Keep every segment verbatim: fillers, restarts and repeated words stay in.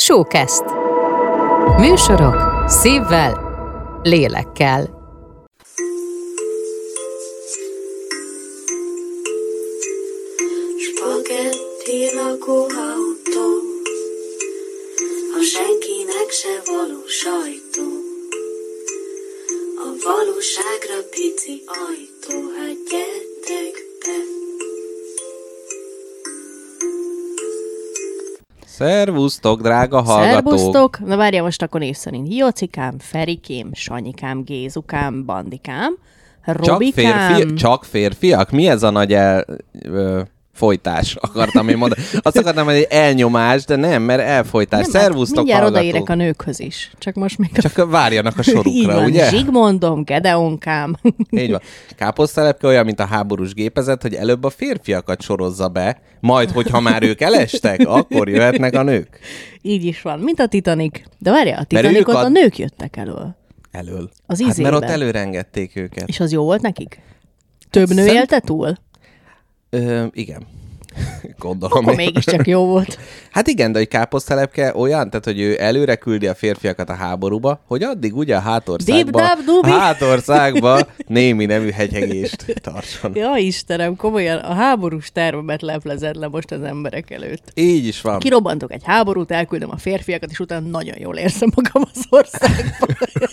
Showcast. Műsorok szívvel, lélekkel. Spagetti lakóautó, a senkinek se való sajtó, a valóságra pici ajtó, hát gyertek be. Szervusztok, drága hallgatók! Szervusztok! Na várjál, most akkor név szerint. Jocikám, Ferikém, Sanyikám, Gézukám, Bandikám, Robikám... Csak, férfi, csak férfiak? Mi ez a nagy el, ö, folytás, akartam én mondani. Azt akartam, hogy egy elnyomás, de nem, mert elfolytás. Nem, Szervusztok, hát mindjárt hallgatók! odaérek a nőkhöz is. Csak most még... Csak várjanak a sorukra, így van, ugye? Zsigmondom, Gedeonkám. Így van. Káposztelepke olyan, mint a háborús gépezet, hogy előbb a férfiakat sorozza be, majd, hogyha már ők elestek, akkor jöhetnek a nők. Így is van, mint a Titanic. De várjál, a Titanicot a... a nők jöttek elől. Elől. Az hát izébe. mert ott előre engedték őket. És az jó volt nekik? Több nő Szent... élte túl? Ö, igen. Gondolom. Akkor mégiscsak jó volt. Hát igen, de egy káposztelepke olyan, tehát hogy ő előre küldi a férfiakat a háborúba, hogy addig ugye a hátországba, a hátországba némi nemű hegyegést tartson. Ja, Istenem, komolyan a háborús tervemet leplezed le most az emberek előtt. Így is van. Kirobbantok egy háborút, elküldöm a férfiakat, és utána nagyon jól érzem magam az országban.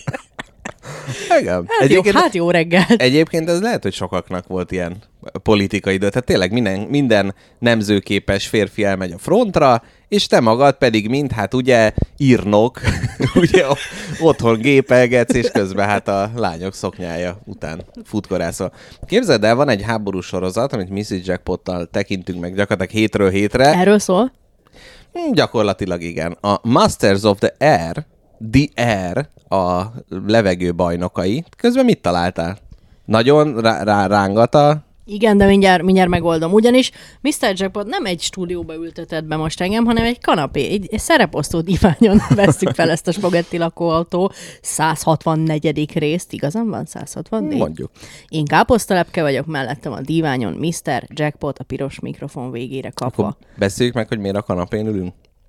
Igen. Hát, jó, hát jó reggel. Egyébként ez lehet, hogy sokaknak volt ilyen politikai idő. Tehát tényleg minden, minden nemzőképes férfi elmegy a frontra, és te magad pedig mind, hát ugye írnok, ugye otthon gépelgetsz, és közben hát a lányok szoknyája után futkorászol. Képzeld el, van egy háborús sorozat, amit missziz Jackpottal tekintünk meg gyakorlatilag hétről hétre. Erről szól? Hmm, gyakorlatilag igen. A Masters of the Air, The Air, a levegő bajnokai. Közben mit találtál? Nagyon rá- rá- rángat a... Igen, de mindjárt, mindjárt megoldom. Ugyanis miszter Jackpot nem egy stúdióba ültetett be most engem, hanem egy kanapé, egy, egy szereposztó diványon vesszük fel ezt a spagetti lakóautó száz hatvannegyedik részt. Igazán van száz hatvannégy? Mondjuk. Én káposztelepke vagyok, mellettem a diványon miszter Jackpot a piros mikrofon végére kapva. Akkor beszéljük meg, hogy miért a kanapén ülünk.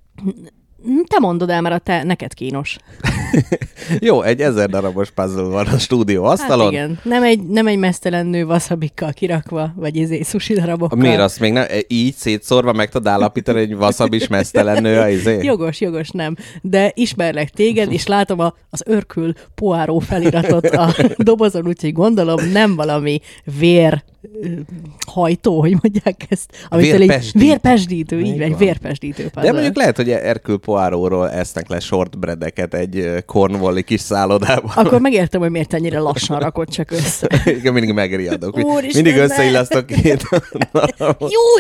Te mondod el, mert a te, neked kínos. Jó, egy ezer darabos puzzle van a stúdió asztalon. Hát igen, nem egy, nem egy mesztelen nő wasabikkal kirakva, vagy izé sushi darabokkal. Miért azt még nem? Így szétszórva meg tud állapítani, hogy wasabis mesztelen nő a izé? Jogos, jogos, nem. De ismerlek téged, és látom a, az Örkül Poirot feliratot a dobozon, úgyhogy gondolom nem valami vér hajtó, hogy mondják ezt. Vérpesdítő. Vérpesdítő, így vagy, vérpesdítő puzzle. De mondjuk lehet, hogy Hercule Poirotról esznek le shortbreadeket egy Cornwalli kis szállodában. Akkor megértem, hogy miért ennyire lassan rakod csak össze. Igen, mindig megriadok. Úristen, mindig összeillasztok két. Júj!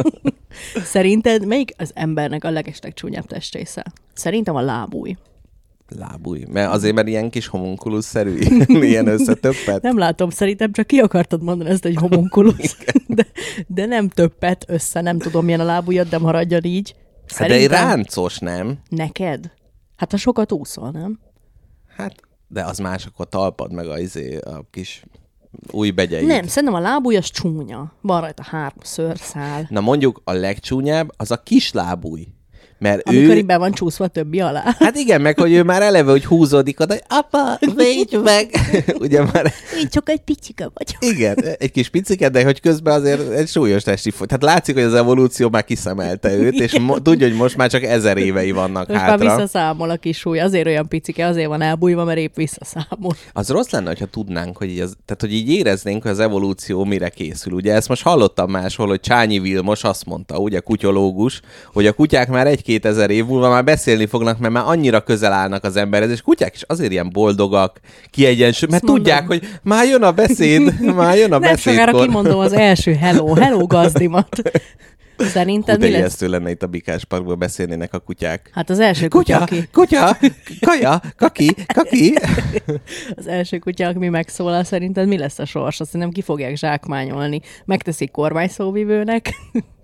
Szerinted melyik az embernek a legesleg csúnyább testrésze? Szerintem a lábúj. Lábúj. Mert azért, mert ilyen kis homunkulusz-szerű, ilyen összetöppet. Nem látom, szerintem csak ki akartad mondani ezt egy homunkulusz. De, de nem többet össze, nem tudom milyen a lábújad, de maradjon így. Hát de egy ráncos, nem? Neked? Hát ha sokat úszol, nem? Hát, de az más, akkor talpad meg a, izé, a kis új begyeid. Nem, szerintem a lábúj az csúnya. Van rajta három szőrszál. Na mondjuk a legcsúnyább az a kis lábúj. Mert amikor ő... így be van csúszva többi alá. Hát igen, meg hogy ő már eleve, hogy húzódik oda, hogy apa, védj meg! Ugye már... Én csak egy picike vagyok. Igen, egy kis picike, de hogy közben azért egy súlyos testi fogy. Tehát látszik, hogy az evolúció már kiszemelte őt, és mo- tudja, hogy most már csak ezer évei vannak most hátra. Most már visszaszámol a kis súly. Azért olyan picike, azért van elbújva, mert épp visszaszámol. Az rossz lenne, hogyha tudnánk, hogy így, az, tehát, hogy így éreznénk, hogy az evolúció mire készül. Ugye ezt most hallottam máshol, hogy Csányi Vilmos azt mondta, ugye kutyológus, hogy a kutyák már egy-két ezer év múlva már beszélni fognak, mert már annyira közel állnak az emberhez, és kutyák is azért ilyen boldogak, kiegyensúly, mert mondom. Tudják, hogy már jön a beszéd, már jön a Nem beszédkor. sokára kimondom az első hello, hello gazdimat. Szerinted Hú, mi lesz? ijesztő lenne itt a Bikás Parkban beszélnének a kutyák. Hát az első kutya, Kutya, aki... kutya, kaja, kaki, kaki. Az első kutya, aki megszólal, szerinted mi lesz a sorsa? Szerintem ki fogják zsákmányolni. Megteszik kormányszóvivőnek.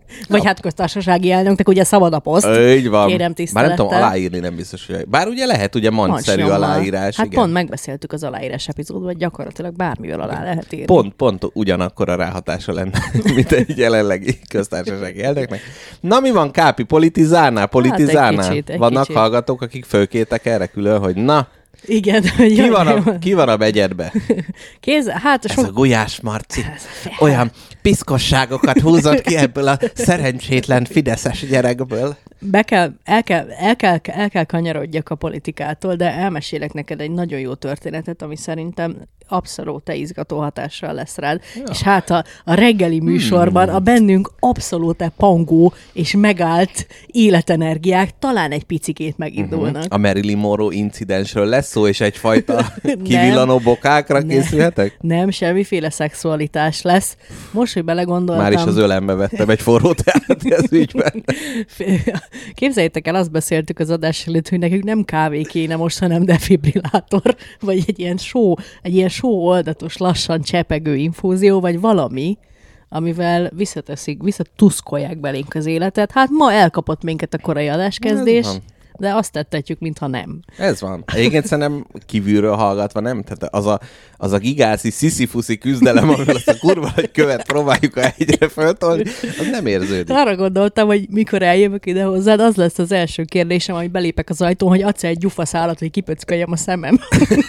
Vagy hát köztársasági elnöknek ugye szabad a poszt. Így van. Kérem Bár tisztelettel. nem tudom, aláírni nem biztos, hogy... Bár ugye lehet ugye mandszerű aláírás. Hát igen. pont megbeszéltük az aláírás epizódban, hogy gyakorlatilag bármivel alá lehet írni. Pont, pont ugyanakkor a ráhatása lenne, mint egy jelenlegi köztársasági elnöknek. Na mi van, Kápi? Politizálnál? Politizálnál? Hát egy kicsit, egy Vannak kicsit. hallgatók, akik fölkétek erre külön, hogy na, Igen. ki van a, ki van a begyedbe? Kéz, hát Ez sok... a Gulyás Marci olyan piszkosságokat húzott ki ebből a szerencsétlen fideszes gyerekből. Be kell, el, kell, el, kell, el kell kanyarodjak a politikától, de elmesélek neked egy nagyon jó történetet, ami szerintem abszolút te izgató hatással lesz rád. Ja. És hát a, a reggeli műsorban hmm. a bennünk abszolút pangó és megállt életenergiák talán egy picikét megindulnak. Uh-huh. A Marilyn Monroe incidensről lesz szó, és egyfajta kivillanó bokákra nem, készülhetek? Nem, semmiféle szexualitás lesz. Most, hogy belegondoltam... Már is az ölembe vettem egy forró teát ez ügyben. Képzeljétek el, azt beszéltük az adás előtt, hogy nekünk nem kávé kéne most, hanem defibrillátor, vagy egy ilyen só, egy ilyen só oldatos, lassan csepegő infúzió, vagy valami, amivel visszateszik, visszatuszkolják belénk az életet. Hát ma elkapott minket a korai adáskezdés, de azt tettetjük, mintha nem. Ez van. Egyébként szerintem kívülről hallgatva nem. Tehát az a, az a gigászi, sziszifuszi küzdelem, amivel azt a kurva nagy követ próbáljuk a hegyre föltolni, az nem érződik. Arra gondoltam, hogy mikor eljövök ide hozzád, az lesz az első kérdésem, hogy belépek az ajtón, hogy adsz egy gyufaszálat, hogy kipöcköljem a szemem.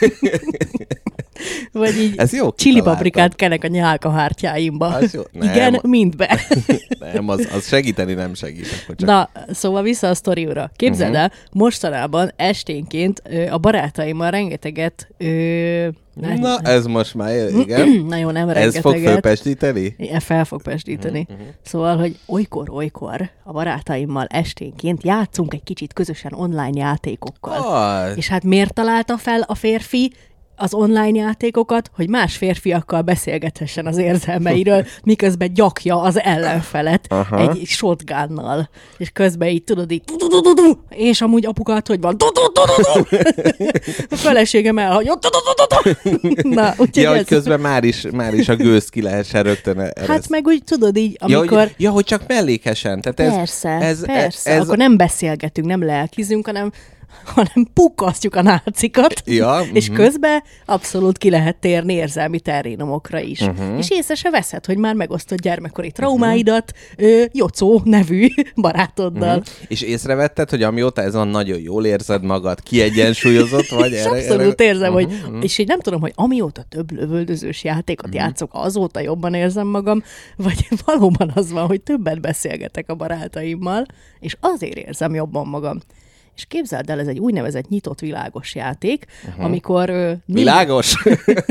Vagy így ez jó, csilipaprikát kenek a nyálkahártyáimba. Igen, mindbe. Nem, az, az segíteni nem segít. Csak... Na, szóval vissza a sztoriúra. Képzeld el, uh-huh. mostanában esténként ö, a barátaimmal rengeteget... Ö, Na, ez most már, igen. Na jó, nem rengeteget. Ez fog fölpestíteni? Igen, fel fog pestíteni. Uh-huh. Szóval, hogy olykor-olykor a barátaimmal esténként játszunk egy kicsit közösen online játékokkal. Oh. És hát miért találta fel a férfi az online játékokat, hogy más férfiakkal beszélgethessen az érzelmeiről, miközben gyakja az ellenfelet Aha. egy shotgunnal. És közben így tudod így és amúgy apukát, hogy van a feleségem elhagyott. Na, úgyhogy ja, ez... hogy közben már is, már is a gőzt ki lehessen rögtön eresz. Hát meg úgy tudod így, amikor... Ja, hogy, ja, hogy csak mellékesen. Tehát ez, persze, ez, persze. Ez... Akkor nem beszélgetünk, nem lelkizünk, hanem hanem pukkasztjuk a nácikat, ja, és uh-huh. közben abszolút ki lehet térni érzelmi terrénomokra is. Uh-huh. És észre se veszed, hogy már megosztott gyermekkori traumáidat uh-huh. Jocó nevű barátoddal. Uh-huh. És észrevetted, hogy amióta ez van, nagyon jól érzed magad, kiegyensúlyozott vagy? És erre, abszolút erre... érzem, uh-huh. hogy, és így nem tudom, hogy amióta több lövöldözős játékot uh-huh. játszok, azóta jobban érzem magam, vagy valóban az van, hogy többet beszélgetek a barátaimmal, és azért érzem jobban magam. És képzeld el, ez egy úgynevezett nyitott világos játék, uh-huh. amikor... Uh, világos?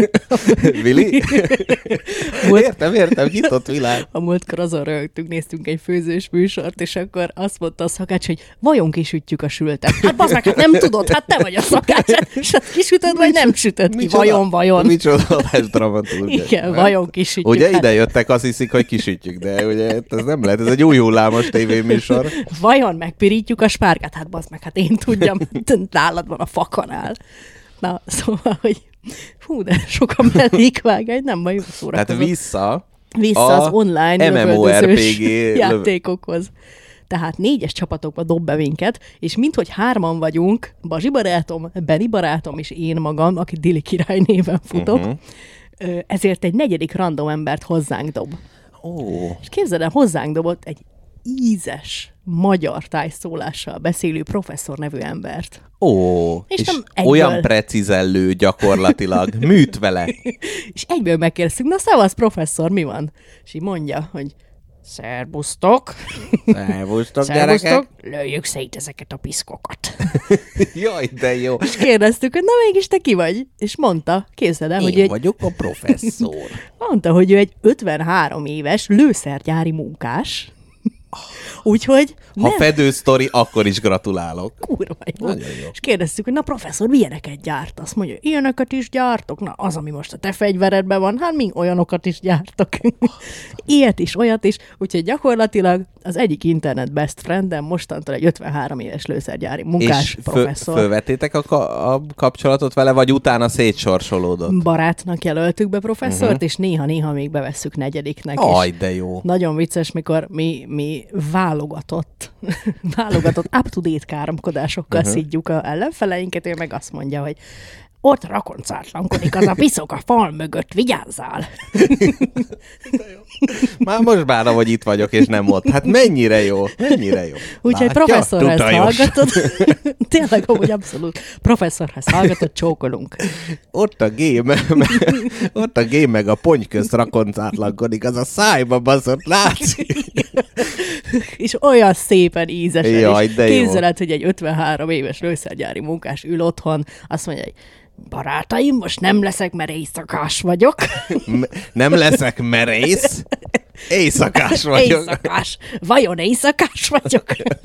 Vili? Múlt... Értem, értem, nyitott világ. A múltkor azon rögtünk, néztünk egy főzős műsort, és akkor azt mondta a szakács, hogy vajon kisütjük a sültet. Hát bazd meg, hát nem tudod, hát te vagy a szakács, és hát kisütöd, vagy nem sütöd ki, vajon, vajon. Micsoda adás dramaturgia. Igen, vajon kisütjük. Ugye hát... ide jöttek, azt hiszik, hogy kisütjük, de ugye ez nem lehet, ez egy új hullámos tévéműsor. Vajon megpirítjuk a spárgát? Hát bazd meg, hát én tudjam, nálad van a fakanál. Na, szóval, hogy hú, de sok a mellékvágány, nem baj, jó szórakozom. Tehát vissza, vissza az online MMORPG játékokhoz. Tehát négyes csapatokba dob be minket, és minthogy hárman vagyunk, Bazsi barátom, Beni barátom és én magam, aki Dili király néven futok, uh-huh. ezért egy negyedik random embert hozzánk dob. Oh. És képzeld el, hozzánk dobott egy ízes, magyar tájszólással beszélő professzor nevű embert. Ó, és, és olyan precízellő gyakorlatilag, műt vele. És egyből megkérdeztük, na szevasz professzor, mi van? És így mondja, hogy szerbusztok. Szerbusztok, gyerekek. Lőjük szét ezeket a piszkokat. Jaj, de jó. És kérdeztük, hogy na mégis te ki vagy? És mondta, képzeld el, Én hogy... Én vagyok egy... a professzor. Mondta, hogy ő egy ötvenhárom éves lőszergyári munkás. Úgyhogy... Ha fedősztori, akkor is gratulálok. Kurva jó. jó. És kérdeztük, hogy na professzor, milyeneket gyárt? Azt mondja, ilyeneket is gyártok? Na, az, ami most a te fegyveredben van, hát mi olyanokat is gyártok. Ilyet is, olyat is. Úgyhogy gyakorlatilag az egyik internet best friendem mostantól egy ötvenhárom éves lőszergyári munkás és professzor. És fölvettétek a, ka- a kapcsolatot vele, vagy utána szétsorsolódott? Barátnak jelöltük be professzort, uh-huh. és néha-néha még bevesszük negyediknek. Aj, de jó. Nagyon vicces, mikor mi, mi mi válogatott, válogatott up-to-date káromkodásokkal uh-huh. szidjuk a ellenfeleinket, ő meg azt mondja, hogy ott rakoncátlankodik az a piszok a fal mögött, vigyázzál! Már most bánom, hogy itt vagyok, és nem ott. Hát mennyire jó, mennyire jó. Úgyhogy professzorhoz hallgatod, tényleg amúgy abszolút professzorhoz hallgatod, csókolunk. Ott a game, ott a game meg a ponty közt rakoncátlankodik, az a szájba baszott, látszik. És olyan szépen ízesen. Jaj, de jó. Képzeled, hogy egy ötvenhárom éves lőszergyári munkás ül otthon, azt mondja, hogy barátaim, most nem leszek, mert éjszakás vagyok. Nem leszek merész? Éjszakás vagyok. Éjszakás. Vajon éjszakás vagyok?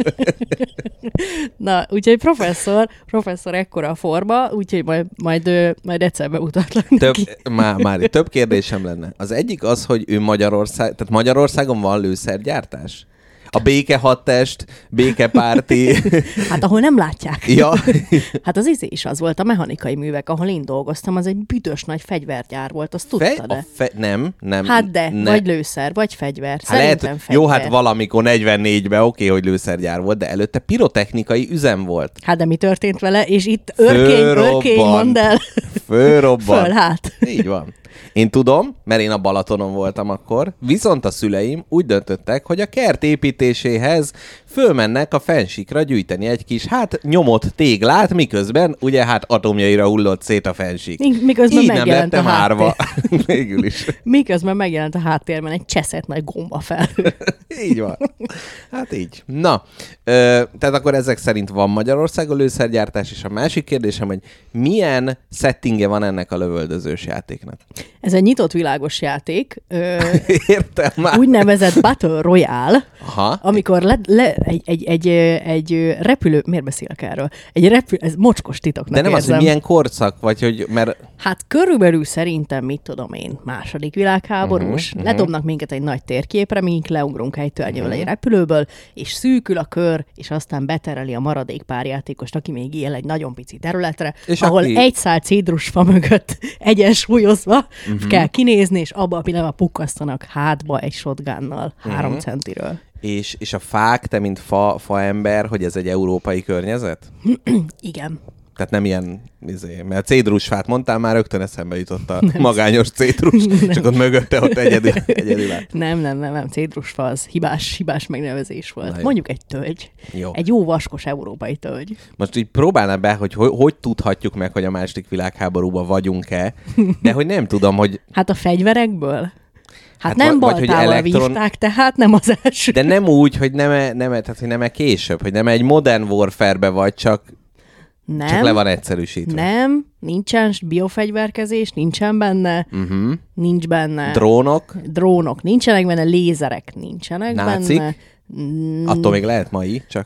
Na, úgyhogy professzor, professzor ekkora a forma, úgyhogy majd, majd, majd egyszer bemutatlak több, má, Mári, több kérdésem lenne. Az egyik az, hogy ő Magyarország, tehát Magyarországon van lőszergyártás? A béke hadtest, békepárti... Hát ahol nem látják. Ja. Hát az izé is az volt, a mechanikai művek, ahol én dolgoztam, az egy büdös nagy fegyvergyár volt, azt tudtad Fe- fe- nem, nem. Hát de, ne. vagy lőszer, vagy fegyver. Hát Szerintem lehet, fegyver. jó, hát valamikor negyvennégyben oké, okay, hogy lőszergyár volt, de előtte pirotechnikai üzem volt. Hát de mi történt vele, és itt örkény, örkény, mondd el. Fölrobban. Föl hát. Így van. Én tudom, mert én a Balatonon voltam akkor, viszont a szüleim úgy döntöttek, hogy a kert építéséhez fölmennek a fensikra gyűjteni egy kis, hát nyomott téglát, miközben ugye hát atomjaira hullott szét a fensik. Miközben így megjelent nem lettem a árva. Végül is. Miközben megjelent a háttérben egy cseszett nagy gomba felhő. Így van. Hát így. Na, ö, tehát akkor ezek szerint van Magyarországon lőszergyártás, és a másik kérdésem, hogy milyen settingje van ennek a lövöldözős játéknak? Ez egy nyitott világos játék. Ö, Értem már. Úgynevezett Battle Royale, Aha. amikor le, le, egy, egy, egy, egy repülő... Miért beszélek erről? Egy repülő... Ez mocskos titoknak De nem érzem. az, hogy milyen korszak, vagy hogy... Mert... Hát körülbelül szerintem, mit tudom én, második világháborús. Uh-huh, Ledobnak minket egy nagy térképre, mink leugrunk egy tölgyővel uh-huh. egy repülőből, és szűkül a kör, és aztán betereli a maradék párjátékost, aki még él egy nagyon pici területre, és ahol aki... egy szál cédrusfa mögött egyensúlyozva uh-huh. kell kinézni, és abban a pillanatban pukkasztanak hátba egy shotgunnal uh-huh. három centiről. És, és a fák, te mint fa, faember, hogy ez egy európai környezet? Igen. Tehát nem ilyen, izé, mert a cédrusfát mondtál, már rögtön eszembe jutott a nem. magányos cédrus, csak ott mögötte ott egyedül, egyedül állt. Nem, nem, nem, nem, cédrusfa az hibás, hibás megnevezés volt. Mondjuk egy tölgy. Jó. Egy jó vaskos európai tölgy. Most így próbálná be, hogy hogy, hogy tudhatjuk meg, hogy a második világháborúban vagyunk-e, de hogy nem tudom, hogy... Hát a fegyverekből? Hát, hát nem vagy, hogy baltával elektron... vívták, tehát nem az első. De nem úgy, hogy nem, -e, nem, -e, tehát, hogy nem -e később, hogy nem -e egy Modern Warfare-be vagy, csak... Nem. Csak le van egyszerűsítve. Nem, nincsen biofegyverkezés, nincsen benne, uh-huh. nincs benne. Drónok? Drónok nincsenek benne, lézerek nincsenek Nácik? benne. Mm. Attól még lehet mai, csak...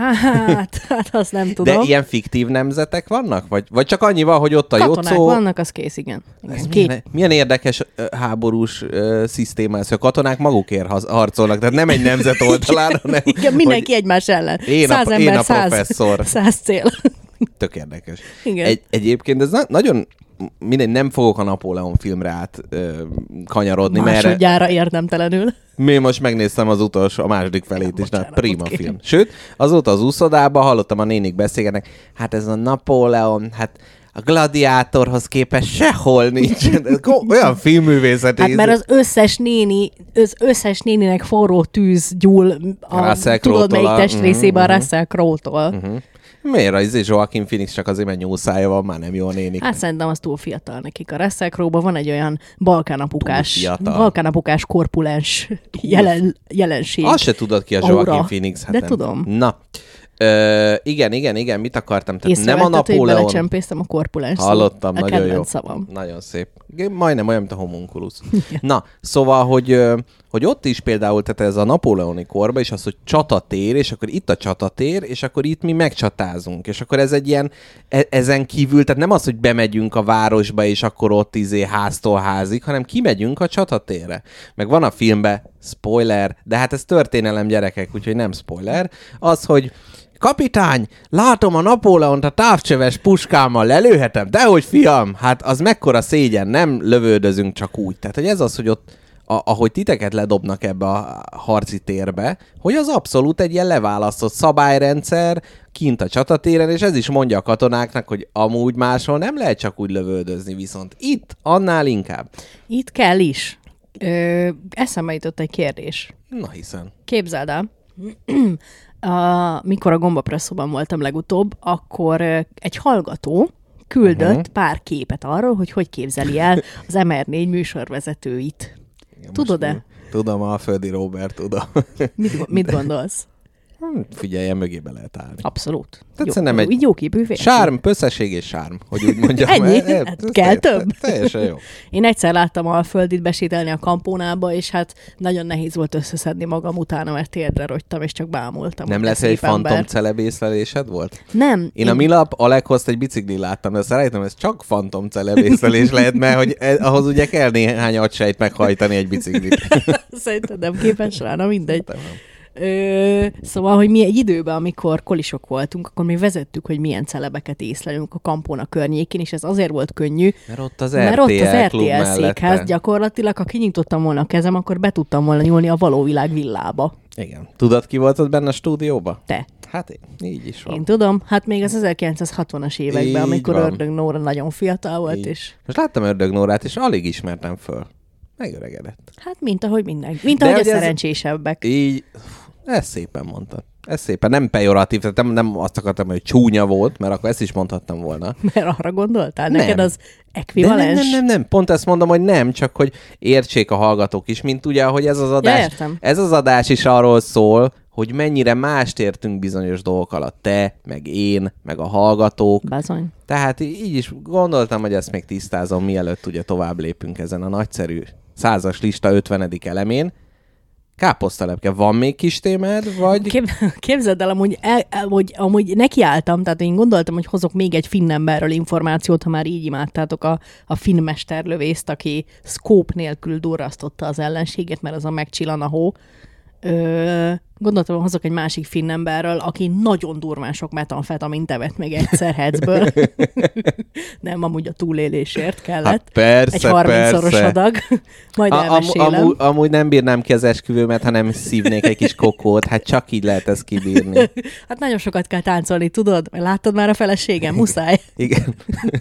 Hát, hát azt nem tudom. De ilyen fiktív nemzetek vannak? Vagy, vagy csak annyi van, hogy ott a Katonák Jocó... vannak, az kész, igen. igen. Milyen, milyen érdekes uh, háborús uh, szisztéma ez, hogy a katonák magukért ha- harcolnak, tehát nem egy nemzet oldalán, hanem... Igen, mindenki egymás ellen. Én száz a, ember, én a száz, professzor. Száz cél. Tök érdekes. Igen. Egy, egyébként ez na- nagyon... Mindegy, nem fogok a Napóleon filmre át ö, kanyarodni, mert... Másodjára érdemtelenül. Mi most megnéztem az utolsó, a második felét ja, is, na, bocsánat, prima kérem. film. Sőt, azóta az úszodában hallottam a nénik beszélgetnek, hát ez a Napóleon, hát a gladiátorhoz képest sehol nincs. Olyan filmművészet. Hát mert az összes néni, az összes néninek forró tűz gyúl a, Russell tudod melyik Crowe-tól, testrészében mhm, a Russell Crowe-tól. Uh-huh. Miért az Joaquin Phoenix csak azért, mert nyúlszája van, már nem jó a nénik? Hát szerintem az túl fiatal nekik. A Russell Crowe-ban van egy olyan balkánapukás, Túl balkánapukás korpulens jelen, jelenség. Azt se tudod ki a Aura. Joaquin Phoenix. Hát De nem. tudom. Na, Ö, igen, igen, igen, mit akartam? Tehát nem a Észrevetted, hogy Napóleon... belecsempésztem a korpulens szót? Hallottam, a nagyon jó. kedvenc szavam. Nagyon szép. Majdnem olyan, mint a homunculus. Na, szóval, hogy, hogy ott is például, tehát ez a napóleoni korban, és az, hogy csatatér, és akkor itt a csatatér, és akkor itt mi megcsatázunk. És akkor ez egy ilyen, e- ezen kívül, tehát nem az, hogy bemegyünk a városba, és akkor ott izé háztól házig, hanem kimegyünk a csatatérre. Meg van a filmben, spoiler, de hát ez történelem, gyerekek, úgyhogy nem spoiler, az, hogy kapitány, látom a Napóleont a távcsöves puskámmal, lelőhetem? Dehogy, fiam, hát az mekkora szégyen, nem lövöldözünk csak úgy. Tehát, hogy ez az, hogy ott a, ahogy titeket ledobnak ebbe a harci térbe, hogy az abszolút egy ilyen leválasztott szabályrendszer kint a csatatéren, és ez is mondja a katonáknak, hogy amúgy máshol nem lehet csak úgy lövöldözni, viszont itt annál inkább. Itt kell is. Ö, eszembe jutott egy kérdés. Na hiszen. Képzeld el, a, mikor a gombapresszóban voltam legutóbb, akkor egy hallgató küldött uh-huh. pár képet arról, hogy hogy képzeli el az em er négy műsorvezetőit. Igen, tudod-e? Tudom, a Földi Róbert, tudom. Mit, mit gondolsz? Figyeljen, mögébe lehet állni. Abszolút. Tehát jó, jó, egy jó képű férfi. Sárm, pösszesség és sárm, hogy úgy mondjam. Ennyi? E, e, Hát kell több? Teljesen jó. Én egyszer láttam a Földit besételni a kampónába, és hát nagyon nehéz volt összeszedni magam utána, mert térdre rogytam, és csak bámultam. Nem lesz egy fantom celeb észlelésed volt? Nem. Én, én... a Milap Alekhozt egy biciklin láttam, de szerintem ez csak fantom celeb észlelés lehet, mert hogy ahhoz ugye kell néhány agysejt meghajtani egy biciklit. Szerintem nem képes rá, na mindegy. Ö, szóval, hogy mi egy időben, amikor kolisok voltunk, akkor mi vezettük, hogy milyen celebeket észlelünk a kampóna környékén, és ez azért volt könnyű, mert ott az mert er té el, ott az er té el mellette. Székház gyakorlatilag, ha kinyitottam volna a kezem, akkor be tudtam volna nyúlni a való világ villába. Igen. Tudod, ki volt ott benne a stúdióba? Te. Hát én, így is van. Én tudom, hát még az ezerkilencszázhatvanas években, így amikor van. Ördög Nóra nagyon fiatal volt, így. és... Most láttam Ördög Nórát, és alig ismertem föl. Megöregedett. Hát, mint ahogy mindenki. Mint ahogy a ez... szerencsésebbek. Így... Ezt szépen mondtad. Ez szépen. Nem pejoratív, tehát nem, nem azt akartam, hogy csúnya volt, mert akkor ezt is mondhattam volna. Mert arra gondoltál? Nem. Neked az De ekvivalens? nem, nem, nem, nem. Pont ezt mondom, hogy nem, csak hogy értsék a hallgatók is, mint ugye, hogy ez az adás, Ja, értem. ez az adás is arról szól, hogy mennyire mást értünk bizonyos dolgok alatt. Te, meg én, meg a hallgatók. Bazony. Tehát így is gondoltam, hogy ezt még tisztázom, mielőtt ugye tovább lépünk ezen a nagyszerű százas lista ötvenedik elemén. Káposztalepke, van még kis témád, vagy... Kép, képzeld el, amúgy, el, amúgy, amúgy nekiálltam, tehát én gondoltam, hogy hozok még egy finn emberről információt, ha már így imádtátok a, a finn mesterlövészt, aki szkóp nélkül durrasztotta az ellenséget, mert az a megcsillan a hó. Ö, gondoltam, hogy hozok egy másik finn emberről, aki nagyon durván sok metamfetamint evett meg egyszer hecből. Nem, amúgy a túlélésért kellett. Hát persze, egy harmincszoros persze. adag. Majd a, elmesélem. Am, amúgy, amúgy nem bírnám ki az esküvőmet, hanem szívnék egy kis kokót. Hát csak így lehet ezt kibírni. Hát nagyon sokat kell táncolni, tudod? Láttad már a feleségem? Muszáj. Igen.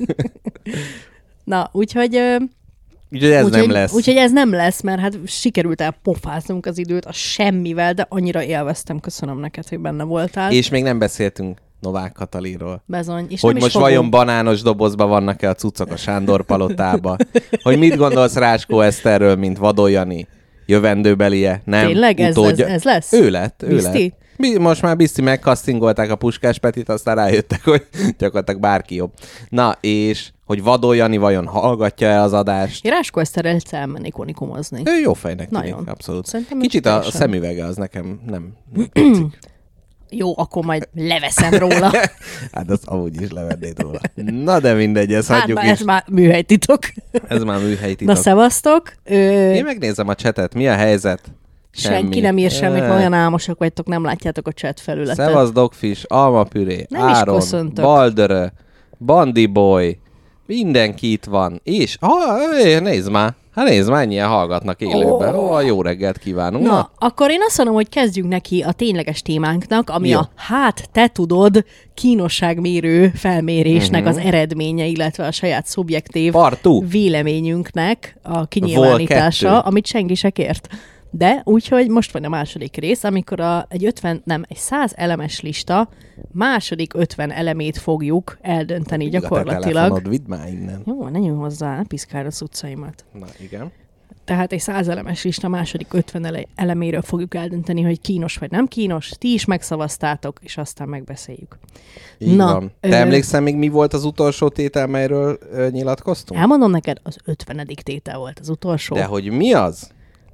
Na, úgyhogy... Úgyhogy ez úgy, nem hogy, lesz. Úgyhogy ez nem lesz, mert hát sikerült elpofáznunk az időt a semmivel, de annyira élveztem. Köszönöm neked, hogy benne voltál. És még nem beszéltünk Novák Katalinról. Bezony. És hogy nem most is vajon banános dobozba vannak-e a cuccok a Sándor palotába? Hogy mit gondolsz Rácskó Eszterről, mint Vadó Jani jövendőbelie? Nem, tényleg ez, utódja... ez, ez lesz? Ő lett, ő Bizti? lett. Mi, most már bizti megkasztingolták a Puskás Petit, aztán rájöttek, hogy gyakorlatilag bárki jobb. Na, és hogy Vadó Jani vajon hallgatja-e az adást? Én Rácskó Eszterrel egyszer elmennék unikomozni. Ő jó fejnek tűnik, Nagyon. abszolút. Szerintem Kicsit a teljesen. szemüvege az nekem nem, nem tetszik. Jó, akkor majd leveszem róla. Hát azt amúgy is levennéd róla. Na de mindegy, ezt Hát hagyjuk már is. ez már műhelytitok. Ez már műhelyi titok. Na, szevasztok. Ö... Én megnézem a csetet, mi a helyzet? Semmi. Senki nem ír semmit, Eh. mert olyan álmosak vagytok, nem látjátok a chat felületet. Szevasz Dogfish, Almapüré, Nem is Áron, köszöntök. Baldörö, Bandi Boy, mindenki itt van. És, ha, nézd már, hát nézd már, ennyien hallgatnak élőben. Ó, oh. Jó reggelt kívánunk. Na, Na, akkor én azt mondom, hogy kezdjünk neki a tényleges témánknak, ami Jó. a hát te tudod kínosságmérő felmérésnek Mhm. az eredménye, illetve a saját szubjektív Partú. véleményünknek a kinyilvánítása, Vol kettő. amit senki se kért. De úgyhogy most van a második rész, amikor a, egy ötven, nem, egy száz elemes lista második ötven elemét fogjuk eldönteni Mindig a te gyakorlatilag. telefonod, vidd már innen. Jó, ne nyúl hozzá, ne piszkálj a cuccaimat. Na, igen. Tehát egy száz elemes lista második ötven ele- eleméről fogjuk eldönteni, hogy kínos vagy nem kínos. Ti is megszavaztátok, és aztán megbeszéljük. Így Na, van. Te ö- emlékszel még, mi volt az utolsó tétel, melyről ö, nyilatkoztunk? Elmondom neked, az ötvenedik tétel volt az utolsó. De hogy mi az?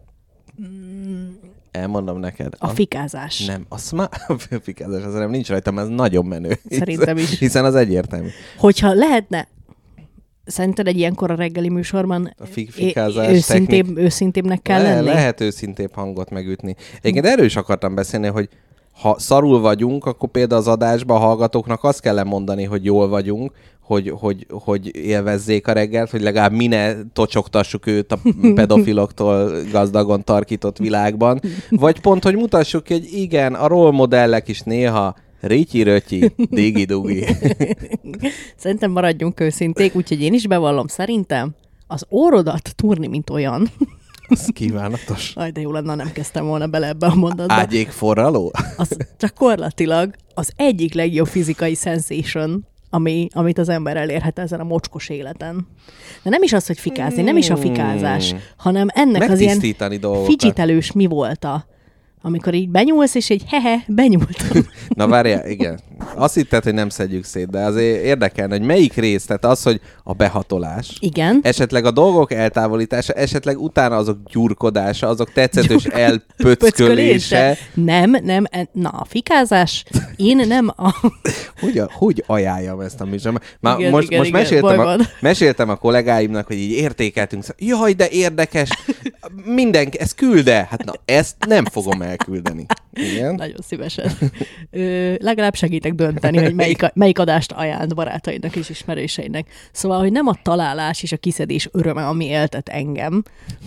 Elmondom neked. A fikázás. Nem, a, szma... a fikázás, az nem nincs rajtam, ez nagyon menő. Szerintem is. Hiszen az egyértelmű. Hogyha lehetne, szerinted egy ilyenkor a reggeli műsorban A fi- fikázás őszintébb, őszintébbnek kell Le- lenni? lehet őszintébb hangot megütni. Egyébként erről is akartam beszélni, hogy ha szarul vagyunk, akkor például az adásban a hallgatóknak azt kell mondani, hogy jól vagyunk, hogy, hogy, hogy élvezzék a reggelt, hogy legalább mi ne tocsogtassuk őt a pedofiloktól gazdagon tarkított világban. Vagy pont, hogy mutassuk ki, hogy igen, a rollmodellek is néha rityi-rötyi, digi-dugi. Szerintem maradjunk őszinték, úgyhogy én is bevallom, szerintem az órodat túrni, mint olyan. Az kívánatos. Aj, de jó lenne, nem kezdtem volna bele ebbe a mondatba. Ágyék forraló? Az gyakorlatilag az egyik legjobb fizikai sensation, ami, amit az ember elérhet ezen a mocskos életen. De nem is az, hogy fikázni, nem is a fikázás, hanem ennek az ilyen dolgokat. Ficsitelős mi volt a amikor így benyúlsz, és így hehe, benyúltam. Na várjál, igen. Azt hitted, hogy nem szedjük szét, de azért érdekelne, hogy melyik rész, tehát az, hogy a behatolás. Igen. Esetleg a dolgok eltávolítása, esetleg utána azok gyurkodása, azok tetszetős elpöckölése. Nem, nem, na a fikázás, én nem a... Hogy, a, hogy ajánljam ezt a műsor? Már igen, most, igen, most igen, meséltem, a, meséltem a kollégáimnak, hogy így értékeltünk. Jaj, de érdekes. Mindenki, ezt külde. Hát na, ezt nem fogom elküldeni. Igen. Nagyon szívesen. Ö, legalább segítek dönteni, hogy melyik, melyik adást ajánl barátainak és ismerőseinek. Szóval, hogy nem a találás és a kiszedés öröme, ami éltet engem,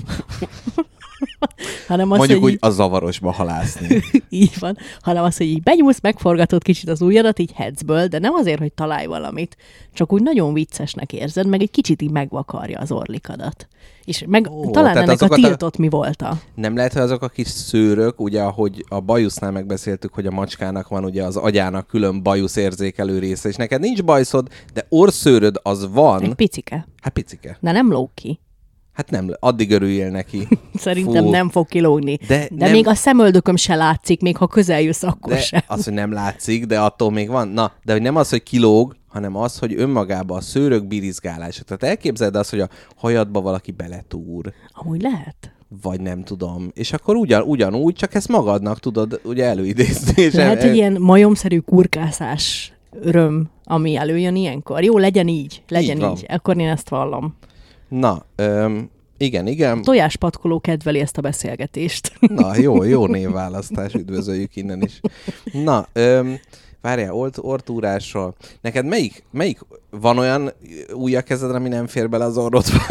hanem az, mondjuk hogy úgy a zavarosba halászni. Így van. Hanem az, hogy így benyúlsz, megforgatod kicsit az ujjadat, így hetzből, de nem azért, hogy találj valamit, csak úgy nagyon viccesnek érzed, meg egy kicsit így megvakarja az orlikadat. És meg Ó, talán ennek a tiltott a... mi volt a... Nem lehet, hogy azok a kis szőrök, ugye, ahogy a bajusznál megbeszéltük, hogy a macskának van ugye az agyának külön bajusz érzékelő része, és neked nincs bajszod, de orszőröd az van. Egy picike. Hát picike. De nem lóg ki. Hát nem, addig örüljél neki. Szerintem Fú. nem fog kilógni. De, de nem... még a szemöldököm se látszik, még ha közel jössz, akkor de sem. Az, hogy nem látszik, de attól még van. Na, de hogy nem az, hogy kilóg, hanem az, hogy önmagában a szőrök birizgálása. Tehát elképzeld azt, hogy a hajadba valaki beletúr. Amúgy lehet. Vagy nem tudom. És akkor ugyan, ugyanúgy, csak ezt magadnak tudod ugye előidézni. Lehet, el... hogy ilyen majomszerű kurkászás öröm, ami előjön ilyenkor. Jó, legyen így. Legyen így. így. Akkor én ezt vallom. Na, öm, igen, igen. A tojáspatkoló kedveli ezt a beszélgetést. Na, jó, jó névválasztás, üdvözöljük innen is. Na, öm, várjál, ort, ortúrásról. Neked melyik, melyik van olyan ujj a kezedre, ami nem fér bele az orrodba?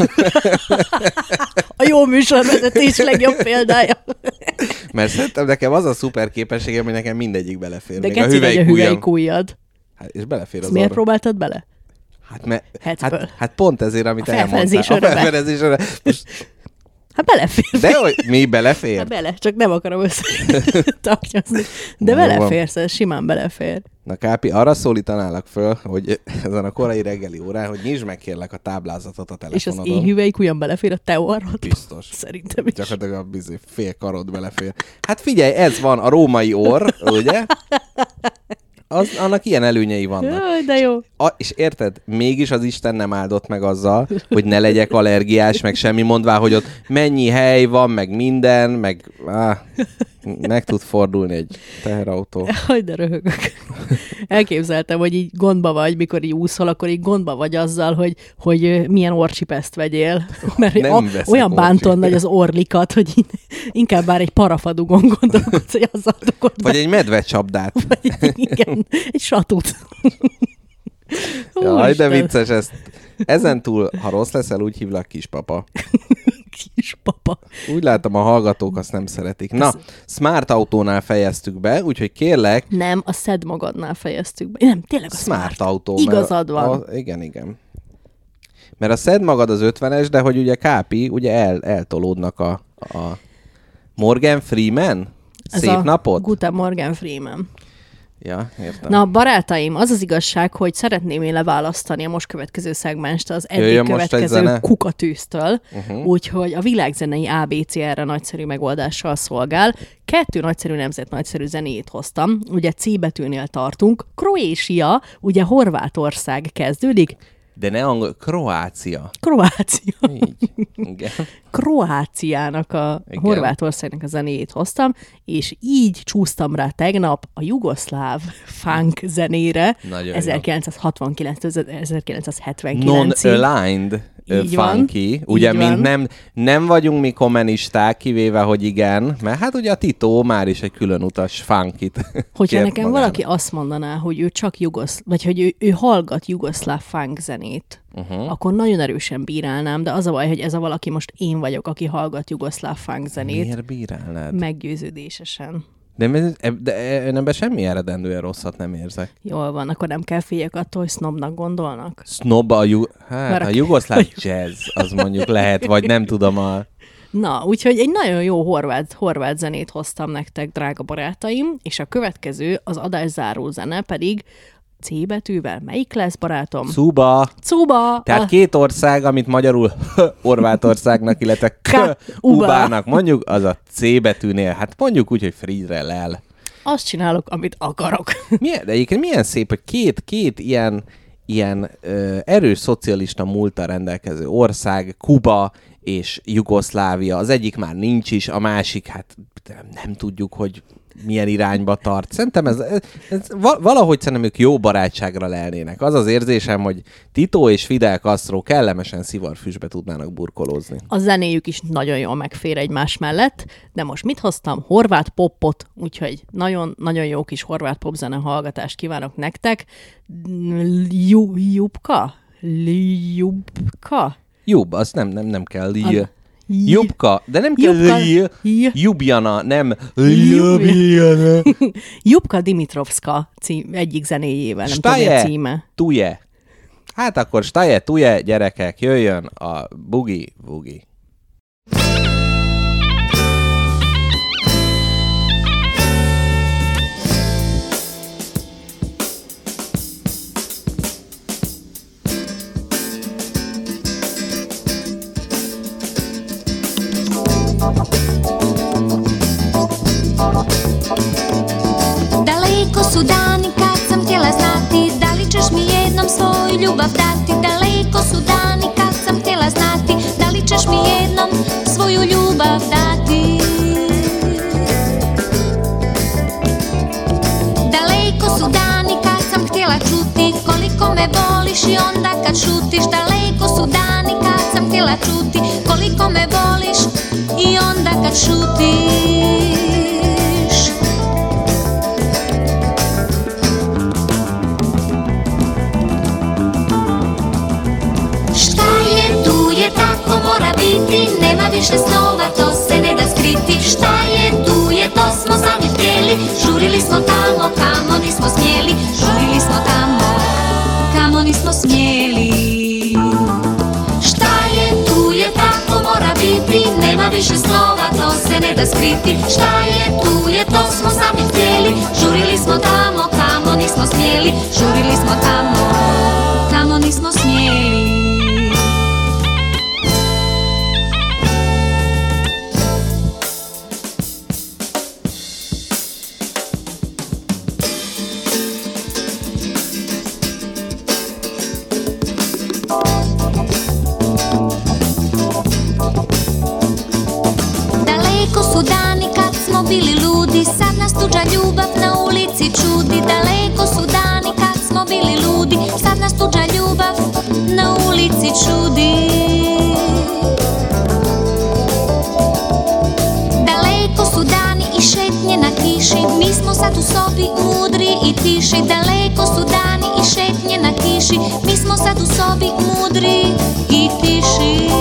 A jó műsorvezetés legjobb példája. Mert szerintem nekem az a szuper képességem, hogy nekem mindegyik belefér. De geci vagy a hüvelykujjad. Hát, és belefér az miért orrod. próbáltad bele? Hát, me, hát, hát pont ezért, amit a elmondtál. A felfedezésre. Most... Hát belefér. De hogy mi belefér? Hát bele, csak nem akarom összetaknyozni. De beleférsz, ez simán belefér. Na Kápi, arra szólítanálak föl, hogy ezen a korai reggeli órán, hogy nyisd meg kérlek a táblázatot a telefonodon. És az én hüvelykujjam belefér a te orrodba? Biztos. Szerintem is. Gyakorlatilag a bizony, fél karod belefér. Hát figyelj, ez van a római orr, ugye? Az, annak ilyen előnyei vannak. Jaj, de jó. A, és érted, mégis az Isten nem áldott meg azzal, hogy ne legyek allergiás, meg semmi, mondvá, hogy ott mennyi hely van, meg minden, meg áh, meg tud fordulni egy teherautó. Jaj, de röhögök. Elképzeltem, hogy így gondba vagy, mikor így úszol, akkor így gondba vagy azzal, hogy, hogy milyen orcsipeszt vegyél. Mert a, olyan bánton nagy az orlikat, hogy inkább bár egy parafadugon gondolkodsz, hogy azzal dokod. Vagy egy medvecsapdát. Vagy igen, egy satut. Jaj, de vicces ezt. Ezentúl, ha rossz leszel, úgy hívlak kispapa. Kispapa. Úgy látom, a hallgatók azt nem szeretik. Na, Smart autónál fejeztük be, úgyhogy kérlek... Nem, a szed magadnál fejeztük be. Nem, tényleg a Smart, smart autó. Igazad van. A, igen, igen. Mert a szed magad az ötvenes, de hogy ugye Kápi, ugye el, eltolódnak a, a Morgan Freeman? Ez Szép a napot? Guten Morgan Freeman. Ja, értem. Na, barátaim, az az igazság, hogy szeretném én leválasztani a most következő szegmenst az eddig Jöjjön következő kukatűztől, uh-huh. úgyhogy a világzenei á bé cé erre nagyszerű megoldással szolgál. Kettő nagyszerű nemzet nagyszerű zenéjét hoztam. Ugye C betűnél tartunk. Kroécia, ugye Horvátország kezdődik. De ne angol, Kroácia. Kroácia. Így, igen. Kroáciának, a Igen. Horvátországnak a zenéjét hoztam, és így csúsztam rá tegnap a jugoszláv funk zenére Nagyon jó. ezerkilencszázhatvankilenctől ezerkilencszázhetvenkilencig. Non-aligned Így van. funky. Ugye, Így mint van. nem, nem vagyunk mi kommunisták, kivéve, hogy igen, mert hát ugye a Tito már is egy külön utas funkit Hogyha kért nekem magának. valaki azt mondaná, hogy ő csak jugosz, vagy hogy ő, ő hallgat jugoszláv funk zenét, uh-huh. akkor nagyon erősen bírálnám, de az a baj, hogy ez a valaki most én vagyok, aki hallgat jugoszláv funk zenét. Miért bírálnád? Meggyőződésesen. De, de, de én ebben semmi eredendően rosszat nem érzek. Jól van, akkor nem kell féljek attól, hogy sznobnak gondolnak. Snob a, ju- hát, Mert a a- jugoszláv jazz, az mondjuk lehet, vagy nem tudom a... Na, úgyhogy egy nagyon jó horvát, horvát zenét hoztam nektek, drága barátaim, és a következő, az adás záró zene pedig C betűvel. Melyik lesz, barátom? Szuba! Cuba! Tehát a... két ország, amit magyarul Horvátországnak, illetve K- K-Ubának mondjuk, az a C betűnél, hát mondjuk úgy, hogy Friedrel. Azt csinálok, amit akarok. Milyen, de egyébként milyen szép, hogy két, két ilyen, ilyen ö, erős szocialista múlttal rendelkező ország, Kuba és Jugoszlávia, az egyik már nincs is, a másik, hát nem, nem tudjuk, hogy milyen irányba tart. Szerintem ez, ez, ez valahogy szerintem ők jó barátságra lelnének. Az az érzésem, hogy Tito és Fidel Castro kellemesen szivarfüstbe tudnának burkolózni. A zenéjük is nagyon jól megfér egymás mellett, de most mit hoztam? Horvát popot, úgyhogy nagyon-nagyon jó kis horvát popzene hallgatást kívánok nektek. Ju- Jubka? Jubka? Jobb, azt nem, nem, nem kell. A- Jubka, de nem kell. Jubka- J- Jubjana, nem. Jubjana. Jubka Dimitrovska cím, egyik zenéjével, nem tudom, mi a Staje, címe. tuje. Hát akkor staje, tuje, gyerekek, jöjjön a bugi, bugi. Daleko su dani kad sam htjela znati da li ćeš mi jednom svoju ljubav dati. Daleko su dani kad sam htjela znati da li ćeš mi jednom svoju ljubav dati. Daleko su dani kad sam htjela čuti koliko me voliš i onda kad šutiš. Daleko su dani kad sam htjela čuti koliko me voliš i onda kad šutiš. Tako mora biti, nema više snova, to se ne da skriti. Šta je tu je, to smo sami htjeli. Žurili smo tamo, kamo nismo smjeli. Žurili smo tamo, kamo nismo smjeli. Šta je tu je, tako mora biti, nema više snova, to se ne da skriti. Šta je tu je, to smo sami htjeli. Žurili smo tamo, kamo nismo smjeli. Žurili smo tamo, kamo nismo smjeli. Bili ludi, sad nas tuđa ljubav na ulici čudi. Daleko su dani kad smo bili ludi, sad nas tuđa ljubav na ulici čudi. Daleko su dani i šetnje na kiši, mi smo sad u sobi mudri i tiši. Daleko su dani i šetnje na kiši, mi smo sad u sobi mudri i tiši.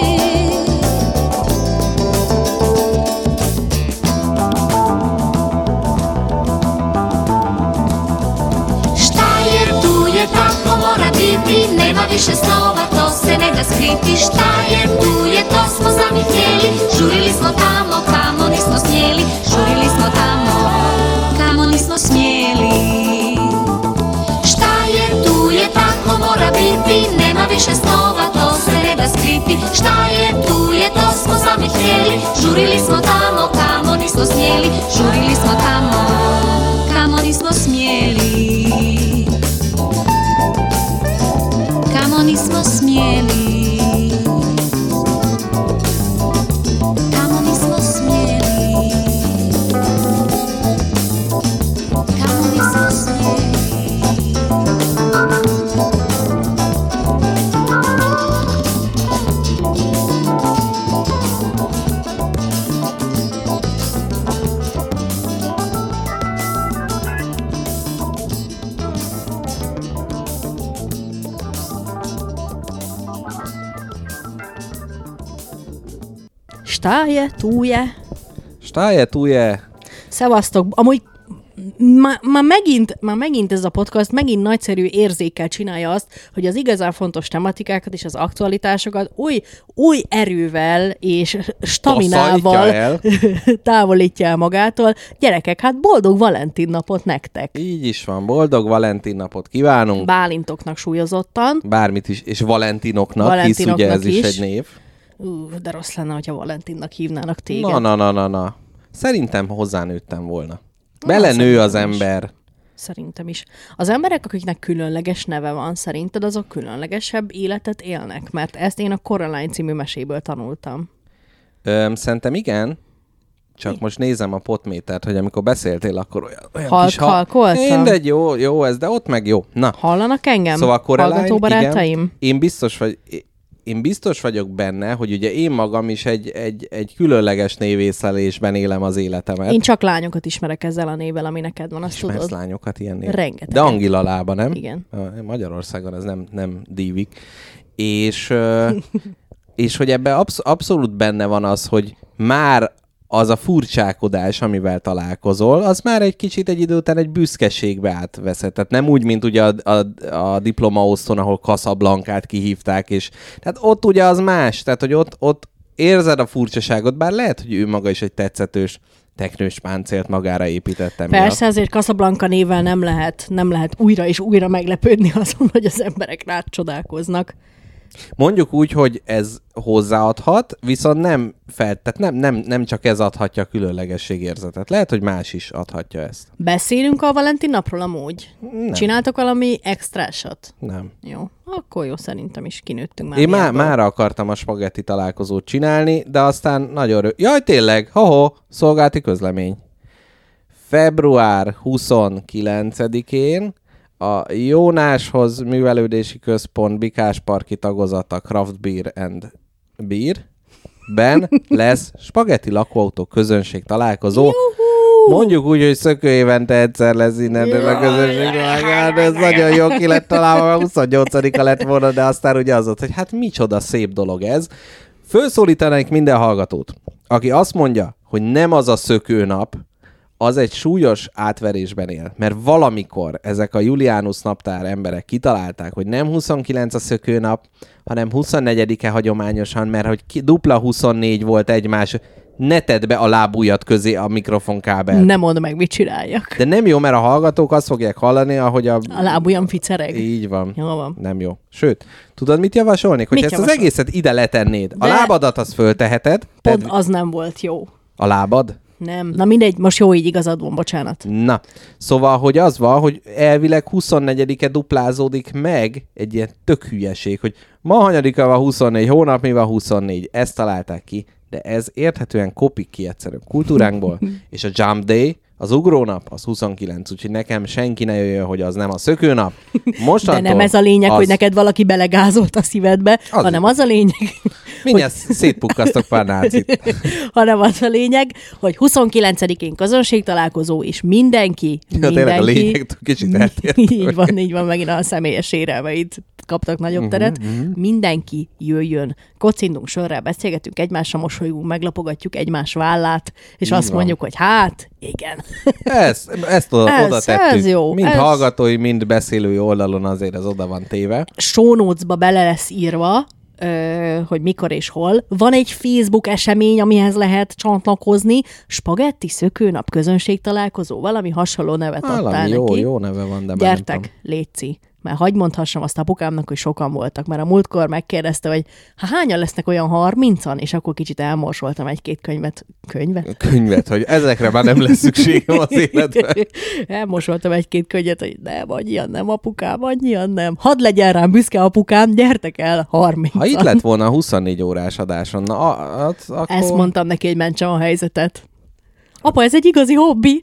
Tako mora biti, nema više snova, to se ne da skriti. Šta je tu je, to smo sami htjeli. Žurili smo tamo, kamo nismo smjeli. Žurili smo tamo, kamo nismo smjeli. Šta je tu je, tako mora biti, nema više snova, to se ne da skriti. Šta je tu je, to smo sami htjeli. Žurili smo tamo, kamo nismo smjeli. Žurili smo tamo, kamo nismo smjeli. Kamo nismo smjeli, kamo nismo smjeli, kamo nismo smjeli. Stáje, túje. Stáje, túje. Szevasztok. Amúgy már má megint, má megint ez a podcast megint nagyszerű érzékkel csinálja azt, hogy az igazán fontos tematikákat és az aktualitásokat oly, oly erővel és staminával távolítja el magától. Gyerekek, hát boldog Valentin napot nektek! Így is van, boldog Valentin napot kívánunk. Bálintoknak súlyozottan. Bármit is, és Valentinoknak, Valentinoknak hisz ugye ez is, is egy név. Ú, de rossz lenne, hogyha Valentinnak hívnának téged. Na, na, na, na, na. Szerintem hozzánőttem volna. Belenő az ember. Is. Szerintem is. Az emberek, akiknek különleges neve van, szerinted azok különlegesebb életet élnek? Mert ezt én a Coraline című meséből tanultam. Öm, szerintem igen. Csak igen. Most nézem a potmétert, hogy amikor beszéltél, akkor olyan, olyan Halk, kis... Ha... halkoltam? Mindegy, jó, jó ez, de ott meg jó. Na. Hallanak engem? Szóval Coraline, hallgatóbarátaim? Igen, én biztos vagy... Én biztos vagyok benne, hogy ugye én magam is egy, egy, egy különleges névészelésben élem az életemet. Én csak lányokat ismerek ezzel a névvel, ami neked van, azt Ismersz tudod. lányokat ilyen név? Rengeteg. De Angila lába, nem? Igen. Magyarországon ez nem, nem dívik. És, és hogy ebben absz- abszolút benne van az, hogy már az a furcsákodás, amivel találkozol, az már egy kicsit egy idő után egy büszkeségbe átveszett. Tehát nem úgy, mint ugye a, a, a diplomaoszton, ahol Casablancát kihívták, és tehát ott ugye az más, tehát hogy ott, ott érzed a furcsaságot, bár lehet, hogy ő maga is egy tetszetős teknős páncélt magára építettem. Persze, miatt. azért Casablanca névvel nem lehet, nem lehet újra és újra meglepődni azon, hogy az emberek rád csodálkoznak. Mondjuk úgy, hogy ez hozzáadhat, viszont nem fel, tehát nem, nem, nem csak ez adhatja a különlegességérzetet. Lehet, hogy más is adhatja ezt. Beszélünk a Valentin napról amúgy? Nem. Csináltok valami extrásat? Nem. Jó, akkor jó, szerintem is kinőttünk már. Én má, már akartam a spagetti találkozót csinálni, de aztán nagyon rö... Jaj, tényleg, ha-ho, szolgálati közlemény. február huszonkilencedikén a Jónáshoz Művelődési Központ Bikásparki tagozata Craft Beer and Beer ben lesz spagetti lakóautó közönség találkozó. Juhu! Mondjuk úgy, hogy szökő évente egyszer lesz innen a közönség találkozó. Ez nagyon jó ki lett találva, mert huszonnyolcadika lett volna, de aztán ugye az ott, hogy hát micsoda szép dolog ez. Fölszólítanék minden hallgatót, aki azt mondja, hogy nem az a szökőnap, az egy súlyos átverésben él. Mert valamikor ezek a Julianus naptár emberek kitalálták, hogy nem huszonkilenc a szökőnap, hanem huszonnegyedike hagyományosan, mert hogy ki, dupla huszonnégy volt egymás, ne tedd be a lábujjad közé a mikrofonkábel. Nem mondd meg, mit csináljak. De nem jó, mert a hallgatók azt fogják hallani, ahogy a... A lábujjam ficereg. Így van. Jó van. Nem jó. Sőt, tudod, mit javasolnék? Hogy Mit ezt javasol? az egészet ide letennéd. A De... lábadat azt fölteheted. Pont Tedd... az nem volt jó. A lábad? Nem. Na mindegy, most jó, így igazad van, bocsánat. Na, szóval, hogy az van, hogy elvileg huszonnegyedike duplázódik meg egy ilyen tök hülyeség, hogy ma hanyadika van huszonnégy, hónap mi van huszonnégy. Ezt találták ki, de ez érthetően kopik ki egyszerűen kultúránkból, és a Jump Day, az ugrónap, az huszonkilenc, úgyhogy nekem senki ne jöjjön, hogy az nem a szökőnap. Mostantól De nem ez a lényeg, az... hogy neked valaki belegázolt a szívedbe, Az hanem is. az a lényeg, Mindjárt szétpukkasztok pár nácit. hanem az a lényeg, hogy huszonkilencedikén közönség találkozó, és mindenki, Ja, tényleg a mindenki... lényegtől kicsit eltért. Így van, így van, megint a személyes sérelmeid kaptak nagyobb Mhm, teret. Mindenki jöjjön. Kocindunk sörrel, beszélgetünk egymással, mosolygunk, meglapogatjuk egymás vállát, és Így azt van. mondjuk, hogy hát, igen. Ez, ezt oda, Ez- oda tettük. ez jó, Mind ez- hallgatói, mind beszélői oldalon azért ez oda van téve. Show notes-ba bele lesz írva, ö, hogy mikor és hol. Van egy Facebook esemény, amihez lehet csatlakozni. Spagetti szökőnap közönség találkozó. Valami hasonló nevet adtál Valami jó, neki. jó neve van, de már nem Gyertek, tudom. létszi. mert hagyd mondhassam azt apukámnak, hogy sokan voltak, mert a múltkor megkérdezte, hogy ha hányan lesznek olyan harmincan, és akkor kicsit elmorsoltam egy-két könyvet. Könyvet? Könyvet, hogy ezekre már nem lesz szükségem az életben. Elmosoltam egy-két könyvet, hogy nem, annyian nem, apukám, annyian nem. Hadd legyen rám büszke apukám, gyertek el, harmincan. Ha itt lett volna a huszonnégy órás adáson, na, a, a, akkor... Ezt mondtam neki, hogy mentsem a helyzetet. Apa, ez egy igazi hobbi.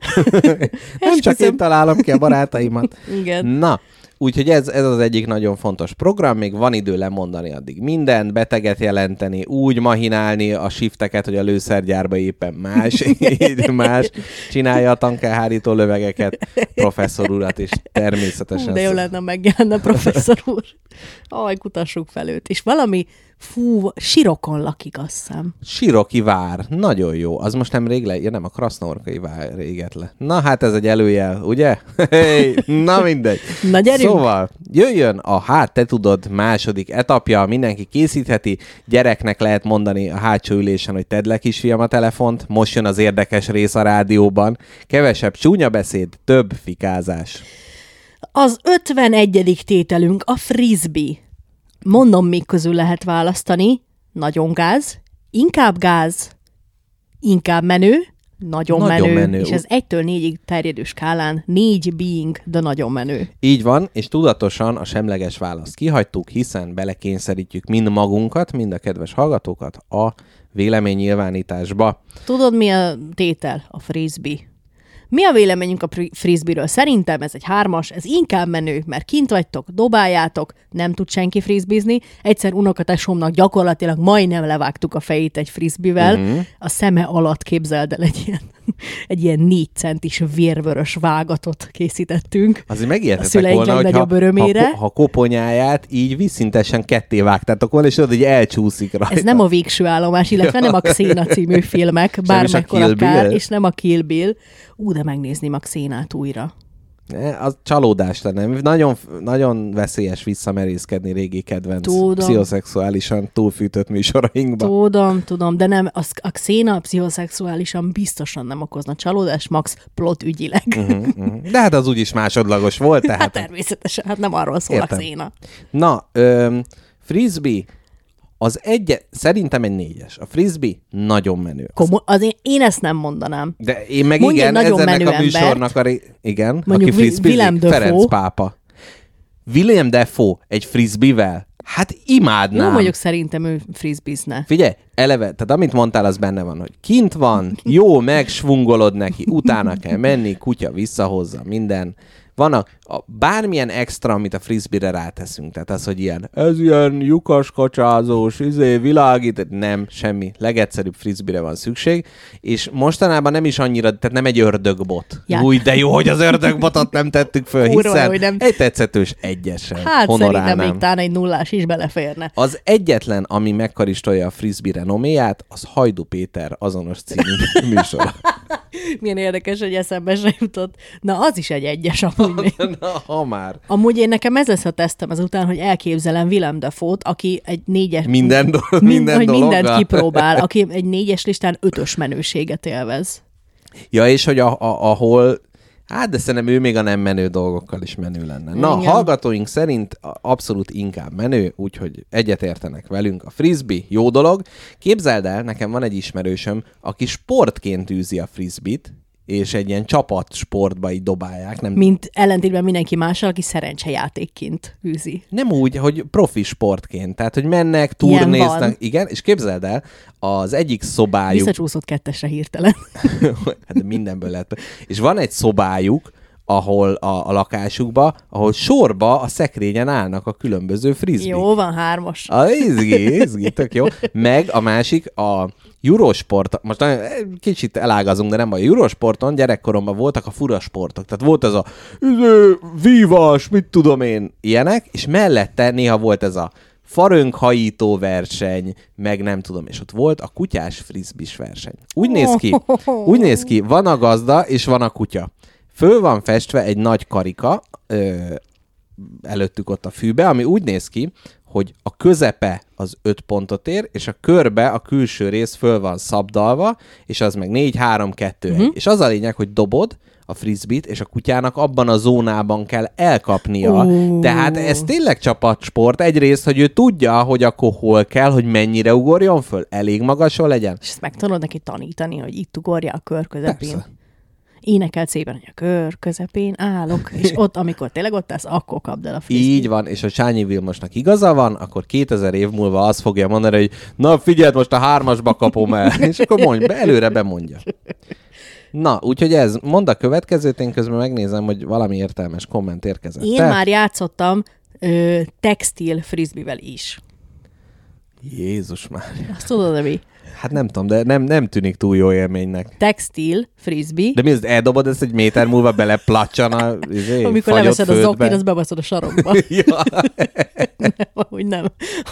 Nem csak én találom ki a barátaimat. Igen. Na, úgyhogy ez, ez az egyik nagyon fontos program, még van idő lemondani addig mindent, beteget jelenteni, úgy mahinálni a shifteket, hogy a lőszergyárba éppen más, más csinálja a tankelhárító lövegeket, professzor urat, és természetesen... De jó lenne, megjelenne professzor úr. Aj, kutassuk fel őt. És valami, fú, Sirokon lakik, azt hiszem. Siroki vár, nagyon jó. Az most nem rég le, ja nem, a Krasznorkai vár réget le. Na hát ez egy előjel, ugye? Hey, na mindegy. Na gyerünk. Szóval jöjjön a Hát te tudod második etapja, mindenki készítheti, gyereknek lehet mondani a hátsó ülésen, hogy tedd le kisfiam a telefont, most jön az érdekes rész a rádióban, kevesebb csúnya beszéd, több fikázás. Az ötvenegyedik tételünk a frisbee. Mondom, még közül lehet választani. Nagyon gáz, inkább gáz, inkább menő, nagyon, Nagyon menő, menő. és ez egytől négyig terjedő skálán négy being, de nagyon menő. Így van, és tudatosan a semleges választ kihagytuk, hiszen belekényszerítjük mind magunkat, mind a kedves hallgatókat a véleménynyilvánításba. Tudod, mi a tétel? A frisbee. Mi a véleményünk a frisbee-ről? Szerintem ez egy hármas, ez inkább menő, mert kint vagytok, dobáljátok, nem tud senki frisbeezni. Egyszer unokatesomnak gyakorlatilag majdnem levágtuk a fejét egy frisbeevel, Mhm. a szeme alatt képzeld el egy ilyen, egy ilyen négy centis vérvörös vágatot készítettünk. Azért A megijedtetek szüleink volna, hogy ha, legnagyobb örömére. ha, ha koponyáját így vízszintesen ketté vágtátok volna, és tudod, hogy elcsúszik rajta. Ez nem a végső állomás, illetve nem a Xena című filmek, bármekkor Kill akár, Bill? és nem a Kill Bill. Ú, de megnézném a Xénát újra. Ne, az csalódás lenne. Nagyon, nagyon veszélyes visszamerészkedni régi kedvenc Tudom. pszichoszexuálisan túlfűtött műsorainkba. Tudom, tudom, de nem, az, a Xena pszichoszexuálisan biztosan nem okozna csalódást, max plot ügyileg. Uh-huh, uh-huh. De hát az úgyis másodlagos volt, tehát... Hát természetesen, hát nem arról szól Értem. a Xena. Na, öm, frisbee, az egy, szerintem egy négyes. A frisbee nagyon menő. Az, Komo- az én, én ezt nem mondanám. de én meg Mondj egy igen, ez nagyon ennek menő a műsornak a ré... Igen, Mondjuk aki Wi- frisbeezik, Willem Dafoe. Ferenc pápa. Willem Dafoe egy frisbeevel? Hát imádnám. Jó, mondjuk szerintem ő frisbeezne. Figyelj, eleve, tehát amit mondtál, az benne van, hogy kint van, jó, megsvungolod neki, utána kell menni, kutya visszahozza, minden. Van a, a bármilyen extra, amit a frisbee-re ráteszünk, tehát az, hogy ilyen, ez ilyen lyukas, kacsázós, izé, világít, nem, semmi, legegyszerűbb frisbee-re van szükség, és mostanában nem is annyira, tehát nem egy ördögbot. Ja. Új, de jó, hogy az ördögbotot nem tettük föl, Kurva, hiszen hogy nem. egy tetszetős egyesen Hát szerintem honorálnám. még talán egy nullás is beleférne. Az egyetlen, ami megkaristolja a frisbee renoméját, az Hajdú Péter azonos című műsor. Milyen érdekes, hogy eszembe se jutott. Na, az is egy egyes amúgy még. Na, ha már. Amúgy én nekem ez lesz a tesztem ezután, hogy elképzelem Willem Dafoe-t, aki egy négyes... Minden, do- mind, minden hogy mindent dologgal. kipróbál, aki egy négyes listán ötös menőséget élvez. Ja, és hogy a, a, ahol... Hát, de szerintem ő még a nem menő dolgokkal is menő lenne. Na, Igen. hallgatóink szerint abszolút inkább menő, úgyhogy egyetértenek velünk. A frisbee jó dolog. Képzeld el, nekem van egy ismerősöm, aki sportként űzi a frisbee-t, és egy ilyen csapatsportba így dobálják. Nem, Mint ellentétben mindenki mással, aki szerencsejátékként űzi. nem úgy, hogy profi sportként. Tehát, hogy mennek, Ilyen turnéznek. van. Igen, és képzeld el, az egyik szobájuk... Visszacsúszott kettesre hirtelen. Hát de mindenből lehet. És van egy szobájuk, ahol a, a lakásukba, ahol sorba a szekrényen állnak a különböző frisbee. Jó, van hármas. A izgi, izgi, tök jó. Meg a másik, a Eurosport, most nagyon, kicsit elágazunk, de nem baj. A Eurosporton gyerekkoromban voltak a fura sportok. Tehát volt ez a izé, vívas, mit tudom én, ilyenek, és mellette néha volt ez a farönkhajító verseny, meg nem tudom, és ott volt a kutyás frisbee-s verseny. Úgy néz ki, úgy néz ki, van a gazda, és van a kutya. Föl van festve egy nagy karika, ö, előttük ott a fűbe, ami úgy néz ki, hogy a közepe az öt pontot ér, és a körbe a külső rész föl van szabdalva, és az meg négy, három, kettő, egy. Uh-huh. És az a lényeg, hogy dobod a frisbee-t, és a kutyának abban a zónában kell elkapnia. Uh. Tehát ez tényleg csapatsport. Egyrészt, hogy ő tudja, hogy akkor hol kell, hogy mennyire ugorjon föl, elég magason legyen. És ezt meg tudod neki tanítani, hogy itt ugorja a kör közepén. Persze. Énekelt szépen, hogy a kör közepén állok, és ott, amikor tényleg ott állsz, akkor kapd el a frisbee. Így van, és a Sányi Vilmosnak igaza van, akkor kétezer év múlva azt fogja mondani, hogy na figyeld, most a hármasba kapom el. És akkor mondj, be, előre bemondja. Na, úgyhogy ez, mondd a következőt, én közben megnézem, hogy valami értelmes komment érkezett. Én Te? már játszottam ö, textil frisbeevel is. Jézus már. Azt tudod, de mi? Hát nem tudom, de nem, nem tűnik túl jó élménynek. Textil frisbee. De mi az, eldobod ezt egy méter múlva beleplatsan a izé, amikor leveszed a zoknit, azt bebaszod a sarokba. Ja. Nem, ahogy nem.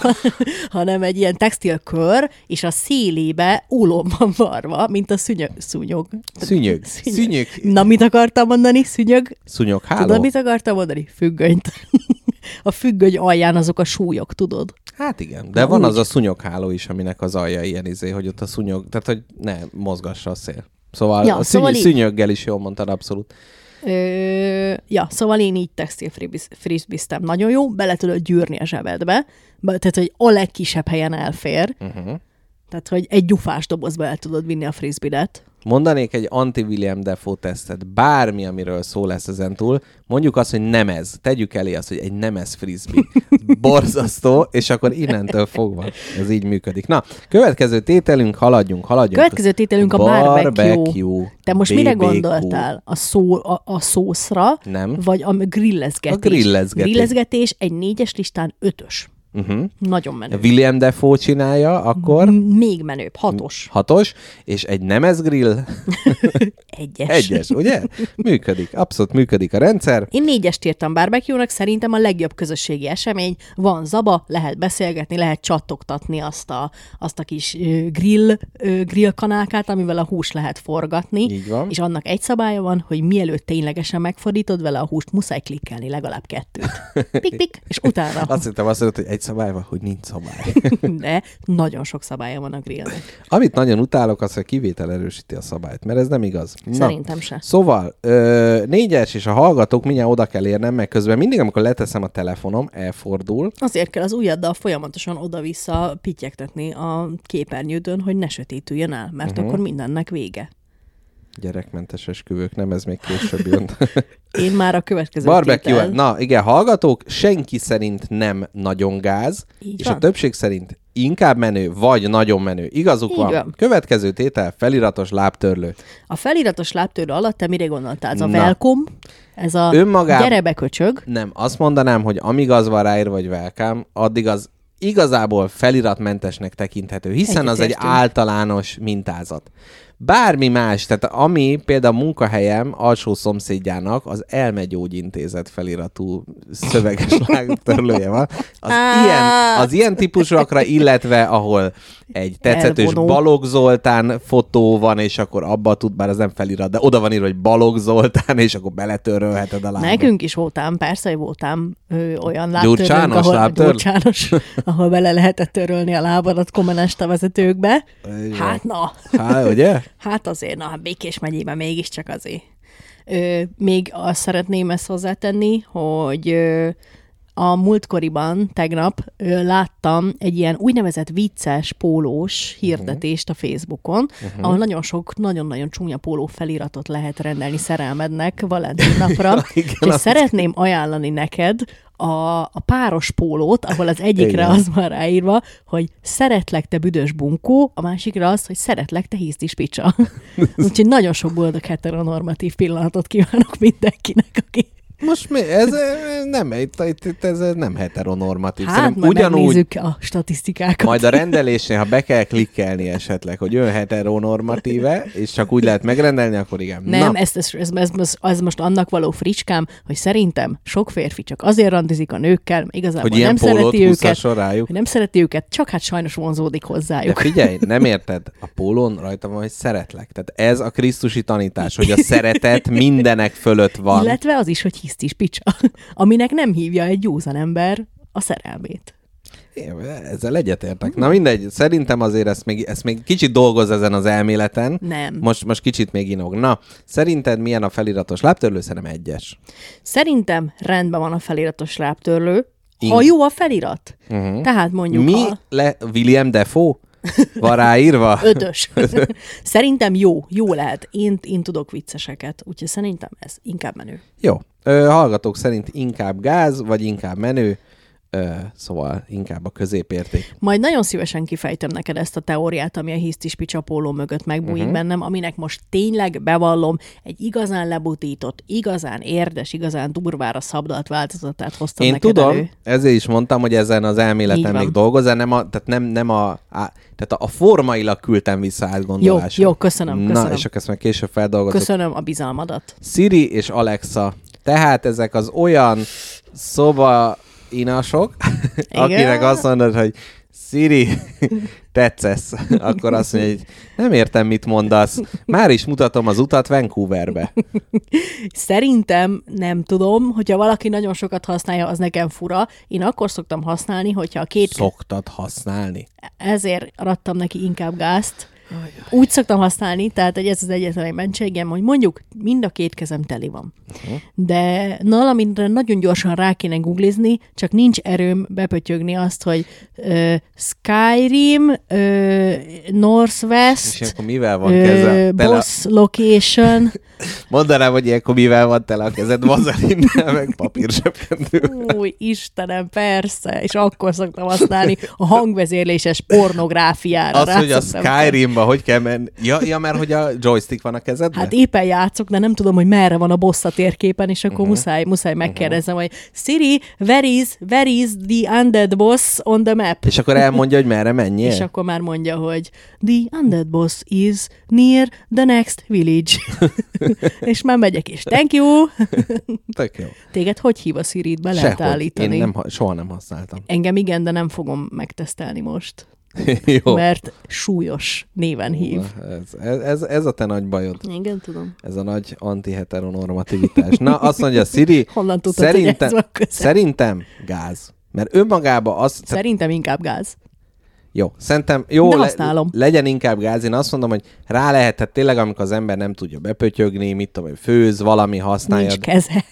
Hanem egy ilyen textilkör, és a szélébe ólom van varva, mint a szúnyog. Szúnyog. Szúnyog. Szúnyog. Na, mit akartam mondani? Szúnyog? Szúnyogháló? Tudod, mit akartam mondani? Függönyt. A függöny alján azok a súlyok, tudod? Hát igen, de Na, van úgy. az a szúnyogháló is, aminek az alja ilyen izé, hogy ott a szúnyog, tehát hogy ne mozgassa a szél. Szóval Ja, a szóval szúny- így- szúnyoggel is jól mondtad, abszolút. Ö, ja, szóval én így textil frisbeeztem. Nagyon jó, bele tudod gyűrni a zsebedbe, be- tehát, hogy a legkisebb helyen elfér. Uh-huh. Tehát, hogy egy gyufás dobozba el tudod vinni a frisbee-et. Mondanék egy anti-William Dafoe tesztet, bármi, amiről szó lesz ezen túl, mondjuk azt, hogy nem ez. Tegyük elé azt, hogy egy nem ez frisbee. Borzasztó, és akkor innentől fogva ez így működik. Na, következő tételünk, haladjunk, haladjunk. Következő tételünk a barbecue. Barbecue. Te most mire bé bé kú. gondoltál? A, szó, a, a szószra? Nem. Vagy a grillezgetés? A grillezgetés. Grillezgetés egy négyes listán ötös. Uh-huh. Nagyon menő. William Dafoe csinálja, akkor M- Még menőbb, hatos. hatos, és egy nemes grill Egyes. egyes, ugye? Működik, abszolút működik a rendszer. Én négyest írtam barbecue-nak, szerintem a legjobb közösségi esemény. Van zaba, lehet beszélgetni, lehet csattogtatni azt a, azt a kis ö, grill, ö, grill kanálkát, amivel a húst lehet forgatni. Így van. És annak egy szabálya van, hogy mielőtt ténylegesen megfordítod vele a húst, muszáj klikkelni legalább kettőt. Pik-pik, és utána. Azt hittem azt mondod, hogy egy szabály van, hogy nincs szabály. De nagyon sok szabálya van a grillnek. Amit nagyon utálok, az, hogy kivétel erősíti a szabályt, mert ez nem igaz. Na, Szerintem se. Szóval, ö, négyes és a hallgatók mindjárt oda kell érnem, meg közben mindig, amikor leteszem a telefonom, elfordul. Azért kell az ujjaddal folyamatosan oda-vissza pittyegtetni a képernyődön, hogy ne sötétüljön el, mert Uh-huh. akkor mindennek vége. Gyerekmentes esküvők, nem, ez még később jön. Én már a következő Barbecue. tétel. Na igen, hallgatók, senki szerint nem nagyon gáz, Így és van. a többség szerint inkább menő, vagy nagyon menő. Igazuk Így van. van. Következő tétel, feliratos lábtörlő. A feliratos lábtörő alatt te mire gondoltál? Ez a Na. welcome, ez a Önmagában- gyere be köcsög. Nem, azt mondanám, hogy amíg az van ráírva, vagy welcome, addig az igazából feliratmentesnek tekinthető, hiszen az egy Egyetértünk. általános mintázat. Bármi más, tehát ami például a munkahelyem alsó szomszédjának az elmegyógyintézet feliratú szöveges lábtörlője van, az, Á. ilyen, az ilyen típusokra, illetve ahol egy tetszetős Elvonó. Balogh Zoltán fotó van, és akkor abba tud, bár az nem felirat, de oda van írva, hogy Balogh Zoltán, és akkor beletörölheted a lábad. Nekünk is voltám, persze, hogy voltám ö, olyan lábtörőnk, Gyurcsános ahol, lábtörl? gyurcsános, ahol bele lehetett törölni a lábadat kommunista vezetőkbe. Így van. Hát na, Há, ugye? hát azért, na, Békés megyében mégiscsak azért. Ö, még azt szeretném ezt hozzátenni, hogy ö, a múltkoriban, tegnap ö, láttam egy ilyen úgynevezett vicces pólós hirdetést a Facebookon, uh-huh. ahol nagyon sok, nagyon-nagyon csúnya póló feliratot lehet rendelni szerelmednek Valentin napra, Igen, és azt- szeretném ajánlani neked a, a páros pólót, ahol az egyikre Igen. az van ráírva, hogy szeretlek te büdös bunkó, a másikra az, hogy szeretlek te hisztis picsa. Úgyhogy nagyon sok boldog heteronormatív pillanatot kívánok mindenkinek, aki... Most mi? Ez eh, nem, itt, itt, itt ez nem heteronormatív. Hát, Szerintem majd ugyanúgy, megnézzük a statisztikákat. majd a rendelésnél, ha be kell klikkelni esetleg, hogy ön heteronormatíve, és csak úgy lehet megrendelni, akkor igen. Nem, Na, ez, ez, ez, ez, ez, ez most annak való fricskám, hogy szerintem sok férfi csak azért randizik a nőkkel, igazából hogy ilyen nem pólót szereti őket, húzhasson rájuk. hogy nem szereti őket, csak hát sajnos vonzódik De hozzájuk. figyelj, nem érted? A pólón rajta van, hogy szeretlek. Tehát ez a krisztusi tanítás, hogy a szeretet mindenek fölött van. Illetve az is, hogy hisztis picsa, aminek nem hívja egy józan ember a szerelmét. Én ezzel egyetértek. Na mindegy, szerintem azért ezt még, ezt még kicsit dolgoz ezen az elméleten. Nem. Most, most kicsit még inog. Na, szerinted milyen a feliratos lábtörlő? Szerintem egyes. Szerintem rendben van a feliratos lábtörlő, In- ha jó a felirat. Uh-huh. Tehát mondjuk Mi? a Le, William Defoe? Van ráírva? ötös. Szerintem jó, jó lehet. Én, én tudok vicceseket, úgyhogy szerintem ez inkább menő. Jó. Ö, hallgatók szerint inkább gáz, vagy inkább menő, ö, szóval inkább a középérték. Majd nagyon szívesen kifejtem neked ezt a teóriát, ami a hisztis picsapóló mögött megbújik Mhm. uh-huh. bennem, aminek most tényleg bevallom, egy igazán lebutított, igazán érdes, igazán durvára szabdalt változatát hoztam Én neked tudom, elő. ezért is mondtam, hogy ezen az Így elméleten van. még dolgozol, nem a, tehát nem, nem a, á, tehát a formailag küldtem vissza Jó, átgondolásra. jó, köszönöm, Na, köszönöm. és akkor ezt meg később feldolgozok. Köszönöm a bizalmadat. Siri és Alexa. Tehát ezek az olyan szoba inasok, akinek azt mondod, hogy Siri, tetszesz, akkor azt mondja, hogy nem értem, mit mondasz. Már is mutatom az utat Vancouverbe. Szerintem, nem tudom, hogyha valaki nagyon sokat használja, az nekem fura. Én akkor szoktam használni, hogyha a két... Szoktad használni. Ezért adtam neki inkább gázt. Úgy szoktam használni, tehát hogy ez az egyetlen egy mentségem, hogy mondjuk mind a két kezem teli van. Uh-huh. De valamire nagyon gyorsan rá kéne googlizni, csak nincs erőm bepötyögni azt, hogy uh, Skyrim, uh, Northwest, És akkor mivel van keze? uh, boss location. Mondanám, hogy ilyenkor mivel van tele a kezed, vazelinnel, meg papírzsebkendővel. Új, Istenem, persze, és akkor szoktam használni a hangvezérléses pornográfiára. Az, rá hogy a szoktam Skyrimba hogy kell menni. Ja, ja, mert hogy a joystick van a kezedben? Hát éppen játszok, de nem tudom, hogy merre van a boss a térképen, és akkor uh-huh. muszáj, muszáj megkérdezem, uh-huh. hogy Siri, where is, where is the undead boss on the map? És akkor elmondja, hogy merre menjél? És akkor már mondja, hogy the undead boss is near the next village. És már megyek is. Thank you! Tök jó. Téged hogy hív a Sirit? Be lehet Sehogy. állítani? Én nem, ha- soha nem használtam. Engem igen, de nem fogom megtesztelni most. Jó. Mert súlyos néven hív. Ez, ez, ez, ez a te nagy bajod. Igen, tudom. Ez a nagy antiheteronormativitás. Na, azt mondja Siri, Honnan tudtad, hogy szerintem, ez van köze? szerintem gáz. Mert önmagában az... Tehát, Szerintem inkább gáz. jó, szerintem jó, De le, használom. legyen inkább gáz. Én azt mondom, hogy rá lehet, tehát tényleg, amikor az ember nem tudja bepötyögni, mit tudom, hogy főz, valami használja. Nincs keze.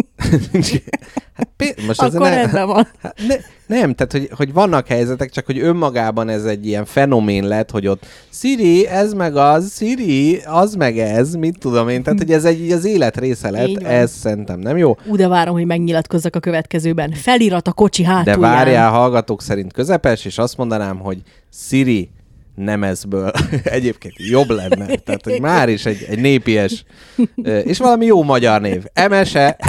Hát, pé- most Akkor ne, rendben van. Hát ne, nem, tehát hogy, hogy vannak helyzetek, csak hogy önmagában ez egy ilyen fenomén lett, hogy ott Siri, ez meg az, Siri, az meg ez, mit tudom én, tehát hogy ez egy az élet része lett, Így van. ez szerintem nem jó. Ú, de várom, hogy megnyilatkozzak a következőben. Felirat a kocsi De hátulján. várjál, hallgatók szerint közepes, és azt mondanám, hogy Siri nemezből egyébként jobb lenne. Tehát, hogy már is egy, egy népies, ö, és valami jó magyar név. Emese.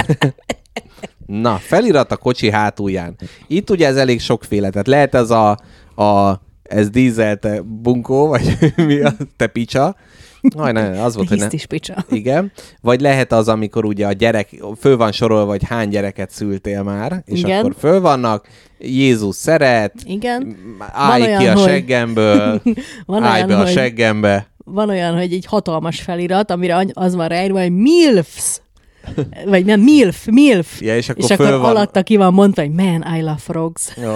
Na, felirat a kocsi hátulján. Itt ugye ez elég sokféle, tehát lehet ez a, a ez dízel te bunkó, vagy mi a te picsa. Aj, nem, az volt, hogy ne. Hisztis picsa. Igen. Vagy lehet az, amikor ugye a gyerek, föl van sorolva, hogy hány gyereket szültél már, és Igen. akkor föl vannak, Jézus szeret, Igen. állj Van ki olyan, a hogy- seggemből, Van állj olyan, be a hogy- seggembe. Van olyan, hogy egy hatalmas felirat, amire any- az van ráírva, hogy milfs. Vagy nem, milf, milf. Ja, és akkor, és akkor föl van. alatta ki van mondva, hogy man, I love frogs. Jó.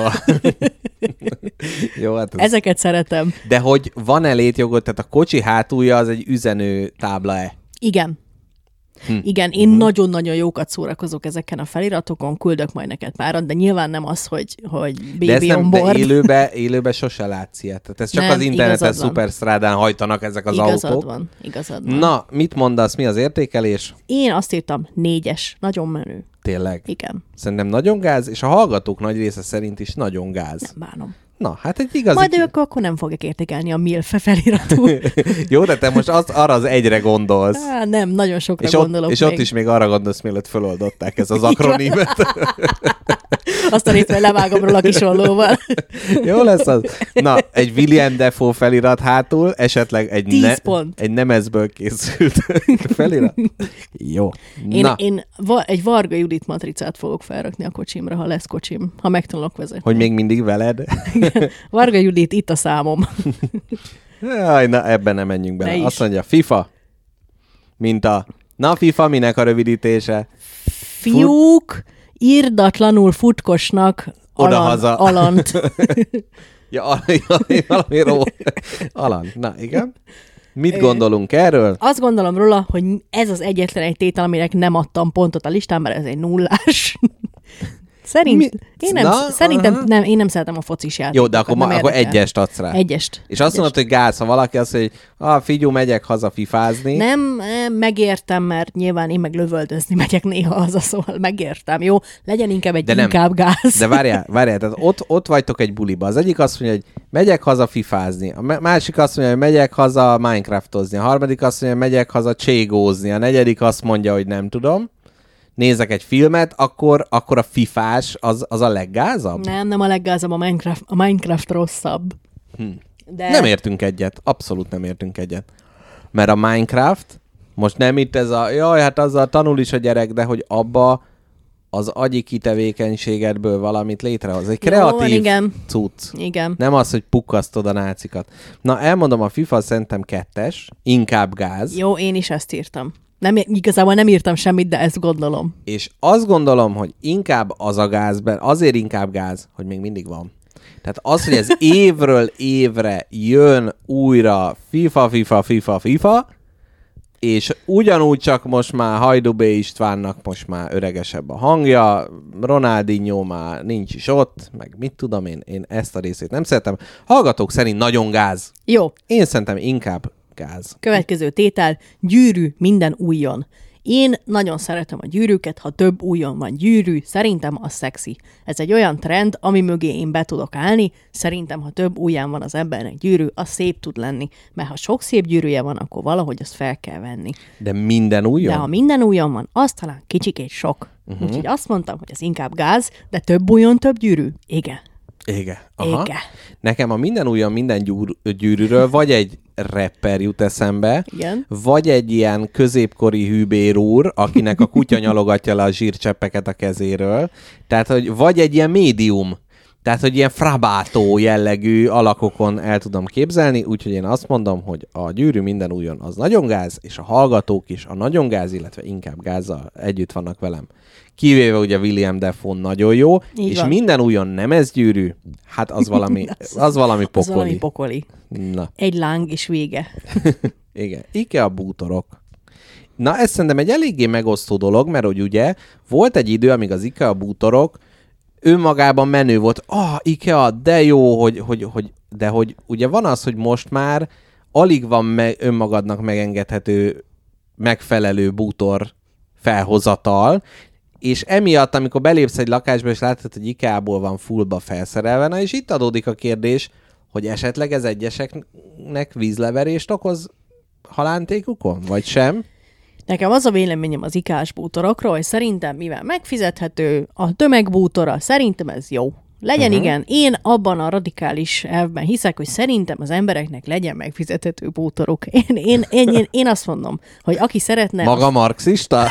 Jó, hát ez... Ezeket szeretem. De hogy van-e létjogot, tehát a kocsi hátulja az egy üzenő tábla-e? Igen. Hm. Igen, én uh-huh. nagyon-nagyon jókat szórakozok ezeken a feliratokon, küldök majd neked párat, de nyilván nem az, hogy, hogy baby De ezt nem, on de board. élőbe, élőbe sose látsz ilyet. Tehát ez csak Nem, az interneten igazad van. szuperstrádán hajtanak ezek az igazad autók. van, igazad van. Na, mit mondasz, mi az értékelés? Én azt írtam, négyes, nagyon menő. Tényleg. Igen, Szerintem nagyon gáz, és a hallgatók nagy része szerint is nagyon gáz. nem bánom. Na, hát egy igazi... Majd ők akkor nem fogják értékelni a milf feliratú. Jó, de te most az, arra az egyre gondolsz. Á, nem, nagyon sokra És, ott, gondolok és még. ott is még arra gondolsz, mielőtt feloldották ez az Így van. akronímet. Azt a részt, hogy levágom róla a kis ollóval. Jó lesz az. Na, egy William Defoe felirat hátul, esetleg egy, Tíz pont. egy nemezből készült felirat. Jó. Én, Na, én va- egy Varga Judit matricát fogok felrakni a kocsimra, ha lesz kocsim, ha megtanulok vezetni. hogy még mindig veled? Varga Judit, itt a számom. Jaj, na ebben nem menjünk Ne bele. is. Azt mondja, FIFA, mint a... Na, FIFA minek a rövidítése? Fiúk irdatlanul futkosnak odahaza. Alan, Alant. Ja, Alan, valami ró. Alan, na igen. Mit gondolunk erről? Azt gondolom róla, hogy ez az egyetlen egy tétel, aminek nem adtam pontot a listán, mert ez egy nullás. Szerint, Mi? én nem, Na, szerintem aha. nem, én nem szeretem a focis játékokat. Jó, de akkor, ma, nem akkor érdekel. egyest adsz rá. Egyest. És azt mondod, hogy gáz, ha valaki azt mondja, hogy ah, figyú, megyek haza fifázni. Nem, eh, megértem, mert nyilván én meg lövöldözni megyek néha haza, szóval megértem, jó? Legyen inkább egy De nem. inkább gáz. De várjál, várjál, tehát ott, ott vagytok egy buliba. Az egyik azt mondja, hogy megyek haza fifázni. A másik azt mondja, hogy megyek haza Minecraftozni. A harmadik azt mondja, hogy megyek haza cségózni. A negyedik azt mondja, hogy nem tudom. Nézek egy filmet, akkor, akkor a fifás az, az a leggázabb? Nem, nem a leggázabb, a Minecraft, a Minecraft rosszabb. Hm. De... Nem értünk egyet. Abszolút nem értünk egyet. Mert a Minecraft, most nem itt ez a, jaj, hát azzal tanul is a gyerek, de hogy abba az agyi kitevékenységedből valamit létrehoz. Egy kreatív van, igen. cucc. Igen. Nem az, hogy pukkasztod a nácikat. Na, elmondom, a FIFA szerintem kettes, inkább gáz. Jó, én is ezt írtam. Nem, igazából nem írtam semmit, de ezt gondolom. És azt gondolom, hogy inkább az a gázben, azért inkább gáz, hogy még mindig van. Tehát az, hogy ez évről évre jön újra FIFA, FIFA, FIFA, FIFA, és ugyanúgy csak most már Hajdú B. Istvánnak most már öregesebb a hangja, Ronaldinho már nincs is ott, meg mit tudom én, én ezt a részét nem szeretem. Hallgatók szerint nagyon gáz. Jó, Én szerintem inkább gáz. következő tétel, gyűrű minden újjon. Én nagyon szeretem a gyűrűket, ha több újon van gyűrű, szerintem az szexi. Ez egy olyan trend, ami mögé én be tudok állni, szerintem ha több ujján van az embernek gyűrű, az szép tud lenni. Mert ha sok szép gyűrűje van, akkor valahogy azt fel kell venni. De minden újon? De ha minden újon van, az talán kicsikét sok. Uh-huh. Úgyhogy azt mondtam, hogy ez inkább gáz, de több újon, több gyűrű. Igen. Igen. Aha. Igen. Nekem a minden újon, minden gyúr, gyűrűről vagy egy rapper jut eszembe, Igen. vagy egy ilyen középkori hűbér úr, akinek a kutya nyalogatja le a zsírcseppeket a kezéről. Tehát, hogy vagy egy ilyen médium, tehát, hogy ilyen frabátó jellegű alakokon el tudom képzelni, úgyhogy én azt mondom, hogy a gyűrű minden újon az nagyon gáz, és a hallgatók is a nagyon gáz, illetve inkább gázzal együtt vannak velem. Kivéve ugye William Dafoe nagyon jó, Így és van. minden újon nem ez gyűrű, hát az valami, az valami Az pokoli. valami pokoli. Na, Egy láng és vége. igen. IKEA bútorok. Na, ez szerintem egy eléggé megosztó dolog, mert hogy ugye volt egy idő, amíg az IKEA bútorok önmagában menő volt. Ah, IKEA, de jó, hogy, hogy, hogy, de hogy ugye van az, hogy most már alig van me- önmagadnak megengedhető megfelelő bútor felhozatal, és emiatt, amikor belépsz egy lakásba, és látod, hogy IKEA-ból van fullba felszerelve, na és itt adódik a kérdés, hogy esetleg ez egyeseknek vízleverést okoz halántékukon, vagy sem? Nekem az a véleményem az ikás bútorokról, hogy szerintem mivel megfizethető a tömegbútora, szerintem ez jó. Legyen uh-huh. igen, én abban a radikális elvben hiszek, hogy szerintem az embereknek legyen megfizethető bútoruk. Én, én, én, én, én azt mondom, hogy aki szeretne... Maga az, marxista?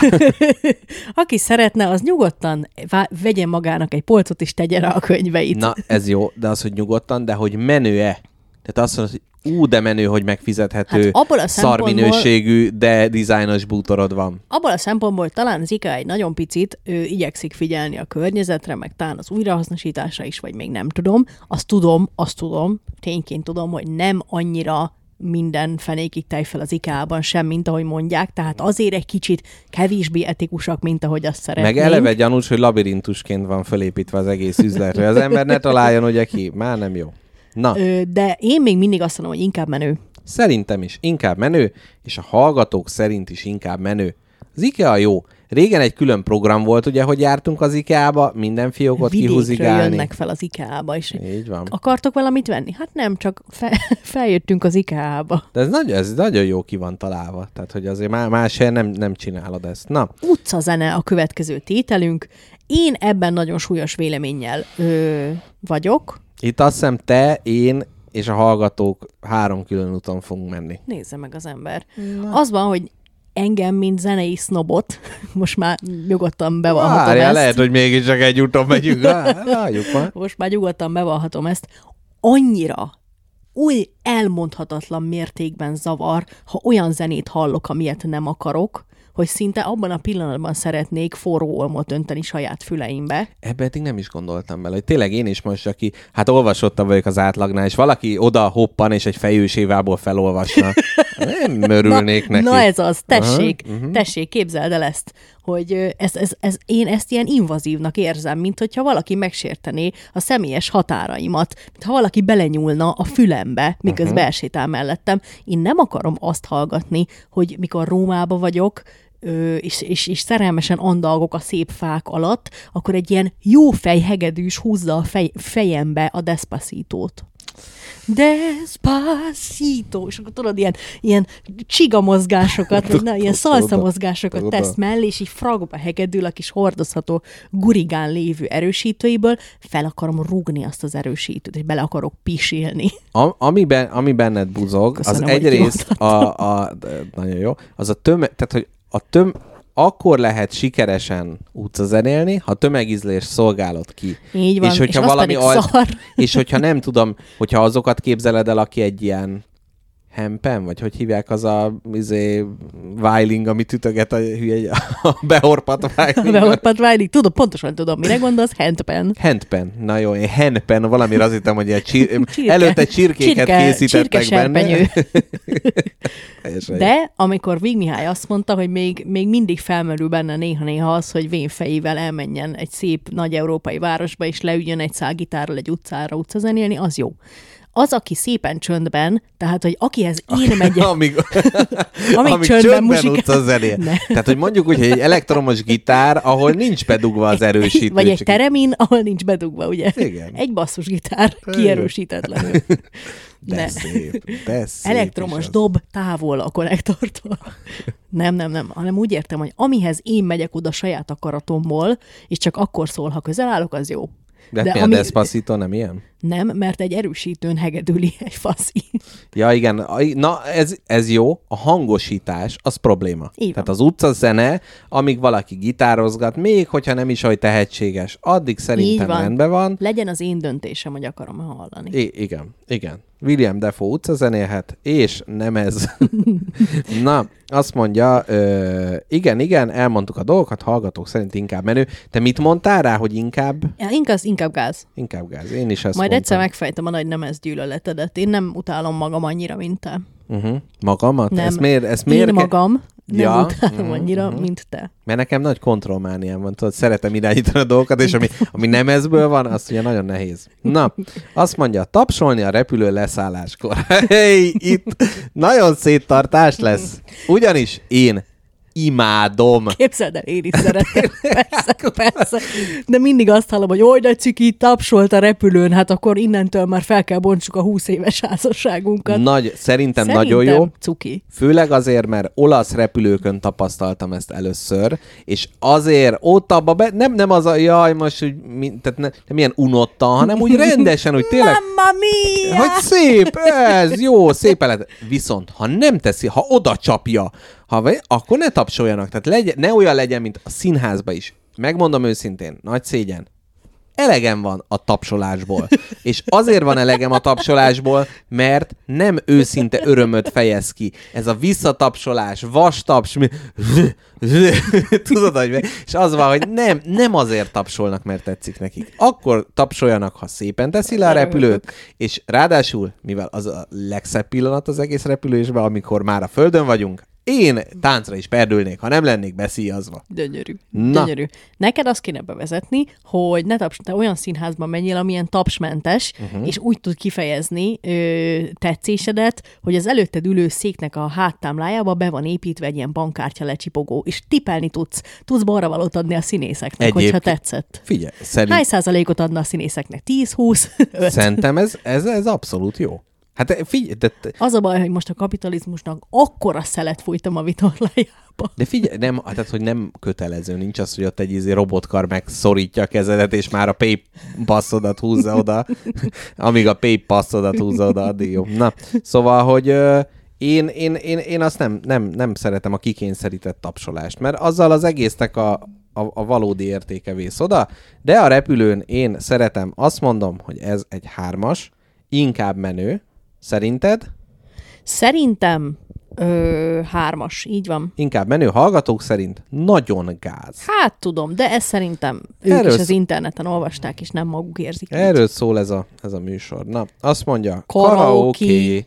aki szeretne, az nyugodtan vá- vegyen magának egy polcot és tegye rá a könyveit. Na, ez jó, de az, hogy nyugodtan, de hogy menő-e? Tehát azt mondod, hogy ú, de menő, hogy megfizethető, Hát abból a szarminőségű, de dizájnos bútorod van. Abból a szempontból, hogy talán az IKEA egy nagyon picit ő igyekszik figyelni a környezetre, meg talán az újrahasznosításra is, vagy még nem tudom. Azt tudom, azt tudom, tényként tudom, hogy nem annyira minden fenékig tej fel az IKEA-ban sem, mint ahogy mondják, tehát azért egy kicsit kevésbé etikusak, mint ahogy azt szeretnénk. Meg eleve gyanús, hogy labirintusként van fölépítve az egész üzlet, hogy az ember ne találjon ugye ki. Már nem jó. Na. Ö, de én még mindig azt mondom, hogy inkább menő. Szerintem is inkább menő, és a hallgatók szerint is inkább menő. Az IKEA jó. Régen egy külön program volt, ugye, hogy jártunk az IKEA-ba, minden fiókot Vidékről kihúzigálni. jönnek fel az IKEA-ba is. Így van. Akartok valamit venni? Hát nem, csak fe- feljöttünk az IKEA-ba. De ez nagyon, ez nagyon jó ki van találva. Tehát, hogy azért má- más helyen nem, nem csinálod ezt. Na, Utcazene a következő tételünk. Én ebben nagyon súlyos véleménnyel ö, vagyok. itt azt hiszem te, én és a hallgatók három külön úton fogunk menni. Nézze meg az ember. Na. Az van, hogy engem, mint zenei sznobot, most már nyugodtan bevallhatom Várjál, ezt. lehet, hogy mégiscsak egy úton megyünk. Várjuk már. Most már nyugodtan bevallhatom ezt. Annyira új elmondhatatlan mértékben zavar, ha olyan zenét hallok, amilyet nem akarok, hogy szinte abban a pillanatban szeretnék forró olmot önteni saját füleimbe. Ebbe eddig nem is gondoltam bele, hogy tényleg én is most, aki hát olvasottabb vagyok az átlagnál, és valaki oda hoppan, és egy fejősévából felolvasna. Nem örülnék na, neki. Na ez az, tessék, uh-huh, uh-huh. tessék, képzeld el ezt, hogy ez, ez, ez, én ezt ilyen invazívnak érzem, mint hogyha valaki megsértené a személyes határaimat, mintha valaki belenyúlna a fülembe, miközben uh-huh. elsétál mellettem. Én nem akarom azt hallgatni, hogy mikor Rómába vagyok, Ö, és, és, és szerelmesen andalgok a szép fák alatt, akkor egy ilyen jó fejhegedűs húzza a fej, fejembe a Despacitót. Despacito, és akkor tudod, ilyen, ilyen csiga mozgásokat, vagy na, ilyen szalsza mozgásokat tesz mellé, és így fragba hegedül a kis hordozható gurigán lévő erősítőiből, fel akarom rúgni azt az erősítőt, és bele akarok pisilni. A, ami, ben, ami benned buzog, Köszönöm, az egyrészt a, a, nagyon jó, az a tömeg, tehát, hogy a töm, akkor lehet sikeresen utcazenélni, ha tömegízlés szolgálod ki. Így van, és, hogyha és valami az pedig szar. És hogyha nem tudom, hogyha azokat képzeled el, aki egy ilyen hempen, vagy hogy hívják az a izé, Weiling, amit ütöget a hülye, a behorpat Weiling. A behorpat Weiling. Tudom, pontosan tudom, mire gondolsz, handpen. Handpen. Na jó, én handpen, valamire azt hittem, hogy egy csir... előtte csirkéket csirke, készítettek benne. De amikor Vig Mihály azt mondta, hogy még, még mindig felmerül benne néha-néha az, hogy vénfejével elmenjen egy szép nagy európai városba, és leüljön egy szál gitárral egy utcára utcazenélni, az jó. Az, aki szépen csöndben, tehát, hogy akihez én megyek... amíg amíg amíg csöndben, csöndben utcazenél. Tehát, hogy mondjuk úgy, hogy egy elektromos gitár, ahol nincs bedugva az erősítő. Vagy egy teremin, ahol nincs bedugva, ugye? Igen. Egy basszusgitár kierősítetlenül. De ne. szép, de szép. Elektromos dob távol a konnektortól. Nem, nem, nem, hanem úgy értem, hogy amihez én megyek oda saját akaratomból, és csak akkor szól, ha közel állok, az jó. De, De mi ami... a Despacito nem ilyen? Nem, mert egy erősítőn hegedüli egy faszi. Ja, igen. Na, ez, ez jó. A hangosítás, az probléma. Így Tehát van. az utcazene, amíg valaki gitározgat, még hogyha nem is olyan tehetséges, addig szerintem van. rendben van. Legyen az én döntésem, hogy akarom hallani. I- igen, igen. William Dafoe utcazenélhet, és nem ez. Na, azt mondja, ö, igen, igen, elmondtuk a dolgokat, hallgatók szerint inkább menő. Te mit mondtál rá, hogy inkább? Ja, inkább, inkább gáz. Inkább gáz. Én is ezt Majd mondtam. egyszer megfejtem a nagy nemes gyűlöletedet. Én nem utálom magam annyira, mint te. Uh-huh. Magamat? Nem. Ezt miért, ezt Én miért ke- magam nem Ja. utálom Mhm, annyira, mhm. mint te. Mert nekem nagy kontrollmániám van, tudod, szeretem irányítani a dolgokat, és ami, ami nem ezből van, azt ugye nagyon nehéz. Na, azt mondja, tapsolni a repülő leszálláskor. Hey, itt nagyon széttartás lesz. Ugyanis én imádom. Képzeld el, én is szeretem. Persze, persze. De mindig azt hallom, hogy oly, de ciki, tapsolt a repülőn, hát akkor innentől már fel kell bontsuk a húsz éves házasságunkat. Nagy, szerintem, Szerintem nagyon jó. cuki. Főleg azért, mert olasz repülőkön tapasztaltam ezt először, és azért ott abba be, nem, nem az a jaj, most, hogy mi, tehát ne, nem ilyen unottan, hanem úgy rendesen, hogy tényleg, Mamma mia! hogy szép, ez jó, szépen lehet. Viszont, ha nem teszi, ha oda csapja, ha, akkor ne tapsoljanak. Tehát legyen, ne olyan legyen, mint a színházba is. Megmondom őszintén, nagy szégyen. Elegem van a tapsolásból. És azért van elegem a tapsolásból, mert nem őszinte örömöt fejez ki. Ez a visszatapsolás, vastaps, mi... tudod, hogy meg? És az van, hogy nem, nem azért tapsolnak, mert tetszik nekik. Akkor tapsoljanak, ha szépen teszi le a repülőt, és ráadásul, mivel az a legszebb pillanat az egész repülésben, amikor már a földön vagyunk, én táncra is perdülnék, ha nem lennék beszíjazva. Gyönyörű. Na. Gyönyörű. Neked azt kéne bevezetni, hogy ne taps, te olyan színházban menjél, amilyen tapsmentes, uh-huh. és úgy tud kifejezni ö, tetszésedet, hogy az előtted ülő széknek a háttámlájába be van építve egy ilyen bankkártya lecsipogó, és tipelni tudsz. Tudsz balravalót adni a színészeknek, Egyébként. hogyha tetszett. Figyelj, szerint... Hány százalékot adna a színészeknek? tíz, húsz, öt? Szerintem ez, ez, ez abszolút jó. Hát figyelj, de, Az a baj, hogy most a kapitalizmusnak akkora szelet fújtam a vitorlájába. de figyelj, nem, tehát, hogy nem kötelező, nincs az, hogy ott egy izé robotkar megszorítja a kezedet, és már a pay passzodat húzza oda, amíg a pay passzodat húzza oda, addig jó. Na, szóval, hogy ö, én, én, én, én azt nem, nem, nem szeretem a kikényszerített tapsolást, mert azzal az egésznek a, a, a valódi értéke vész oda, de a repülőn én szeretem, azt mondom, hogy ez egy hármas, inkább menő. Szerinted? Szerintem Ö, hármas, így van. Inkább menő, hallgatók szerint nagyon gáz. Hát tudom, de ezt szerintem ők Erről is az sz- internet olvasták, és nem maguk érzik. így. Erről szól ez a, ez a műsor. Na, azt mondja, Karaoke. karaoke.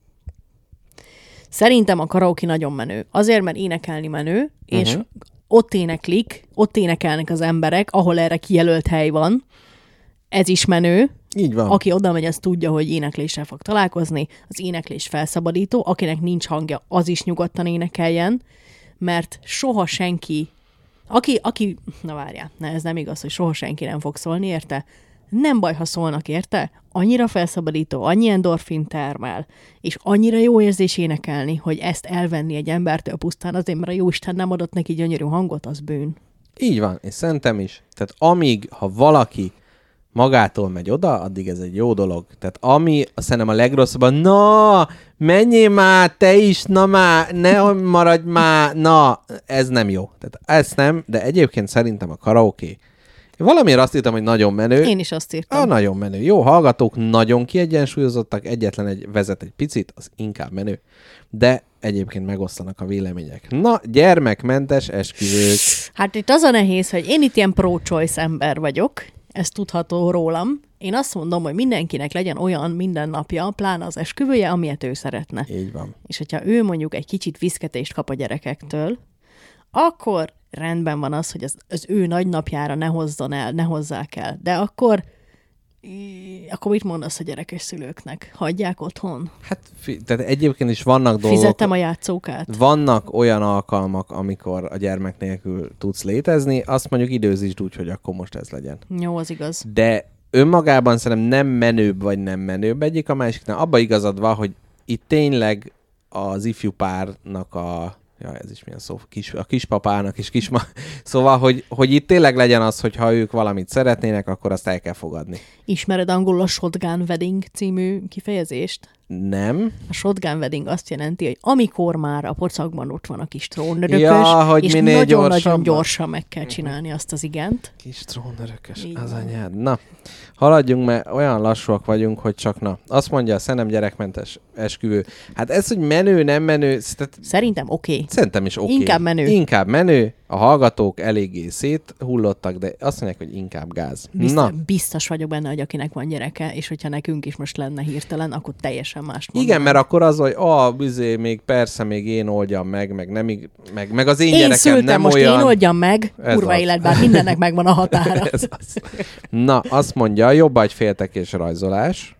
Szerintem a karaoke nagyon menő. Azért, mert énekelni menő, és Mhm. ott éneklik, ott énekelnek az emberek, ahol erre kijelölt hely van. Ez is menő. Így van. Aki oda megy, az tudja, hogy énekléssel fog találkozni. Az éneklés felszabadító. Akinek nincs hangja, az is nyugodtan énekeljen, mert soha senki, aki, aki na várjál, ne, ez nem igaz, hogy soha senki nem fog szólni, érte? Nem baj, ha szólnak, érte? Annyira felszabadító, annyi endorfin termel, és annyira jó érzés énekelni, hogy ezt elvenni egy embertől pusztán azért, mert a Jóisten nem adott neki gyönyörű hangot, az bűn. Így van, és szerintem is. Tehát amíg, ha valaki magától megy oda, addig ez egy jó dolog. Tehát ami szerintem a legrosszabb, na, menjél már, te is, na már, ne maradj már, na, ez nem jó. Tehát ez nem, de egyébként szerintem a karaoke. Én valamiért azt írtam, hogy nagyon menő. Én is azt írtam. Ah, nagyon menő. Jó hallgatók, nagyon kiegyensúlyozottak, egyetlen egy vezet egy picit, az inkább menő. De egyébként megosztanak a vélemények. Na, gyermekmentes esküvők. Hát itt az a nehéz, hogy én itt ilyen pro-choice ember vagyok, ez tudható rólam. Én azt mondom, hogy mindenkinek legyen olyan mindennapja, pláne az esküvője, amilyet ő szeretne. Így van. És hogyha ő mondjuk egy kicsit viszketést kap a gyerekektől, akkor rendben van az, hogy az, az ő nagynapjára ne hozzon el, ne hozzák el. De akkor, í- akkor mit mondasz a gyerekes szülőknek? Hagyják otthon? Hát, fi- tehát egyébként is vannak dolgok. Fizettem a játszókát? Vannak olyan alkalmak, amikor a gyermek nélkül tudsz létezni, azt mondjuk időzítsd úgy, hogy akkor most ez legyen. Jó, az igaz. De önmagában szerintem nem menőbb vagy nem menőbb egyik a másiknál. Abba igazad van, hogy itt tényleg az ifjú párnak a... Ja, ez is milyen szó, kis, a kispapának és kisma... Szóval, hogy, hogy itt tényleg legyen az, hogy ha ők valamit szeretnének, akkor azt el kell fogadni. Ismered angolul a shotgun wedding című kifejezést? Nem? A shotgun wedding azt jelenti, hogy amikor már a pocakban ott van a kis trónörökös, Ja, hogy és minél nagyon-nagyon gyorsabban. gyorsan meg kell csinálni azt az igent. Kis trónörökös, Így az van. anyád. Na, haladjunk, mert olyan lassúak vagyunk, hogy csak na. Azt mondja, szerintem gyerekmentes esküvő. Hát ez, hogy menő, nem menő, tehát Szerintem oké. Okay. szerintem is oké. Inkább menő. Inkább menő. A hallgatók eléggé széthullottak, de azt mondják, hogy inkább gáz. Biztos, Na, biztos vagyok benne, hogy akinek van gyereke, és hogyha nekünk is most lenne hirtelen, akkor teljesen más igen, mert akkor az, hogy ah, bizé, még persze, még én oldjam meg, meg, nem, ig- meg, meg az én, én gyerekem szültem, nem most olyan... én oldjam meg, Ez kurva az. életben, mindennek megvan a határa. Ez az. Na, azt mondja, jobb agyféltekés rajzolás.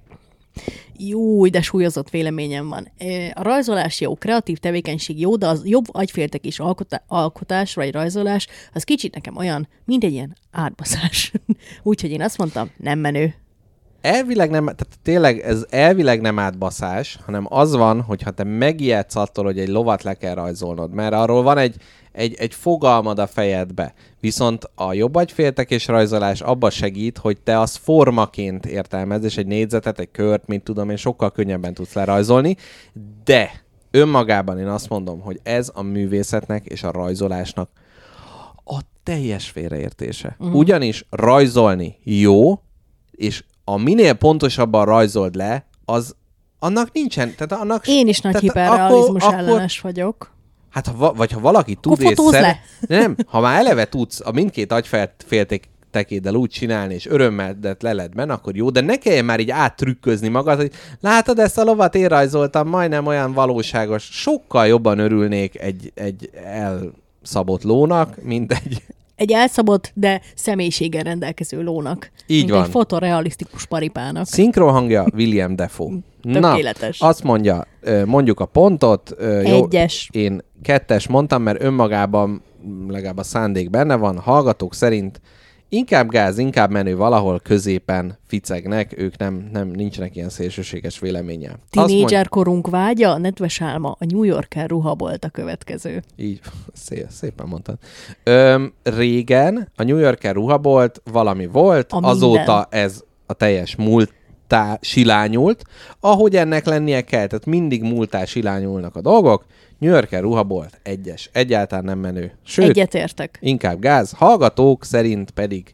Jó, de súlyozott véleményem van. A rajzolás jó, kreatív tevékenység jó, de az jobb agyféltekés alkotá- alkotás vagy rajzolás, az kicsit nekem olyan, mint egy ilyen átbaszás. Úgyhogy én azt mondtam, nem menő. Elvileg nem, tehát tényleg ez elvileg nem átbaszás, hanem az van, hogy ha te megijedsz attól, hogy egy lovat le kell rajzolnod, mert arról van egy, egy, egy fogalmad a fejedbe. Viszont a jobb agyféltekés rajzolás abba segít, hogy te azt formaként értelmezd, és egy négyzetet, egy kört, mint tudom én, sokkal könnyebben tudsz lerajzolni, de önmagában én azt mondom, hogy ez a művészetnek és a rajzolásnak a teljes félreértése. Uh-huh. Ugyanis rajzolni jó, és a minél pontosabban rajzold le, az annak nincsen. Tehát annak, Én is nagy tehát hiperrealizmus akkor- ellenes vagyok. Hát, ha va- vagy ha valaki tud Akkor és fotózz szeret... Nem, ha már eleve tudsz a mindkét agyféltekéddel úgy csinálni, és örömmedet leled benne, akkor jó, de ne kelljen már így áttrükközni magad, hogy látod, ezt a lovat én rajzoltam, majdnem olyan valóságos. Sokkal jobban örülnék egy, egy elszabott lónak, mint egy... Egy elszabott, de személyiséggel rendelkező lónak. Így mint van. egy fotorealisztikus paripának. Szinkronhangja William Dafoe. Tökéletes. Na, azt mondja, ö, mondjuk a pontot. ö, jó, Egyes. Én kettes mondtam, mert önmagában legalább a szándék benne van. Hallgatók szerint inkább gáz, inkább menő, valahol középen ficegnek, ők nem, nem nincsenek ilyen szélsőséges véleménye. Azt mondja, Tinédzserkorunk vágya, a nedves álma, a New Yorker ruhabolt a következő. így, szé, szépen mondtad. Öm, régen a New Yorker ruhabolt valami volt, A azóta minden. ez a teljes múltá silányult, ahogy ennek lennie kell, tehát mindig múltá silányulnak a dolgok. New Yorker ruhabolt egyes, egyáltalán nem menő. Sőt, Egyetértek. inkább gáz. Hallgatók szerint pedig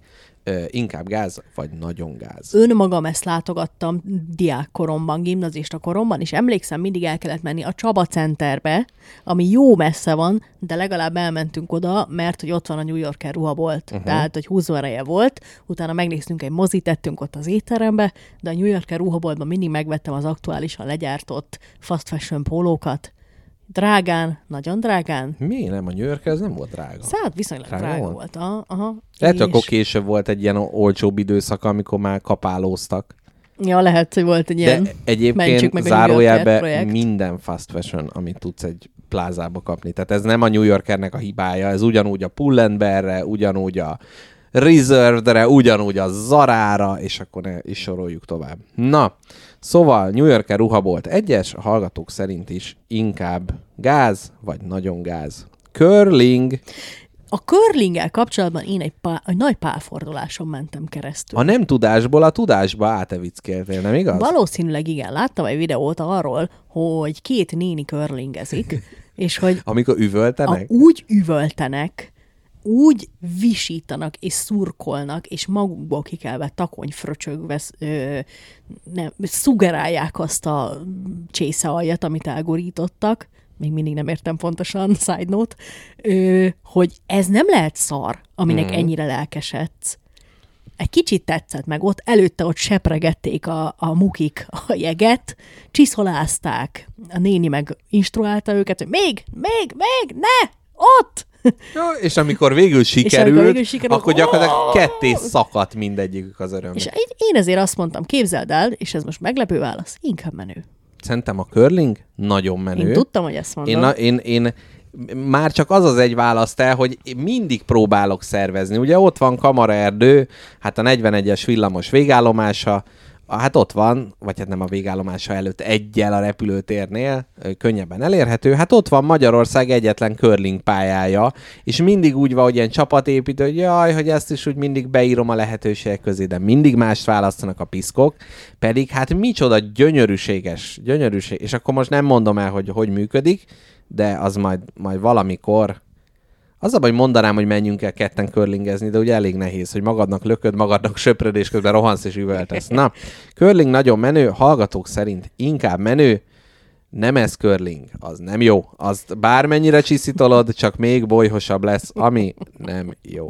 Ö, inkább gáz, vagy nagyon gáz? Önmagam ezt látogattam diákkoromban, gimnazista koromban, és emlékszem, mindig el kellett menni a Csaba Centerbe, ami jó messze van, de legalább elmentünk oda, mert hogy ott van a New Yorker ruhabolt. Uh-huh. Tehát, hogy húzóereje volt, utána megnéztünk egy mozit, tettünk ott az étterembe, de a New Yorker ruhaboltban mindig megvettem az aktuálisan legyártott fast fashion pólókat. Drágán, nagyon drágán. Mi? Nem, a New Yorker ez nem volt drága. Szóval viszonylag drága, drága volt. volt. Aha, aha. Lehet, hogy És... akkor később volt egy ilyen olcsóbb időszak, amikor már kapálóztak. Ja, lehet, hogy volt egy ilyen de egyébként meg zárójelben minden fast fashion, amit tudsz egy plázába kapni. Tehát ez nem a New Yorkernek a hibája, ez ugyanúgy a Pull&Bearre, ugyanúgy a Reservedre, ugyanúgy a Zarára, és akkor ne is soroljuk tovább. Na, szóval New Yorker ruhabolt egyes, a hallgatók szerint is inkább gáz, vagy nagyon gáz. Curling. A curlinggel kapcsolatban én egy, pá- egy nagy pálforduláson mentem keresztül. A nem tudásból a tudásba átevickéltél, nem igaz? Valószínűleg igen. Láttam egy videót arról, hogy két néni curlingezik, és hogy amikor üvöltenek? A, úgy üvöltenek, úgy visítanak és szurkolnak, és magukból kikelve takony fröcsögve ö, nem, szugerálják azt a csészealjat, amit elgurítottak, még mindig nem értem pontosan, side note, ö, hogy ez nem lehet szar, aminek mm. ennyire lelkesedsz. Egy kicsit tetszett meg, ott előtte ott sepregették a, a mukik a jeget, csiszolázták, a néni meg instruálta őket, hogy még, még, még, ne, ott! Ja, és amikor végül sikerült, amikor végül sikerült akkor gyakorlatilag oh! ketté szakadt mindegyikük az öröm. És én ezért azt mondtam, képzeld el, és ez most meglepő válasz, inkább menő. Szerintem a curling nagyon menő. Én tudtam, hogy ezt mondom. Én, én, én már csak az az egy választ el, hogy mindig próbálok szervezni. Ugye ott van Kamaraerdő, hát a negyvenegyes villamos végállomása, hát ott van, vagy hát nem a végállomása előtt eggyel a repülőtérnél, könnyebben elérhető, hát ott van Magyarország egyetlen curling pályája, és mindig úgy van, hogy ilyen csapatépítő, hogy jaj, hogy ezt is úgy mindig beírom a lehetőségek közé, de mindig mást választanak a piszkok, pedig hát micsoda gyönyörűséges, gyönyörűség, és akkor most nem mondom el, hogy hogy működik, de az majd, majd valamikor. Az a baj, hogy mondanám, hogy menjünk el ketten curlingezni, de ugye elég nehéz, hogy magadnak lököd, magadnak söpröd, és közben rohansz és üvöltesz. Na, curling nagyon menő, hallgatók szerint inkább menő, nem ez curling, az nem jó. Azt bármennyire csiszítolod, csak még bolyhosabb lesz, ami nem jó.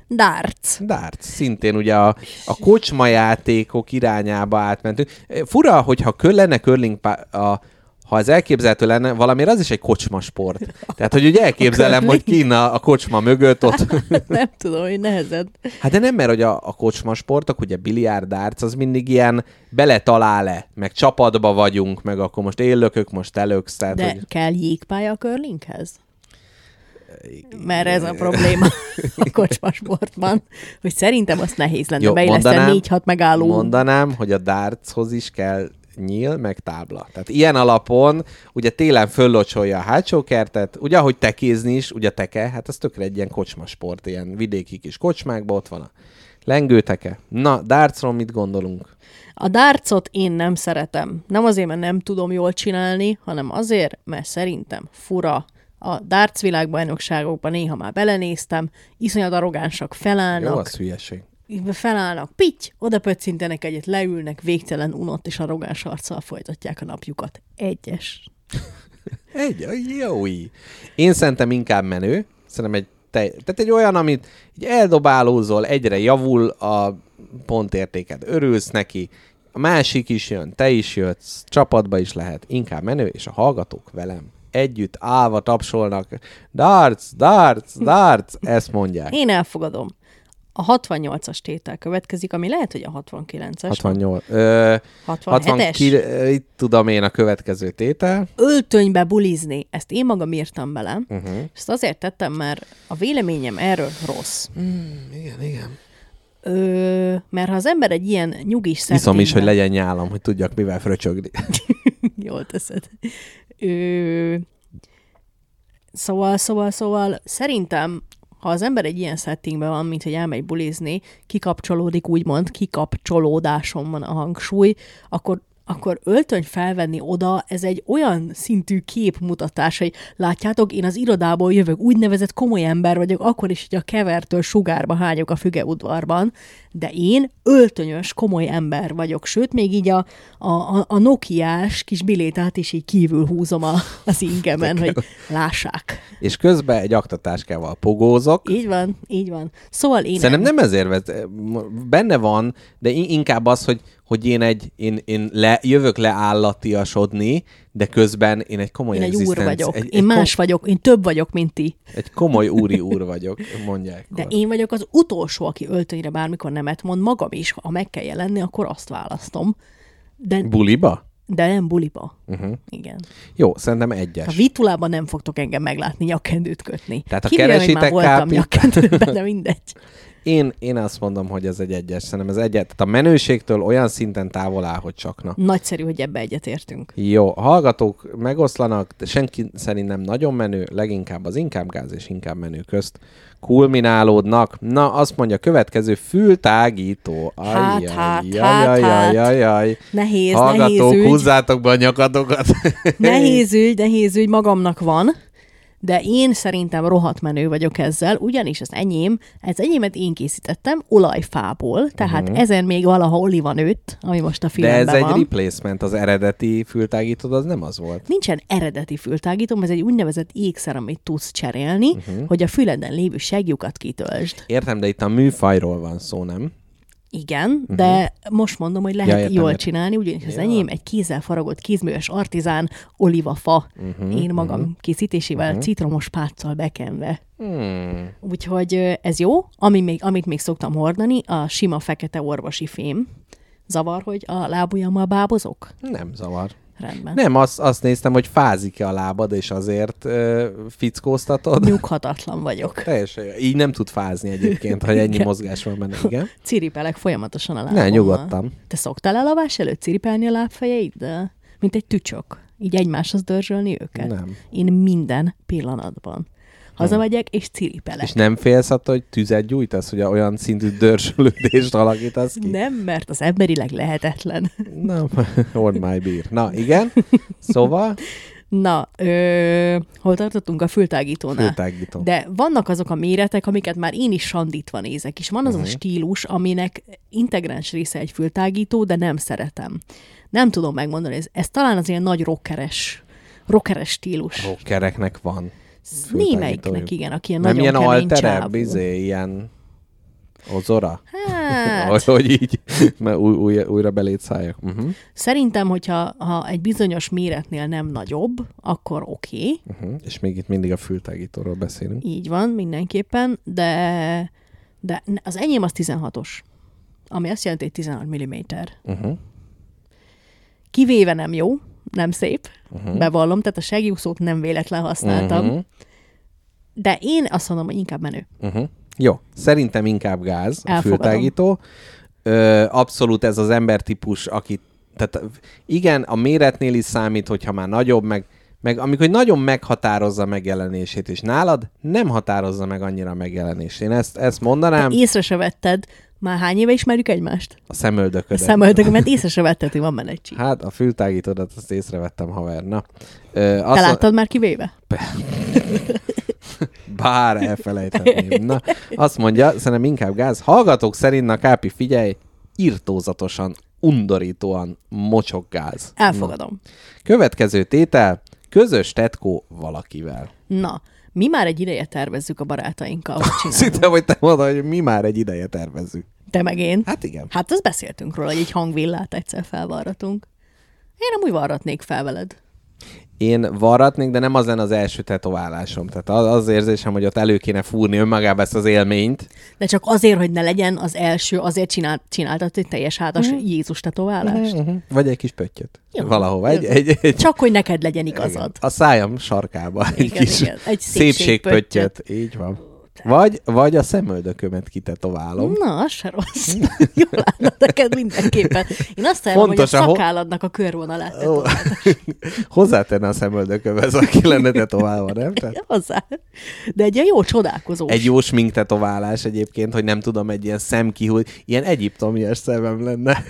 Darts. Darts. Szintén ugye a, a kocsmajátékok irányába átmentünk. Fura, hogyha kör lenne curling pá- a ha ez elképzelhető lenne, valamiért az is egy kocsmasport. Tehát, hogy ugye elképzelem, hogy kín a, a kocsma mögött ott. Nem tudom, hogy nehezed. Hát de nem, mert hogy a, a kocsmasportok, ugye biliárd, darts, az mindig ilyen beletalál-e, meg csapatba vagyunk, meg akkor most én lökök, most te löksz. Tehát, de hogy... kell jégpálya a curlinghez? Mert ez a probléma a kocsmasportban, hogy szerintem azt nehéz lenne beilleszteni négy-hat megálló. Mondanám, hogy a dartshoz is kell nyíl, meg tábla. Tehát ilyen alapon ugye télen föllocsolja a hátsó kertet, ugye ahogy tekézni is, ugye teke, hát ez tökre egy ilyen kocsmasport, ilyen vidéki kis kocsmákban, ott van a lengőteke. Na, dartsról mit gondolunk? A dartsot én nem szeretem. Nem azért, mert nem tudom jól csinálni, hanem azért, mert szerintem fura. A darts világbajnokságokban néha már belenéztem, iszonyat arrogánsak felállnak. Jó, az hülyeség. Felállnak, pitty, oda pöccintenek egyet, leülnek, végtelen unott és arrogáns arccal folytatják a napjukat. Egyes. Egy, jó. Én szerintem inkább menő. Szerintem egy, te, tehát egy olyan, amit így eldobálózol, egyre javul a pontértéked, örülsz neki, a másik is jön, te is jössz, csapatba is lehet, inkább menő, és a hallgatók velem együtt állva tapsolnak, darts, darts, darts, ezt mondják. Én elfogadom. A hatvannyolcas tétel következik, ami lehet, hogy a hatvankilences. hatvannyolc. Ö, hatvanhetes. hatvan, itt tudom én a következő tétel. Öltönybe bulizni. Ezt én magam írtam bele. Uh-huh. Ezt azért tettem, mert a véleményem erről rossz. Mm, igen, igen. Ö, mert ha az ember egy ilyen nyugis settingben... Iszom is, hogy legyen nyálam, hogy tudjak mivel fröcsögni. Jól teszed. Ö, szóval, szóval, szóval szerintem ha az ember egy ilyen settingben van, mint hogy elmegy bulizni, kikapcsolódik, úgymond, kikapcsolódáson van a hangsúly, akkor akkor öltöny felvenni oda, ez egy olyan szintű képmutatás, hogy látjátok, én az irodából jövök, úgynevezett komoly ember vagyok, akkor is, hogy a kevertől sugárba hányok a fügeudvarban, de én öltönyös, komoly ember vagyok, sőt, még így a, a, a Nokiás kis bilétát is így kívül húzom a, az ingemen, hogy lássák. És közben egy aktatáskával pogózok. Így van, így van. Szóval én... Szerintem nem ezért vett, benne van, de inkább az, hogy, hogy én egy, én, én le, jövök leállatiasodni, de közben én egy komoly Én egy egzisztenc- úr vagyok. Egy, én egy más kom- vagyok. Én több vagyok, mint ti. Egy komoly úri úr vagyok, mondják. De én vagyok az utolsó, aki öltönyre bármikor nemet mond, magam is. Ha meg kell jelenni, akkor azt választom. De, Buliba? de nem buliba. Uh-huh. Igen. Jó, szerintem egyes. A vitulában nem fogtok engem meglátni nyakkendőt kötni. Tehát ha Kivéve, hogy keresitek már voltam kápit- nyakkendőben, de mindegy. Én, én azt mondom, hogy ez egy egyes. Szerintem ez egyet. Tehát a menőségtől olyan szinten távol áll, hogy csakna. Nagyszerű, hogy ebbe egyetértünk. Jó, a hallgatók megoszlanak, de senki szerint nem nagyon menő, leginkább az inkább gáz és inkább menő közt kulminálódnak. Na, azt mondja, következő fültágító. Hát, Ajjaj, hát, jaj, hát, jaj, hát. jaj, jaj. Nehéz, Hallgatók, nehéz ügy. húzzátok be a nyakatokat. Nehéz ügy, nehéz ügy magamnak van, de én szerintem rohadt menő vagyok ezzel, ugyanis az enyém, ez enyémet én készítettem olajfából, tehát uh-huh. ezen még valaha oliva nőtt, ami most a De filmben ez van. egy replacement, az eredeti fültágítód az nem az volt. Nincsen eredeti fültágítóm, ez egy úgynevezett ékszer, amit tudsz cserélni, uh-huh. hogy a füleden lévő seglyukat kitöltsd. Értem, de itt a műfajról van szó, nem? Igen, uh-huh. de most mondom, hogy lehet Ja, ja, értem, jól értem. csinálni, ugyanis az Ja. enyém egy kézzel faragott kézműves artizán olivafa, Uh-huh, én magam uh-huh. készítésével Uh-huh. citromos páccal bekenve. Hmm. Úgyhogy ö, ez jó. Ami még, amit még szoktam hordani, a sima fekete orvosi fém. Zavar, hogy a lábujjammal bábozok? Nem zavar. Rendben. Nem, azt, azt néztem, hogy fázik-e a lábad, és azért ö, fickóztatod. Nyughatatlan vagyok. Teljesen jó. Így nem tud fázni egyébként, ha ennyi Igen. mozgás van benne, igen. Ciripelek folyamatosan a lábammal. Ne, nyugodtan. Te szoktál elavás előtt ciripelni a lábfejeiddel? Mint egy tücsök. Így egymáshoz dörzsölni őket? Nem. Én minden pillanatban. Hazamegyek, és ciripelek. És nem félsz attól, hogy tüzet gyújtasz, hogy olyan szintű dörzsölődést alakítasz ki? Nem, mert az emberileg lehetetlen. Nem, hold my beer. Na, igen. Szóval, Na, ö, hol tartottunk a fültágítónál? fültágító. De vannak azok a méretek, amiket már én is sandítva nézek, és van az uh-huh. a stílus, aminek integráns része egy fültágító, de nem szeretem. Nem tudom megmondani, ez, ez talán az ilyen nagy rockeres, rockeres stílus. Rockereknek van. Némelyiknek, igen, aki ilyen Nem nagyon ilyen kemény alterebb, csávó. izé, ilyen ozora? Hát, Hogy, hogy így, mert új, új, újra beléd szálljak. Uh-huh. szerintem, hogyha ha egy bizonyos méretnél nem nagyobb, akkor oké. Okay. Uh-huh. És még itt mindig a fültágítóról beszélünk. Így van, mindenképpen, de, de az enyém az tizenhatos, ami azt jelenti, hogy tizenhat milliméter. Uh-huh. Kivéve nem jó, nem szép, Uh-huh. bevallom, tehát a segjukszót nem véletlen használtam, Uh-huh. de én azt mondom, hogy inkább menő. Uh-huh. Jó, szerintem inkább gáz a Elfogadom. fültágító. Ö, abszolút ez az embertípus, aki, tehát igen, a méretnél is számít, hogyha már nagyobb, meg, meg amikor nagyon meghatározza a megjelenését, és nálad nem határozza meg annyira a megjelenését. Én ezt, ezt mondanám, Te észre se vetted, már hány éve ismerjük egymást? a A szemöldöködet. szemöldökömet észre se vetted, hogy van benne egy csík. Hát a fültágítódat azt észrevettem, haver. Na, ö, Te azt láttad már kivéve? Bár elfelejtetném. Na, azt mondja, szerintem inkább gáz. Hallgatók szerint, na Kápi, figyelj, irtózatosan, undorítóan mocsok gáz. Elfogadom. Na. Következő tétel, közös tetkó valakivel. Na, mi már egy ideje tervezzük a barátainkkal, hogy Azt csinálunk. hittem, hogy te mondod, hogy mi már egy ideje tervezzük. Te meg én. Hát igen. Hát azt beszéltünk róla, hogy egy hangvillát egyszer felvarratunk. Én nem úgy varratnék fel veled. Én varratnék, de nem az lenne az első tetoválásom. Tehát az, az érzésem, hogy ott elő kéne fúrni önmagába ezt az élményt. De csak azért, hogy ne legyen az első, azért csinál, csináltat egy teljes hátas Mhm. Jézus tetoválást. Uh-huh. Vagy egy kis pöttyöt. Jó. Valahova. Egy, Jó. egy, egy, Csak, hogy neked legyen igazad. igen. A szájam sarkába. Egy Igen, kis igen. Egy szépségpöttyöt. szépségpöttyöt. Így van. Vagy, vagy a szemöldökömet kitetoválom. Na, az se rossz. Jól állna neked mindenképpen. Én azt hiszem, hogy a Fontos a ho- szakálladnak a körvonalát Ó, tetováltad. hozzátenne a szemöldökömhez, aki lenne tetoválva, nem? Tehát Hozzá. De egy ilyen jó csodálkozós. egy jó smink tetoválás egyébként, hogy nem tudom, egy ilyen szemkihúz, ilyen egyiptomias szemem lenne.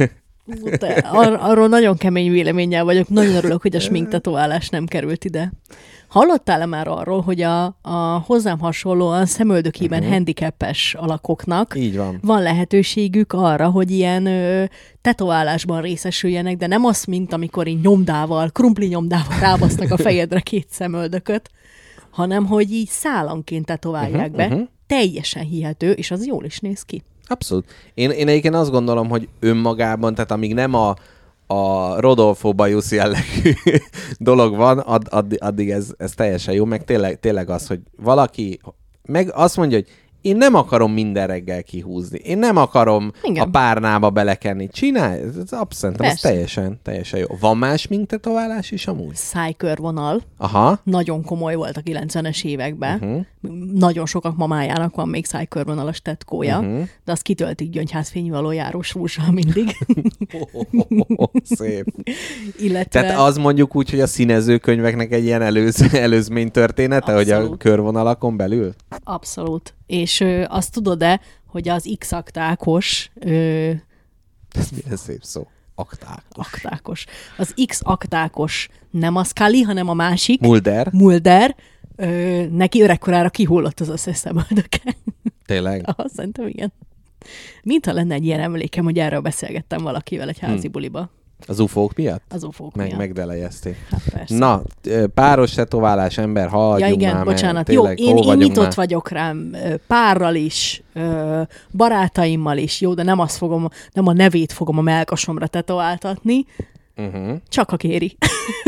De ar- arról nagyon kemény véleménnyel vagyok. Nagyon örülök, hogy a sminktetoválás nem került ide. Hallottál-e már arról, hogy a, a hozzám hasonlóan szemöldökében uh-huh. handicapes alakoknak Így van. van lehetőségük arra, hogy ilyen ö, tetoválásban részesüljenek, de nem az, mint amikor így nyomdával, krumpli nyomdával rábasznak a fejedre két szemöldököt, hanem hogy így szálanként tetoválják uh-huh, be. Uh-huh. Teljesen hihető, és az jól is néz ki. Abszolút. Én, én egyébként azt gondolom, hogy önmagában, tehát amíg nem a, a Rodolfo Bajusz jellegű dolog van, add, add, addig ez, ez teljesen jó, meg tényleg, tényleg az, hogy valaki meg azt mondja, hogy én nem akarom minden reggel kihúzni. Én nem akarom Igen. a párnába belekenni. Csinálj, ez abszolút, ez teljesen, teljesen jó. Van más minktetoválás is amúgy? Szájkörvonal. Aha. Nagyon komoly volt a kilencvenes években. Uh-huh. Nagyon sokak mamájának van még szájkörvonalas tetkója, uh-huh. de azt kitöltik gyöngyházfényű alójárós rúzsal mindig. oh, oh, oh, szép. Illetve... Tehát az mondjuk úgy, hogy a színezőkönyveknek egy ilyen előz, előzmény története, Abszolút. Hogy a körvonalakon belül? Abszolút. És ö, azt tudod-e, hogy az X-aktákos... Ö, Ez milyen szép szó. Aktákos. Aktákos. Az X-aktákos nem a Scully, hanem a másik. Mulder. Mulder. Ö, neki öregkorára kihullott az összes szemöldöke. Tényleg? Aha, szerintem igen. Mintha lenne egy ilyen emlékem, hogy erről beszélgettem valakivel egy házi hmm. buliba. Az ufók miatt? Az ufók Meg, miatt. Megdelejezték. Hát persze. Na, páros tetoválás, ember, haladjunk ja, igen, már. bocsánat. Tényleg, jó, én, én nyitott már? vagyok rám párral is, barátaimmal is, jó, de nem azt fogom, nem a nevét fogom a mellkasomra tetováltatni, uh-huh. csak ha kéri.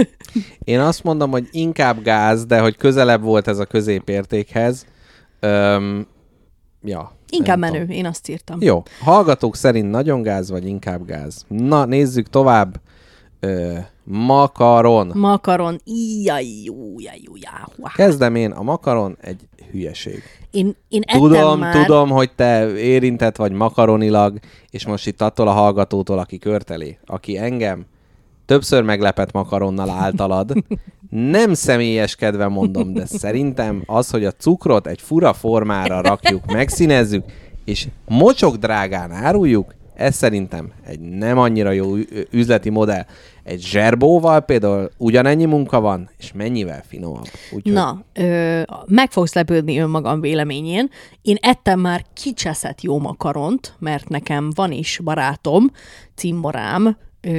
Én azt mondom, hogy inkább gáz, de hogy közelebb volt ez a középértékhez. Öm, ja. Inkább menő, tudom. Én azt írtam. Jó. Hallgatók szerint nagyon gáz, vagy inkább gáz? Na, nézzük tovább. Ö, makaron. Makaron. Ijajjújajjújá. Kezdem én. A makaron egy hülyeség. Én, én ettem tudom, már... tudom, hogy te érintett vagy makaronilag, és most itt attól a hallgatótól, aki körteli, aki engem többször meglepett makaronnal általad. Nem személyeskedve mondom, de szerintem az, hogy a cukrot egy fura formára rakjuk, megszínezzük, és mocsok drágán áruljuk, ez szerintem egy nem annyira jó üzleti modell. Egy zserbóval például ugyanennyi munka van, és mennyivel finomabb. Úgyhogy... Na, ö, meg fogsz lepődni önmagam véleményén. Én ettem már kicseszett jó makaront, mert nekem van is barátom, cimborám,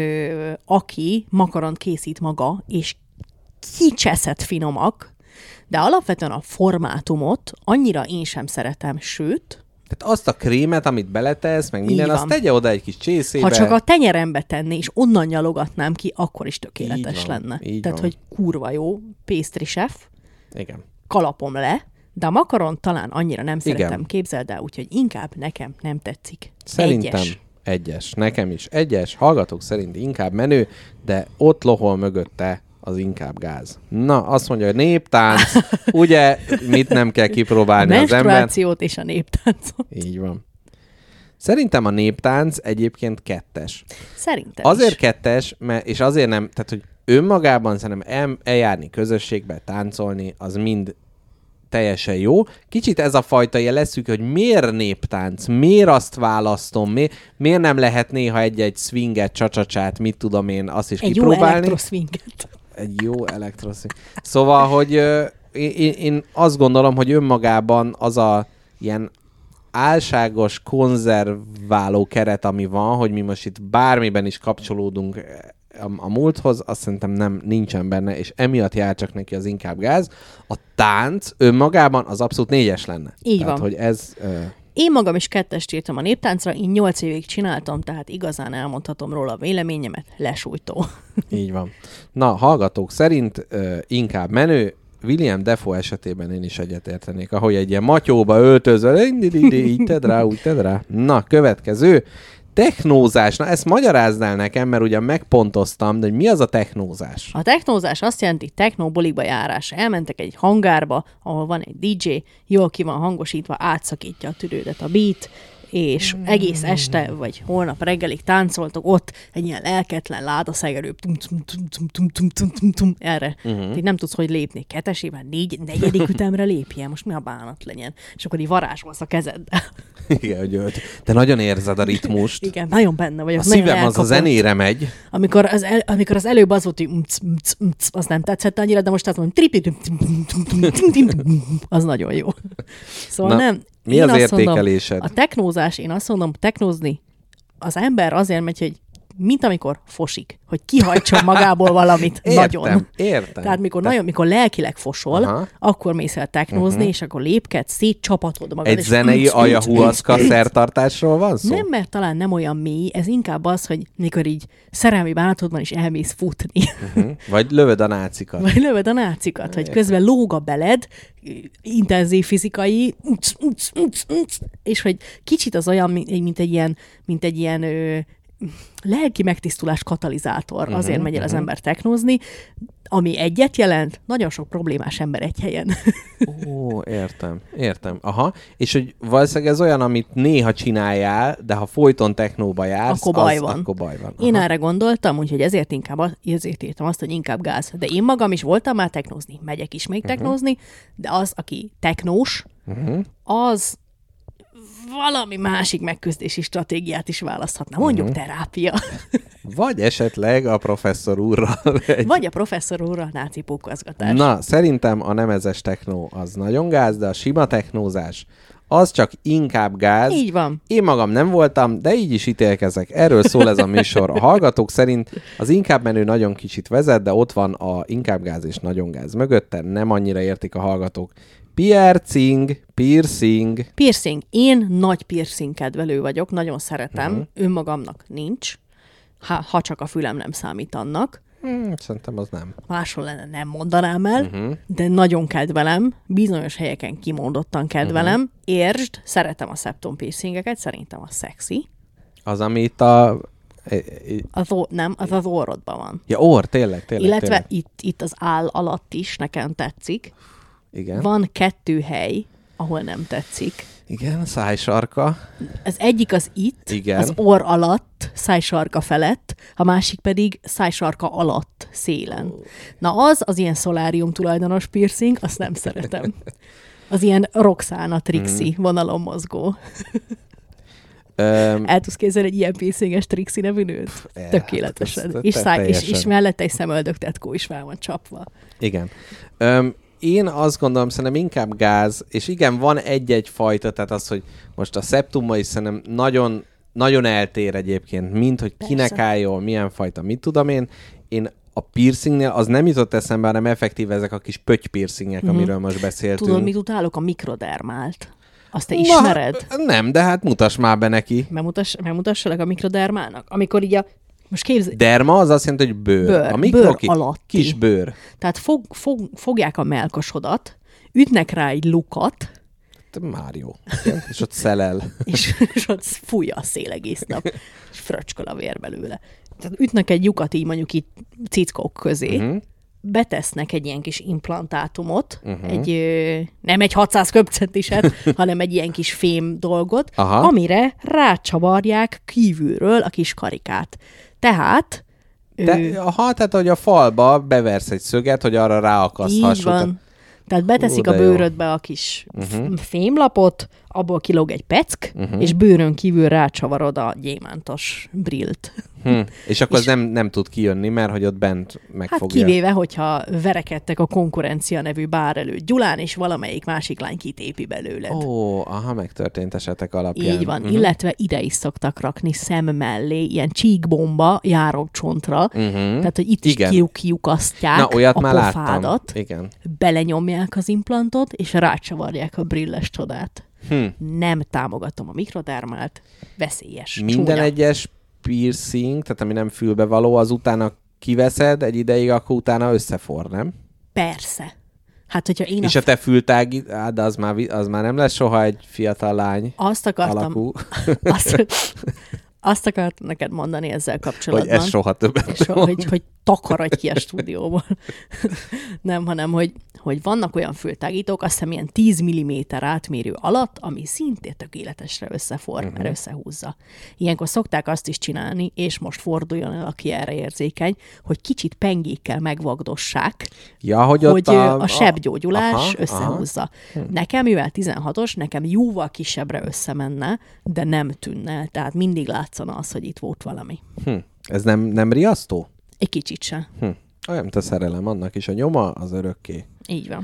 Ö, aki makaront készít maga, és kicseszett finomak, de alapvetően a formátumot annyira én sem szeretem, sőt... Tehát azt a krémet, amit beletesz, meg minden, azt tegye oda egy kis csészébe. Ha csak a tenyerembe tenni, és onnan nyalogatnám ki, akkor is tökéletes így van, lenne. így Tehát, van. hogy kurva jó, pastry chef, Igen. kalapom le, de a makaron talán annyira nem Igen. szeretem, képzeld el, úgyhogy inkább nekem nem tetszik. Szerintem Egyes. egyes. Nekem is egyes. Hallgatók szerint inkább menő, de ott lohol mögötte az inkább gáz. Na, azt mondja, hogy néptánc, ugye mit nem kell kipróbálni az ember. A menstruációt és a néptáncot. Így van. Szerintem a néptánc egyébként kettes. Szerintem Azért is. kettes, mert, és azért nem, tehát hogy önmagában szerintem el, eljárni közösségbe, táncolni, az mind teljesen jó. Kicsit ez a fajta jeleszük, hogy miért néptánc, miért azt választom, miért, miért nem lehet néha egy-egy swinget, csacsacsát, mit tudom én, azt is egy kipróbálni. Egy jó elektroszwinget. Egy jó elektroszwing. Szóval, hogy ö, én, én azt gondolom, hogy önmagában az a ilyen álságos, konzerváló keret, ami van, hogy mi most itt bármiben is kapcsolódunk a, a múlthoz, azt szerintem nem, nincsen benne, és emiatt jár csak neki az inkább gáz. A tánc önmagában az abszolút négyes lenne. Így Tehát, van. hogy ez... Ö... Én magam is kettest írtam a néptáncra, én nyolc évig csináltam, tehát igazán elmondhatom róla a véleményemet, lesújtó. Így van. Na, hallgatók szerint ö, inkább menő, William Dafoe esetében én is egyetértenék, ahogy egy ilyen matyóba öltözve, így tedd rá, úgy tedd rá. Na, következő, technózás. Na, ezt magyaráznál nekem, mert ugye megpontoztam, de hogy mi az a technózás? A technózás azt jelenti technóbulikba járás. Elmentek egy hangárba, ahol van egy dé dzsé, jól ki van hangosítva, átszakítja a tüdődet a beat, és egész este, vagy holnap reggelig táncoltok ott, egy ilyen lelketlen ládaszegerő, tum, tum, tum, tum, tum, tum, tum, tum, tum, erre. Uh-huh. Így nem tudsz, hogy lépni. Ketesében négy, negyedik ütemre lépjen, most mi a bánat legyen. És akkor így varázsolsz a kezeddel. Igen, hogy ölt. Te nagyon érzed a ritmust. Igen, nagyon benne vagyok. A szívem az a zenére megy. Amikor az, el, amikor az előbb az volt, hogy umc, umc, umc, az nem tetszett annyira, de most azt mondom, tripi, az nagyon jó. Szóval Na, nem. Mi az értékelésed? Mondom, a technózás, én azt mondom, technózni, az ember azért megy, hogy mint amikor fosik, hogy kihajtson magából valamit értem, nagyon. Értem, Tehát mikor, Te... nagyon, mikor lelkileg fosol, Aha. akkor mész el technózni, uh-huh. és akkor lépkedsz, szétcsapatod magad. Egy zenei ayahuasca szertartásról van szó? Nem, mert talán nem olyan mély, ez inkább az, hogy mikor így szerelmi bánatodban is elmész futni. Uh-huh. Vagy lövöd a nácikat. Vagy lövöd a nácikat, hogy közben lóg a beled, intenzív fizikai, és hogy kicsit az olyan, mint egy ilyen, mint egy ilyen ö, lelki megtisztulás katalizátor. Uh-huh, azért megy el az uh-huh. ember technózni, ami egyet jelent, nagyon sok problémás ember egy helyen. Ó, értem, értem. Aha, és hogy valószínűleg ez olyan, amit néha csináljál, de ha folyton technóba jársz, akkor baj az, van. Akkor baj van. Én erre gondoltam, úgyhogy ezért inkább ezért írtam azt, hogy inkább gáz. De én magam is voltam már technózni, megyek is még uh-huh. technózni, de az, aki technós, uh-huh. az valami másik megküzdési stratégiát is választhatna. Mondjuk uh-huh. terápia. Vagy esetleg a professzor úrral. Egy... Vagy a professzor úrral náci pókozgatás. Na, szerintem a nemezes technó az nagyon gáz, de a sima technózás az csak inkább gáz. Így van. Én magam nem voltam, de így is ítélkezek. Erről szól ez a műsor. A hallgatók szerint az inkább menő nagyon kicsit vezet, de ott van a inkább gáz és nagyon gáz mögötte. Nem annyira értik a hallgatók. Piercing, piercing. Piercing. Én nagy piercing kedvelő vagyok, nagyon szeretem. Uh-huh. Önmagamnak nincs, ha, ha csak a fülem nem számít annak. Hmm, szerintem az nem. Máshol lenne, nem mondanám el, uh-huh. de nagyon kedvelem, bizonyos helyeken kimondottan kedvelem. Uh-huh. Értsd, szeretem a septum piercingeket, szerintem a szexi. Az, amit a... Az ó, nem, az az orrodban van. Ja, orr, tényleg, tényleg. Illetve tényleg. Itt, itt az áll alatt is nekem tetszik. Igen. Van kettő hely, ahol nem tetszik. Igen, szájsarka. Az egyik az itt, Igen. az orr alatt, szájsarka felett, a másik pedig szájsarka alatt, szélen. Oh. Na az, az ilyen szolárium tulajdonos piercing, azt nem szeretem. Az ilyen Roxana Trixie mm. vonalon mozgó. Um, El tudsz képzelni egy ilyen piercinges Trixie nevű nőt? Yeah, tökéletesen. Hát és, száj, és, és mellette egy szemöldöktetkó is fel van csapva. Igen. Um, Én azt gondolom, szerintem inkább gáz, és igen, van egy-egy fajta, tehát az, hogy most a szeptumma is szerintem nagyon, nagyon eltér egyébként, mint hogy Persze. kinek álljon, milyen fajta, mit tudom én. Én a piercingnél az nem jutott eszembe, hanem effektív ezek a kis pötty piercingek, mm-hmm. amiről most beszéltünk. Tudod, mit utálok? A mikrodermált. Azt te ismered? Na, nem, de hát mutass már be neki. Megmutass, megmutassalak a mikrodermának? Amikor így a Most képzel... Derma az azt jelenti, hogy bőr. Bőr, a mikro, bőr ki, alatti. Kis bőr. Tehát fog, fog, fogják a melkasodat, ütnek rá egy lukat, Már jó. Igen? És ott szelel. és, és ott fújja a szél egész nap, és fröcsköl a vér belőle. Tehát ütnek egy lyukat így mondjuk itt cickók közé, uh-huh. betesznek egy ilyen kis implantátumot, uh-huh. egy, ö, nem egy hatszáz köbcentiset, hanem egy ilyen kis fém dolgot, Aha. amire rácsavarják kívülről a kis karikát. Tehát... Te, ő, aha, tehát, hogy a falba beversz egy szöget, hogy arra ráakaszthass. így van. Tehát beteszik Hú, a bőrödbe jó. a kis uh-huh. fémlapot, abból kilóg egy peck, uh-huh. és bőrön kívül rácsavarod a gyémántos brillt. Hm. És akkor és az nem, nem tud kijönni, mert hogy ott bent megfogja. Hát kivéve, hogyha verekedtek a konkurencia nevű bár előtt Gyulán, és valamelyik másik lány kitépi belőled. Ó, aha, megtörtént esetek alapján. Így van, uh-huh. illetve ide is szoktak rakni szem mellé, ilyen csíkbomba járócsontra, uh-huh. tehát, hogy itt Igen. is kiukasztják Na, olyat a már pofádat, láttam. Igen. belenyomják az implantot, és rácsavarják a brilles csodát. Hm. Nem támogatom a mikrodermált, veszélyes, Minden csúnya. egyes piercing, tehát ami nem fülbe való, az utána kiveszed egy ideig, akkor utána összefor, nem? Persze. Hát, hogyha én És a... a te fültág, á, de az már, az már nem lesz soha egy fiatal lány Azt akartam... alakú. Azt, azt akartam neked mondani ezzel kapcsolatban. Hogy ez soha többet. So, hogy, hogy takarodj ki a stúdióból. Nem, hanem, hogy, hogy vannak olyan fültágítók, azt hiszem ilyen tíz milliméter átmérő alatt, ami szintén tökéletesre összeform, uh-huh. mert összehúzza. Ilyenkor szokták azt is csinálni, és most forduljon el, aki erre érzékeny, hogy kicsit pengékkel megvagdossák, ja, hogy, hogy a, a sebgyógyulás aha, összehúzza. Aha. Nekem, mivel tizenhatos, nekem jóval kisebbre összemenne, de nem tűnne. Tehát mindig látszana az, hogy itt volt valami. Hm. Ez nem, nem riasztó? Egy kicsit se. Hm. Olyan, mint a szerelem, annak is a nyoma az örökké. Így van.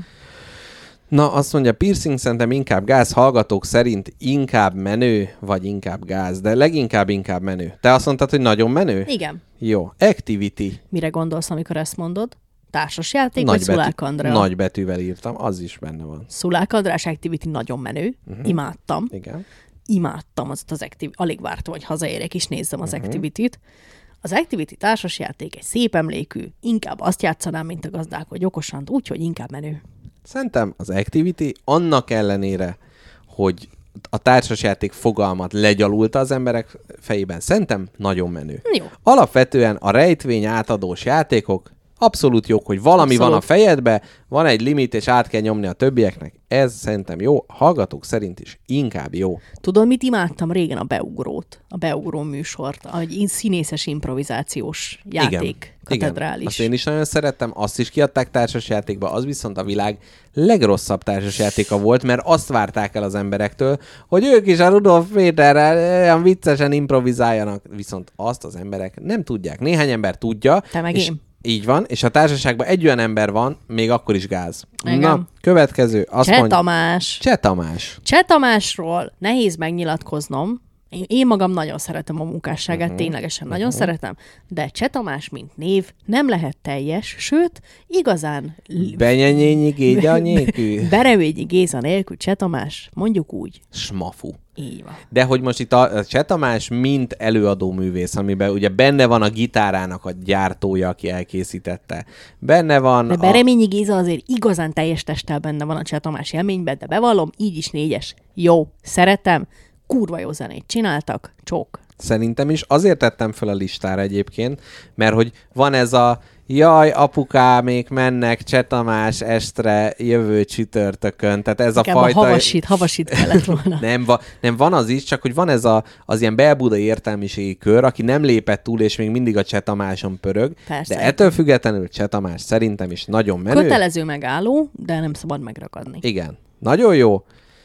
Na, azt mondja, piercing szerintem inkább gáz, hallgatók szerint inkább menő, vagy inkább gáz, de leginkább inkább menő. Te azt mondtad, hogy nagyon menő? Igen. Jó. Activity. Mire gondolsz, amikor ezt mondod? Társasjáték, Nagy vagy Szulák Andrea? Nagy betűvel írtam, az is benne van. Szulák András Activity nagyon menő. Uh-huh. Imádtam. Igen. Imádtam azt az Activity. Alig vártam, hogy hazaérek és nézzem az uh-huh. Activity-t. Az Activity társasjáték egy szép emlékű. Inkább azt játszanám, mint a gazdálkodj okosan, úgyhogy inkább menő. Szerintem az Activity annak ellenére, hogy a társasjáték fogalmat legyalulta az emberek fejében, szerintem nagyon menő. Jó. Alapvetően a rejtvény átadós játékok abszolút jók, hogy valami abszolút. Van a fejedbe, van egy limit, és át kell nyomni a többieknek. Ez szerintem jó, hallgatók szerint is inkább jó. Tudod, mit imádtam régen? A beugrót, a beugró műsort, egy színészes improvizációs játék, igen, katedrális. Igen. Azt én is nagyon szerettem, azt is kiadták társasjátékba, az viszont a világ legrosszabb társasjátéka volt, mert azt várták el az emberektől, hogy ők is a Rudolf Péterrel olyan viccesen improvizáljanak, viszont azt az emberek nem tudják. Néhány ember tudja. Te meg és én. Így van, és a társaságban egy olyan ember van, még akkor is gáz. Igen. Na, következő. Azt Cseh mondja, Tamás. Cseh Tamás. Cseh Tamásról nehéz megnyilatkoznom. Én, én magam nagyon szeretem a munkásságát, uh-huh. ténylegesen uh-huh. nagyon szeretem, de Cseh Tamás, mint név, nem lehet teljes, sőt, igazán... Benyenyényi Géza nélkül. Berevényi Géza nélkül Cseh Tamás, mondjuk úgy. Smafu. Így van. De hogy most itt a Cseh Tamás mint előadó művész, amiben ugye benne van a gitárának a gyártója, aki elkészítette. Benne van De a... Bereményi Géza azért igazán teljes testtel benne van a Cseh Tamás élményben, de bevallom, így is négyes. Jó, szeretem, kurva jó zenét csináltak, csók. Szerintem is. Azért tettem fel a listára egyébként, mert hogy van ez a jaj, apukámék mennek Cseh Tamás estre jövő csütörtökön. Tehát ez Inkább a fajta... a havasit, havasit kellett volna. nem, va, nem, van az is, csak hogy van ez a, az ilyen belbudai értelmiségi kör, aki nem lépett túl, és még mindig a Cseh Tamáson pörög. Persze. De ettől függetlenül Cseh Tamás szerintem is nagyon menő. Kötelező megálló, de nem szabad megragadni. Igen. Nagyon jó.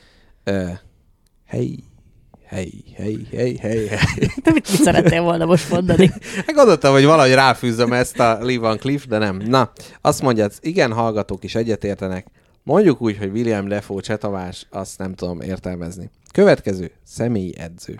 Ö, hey. Hey, hey, hey, hey, hey. Te mit, mit szerettél volna most mondani? Hát gondoltam, hogy valahogy ráfűzzöm ezt a Lee Van Cleef, de nem. Na, azt mondjad, igen, hallgatók is egyetértenek. Mondjuk úgy, hogy William Dafoe, Cseh Tamás, azt nem tudom értelmezni. Következő, személyi edző.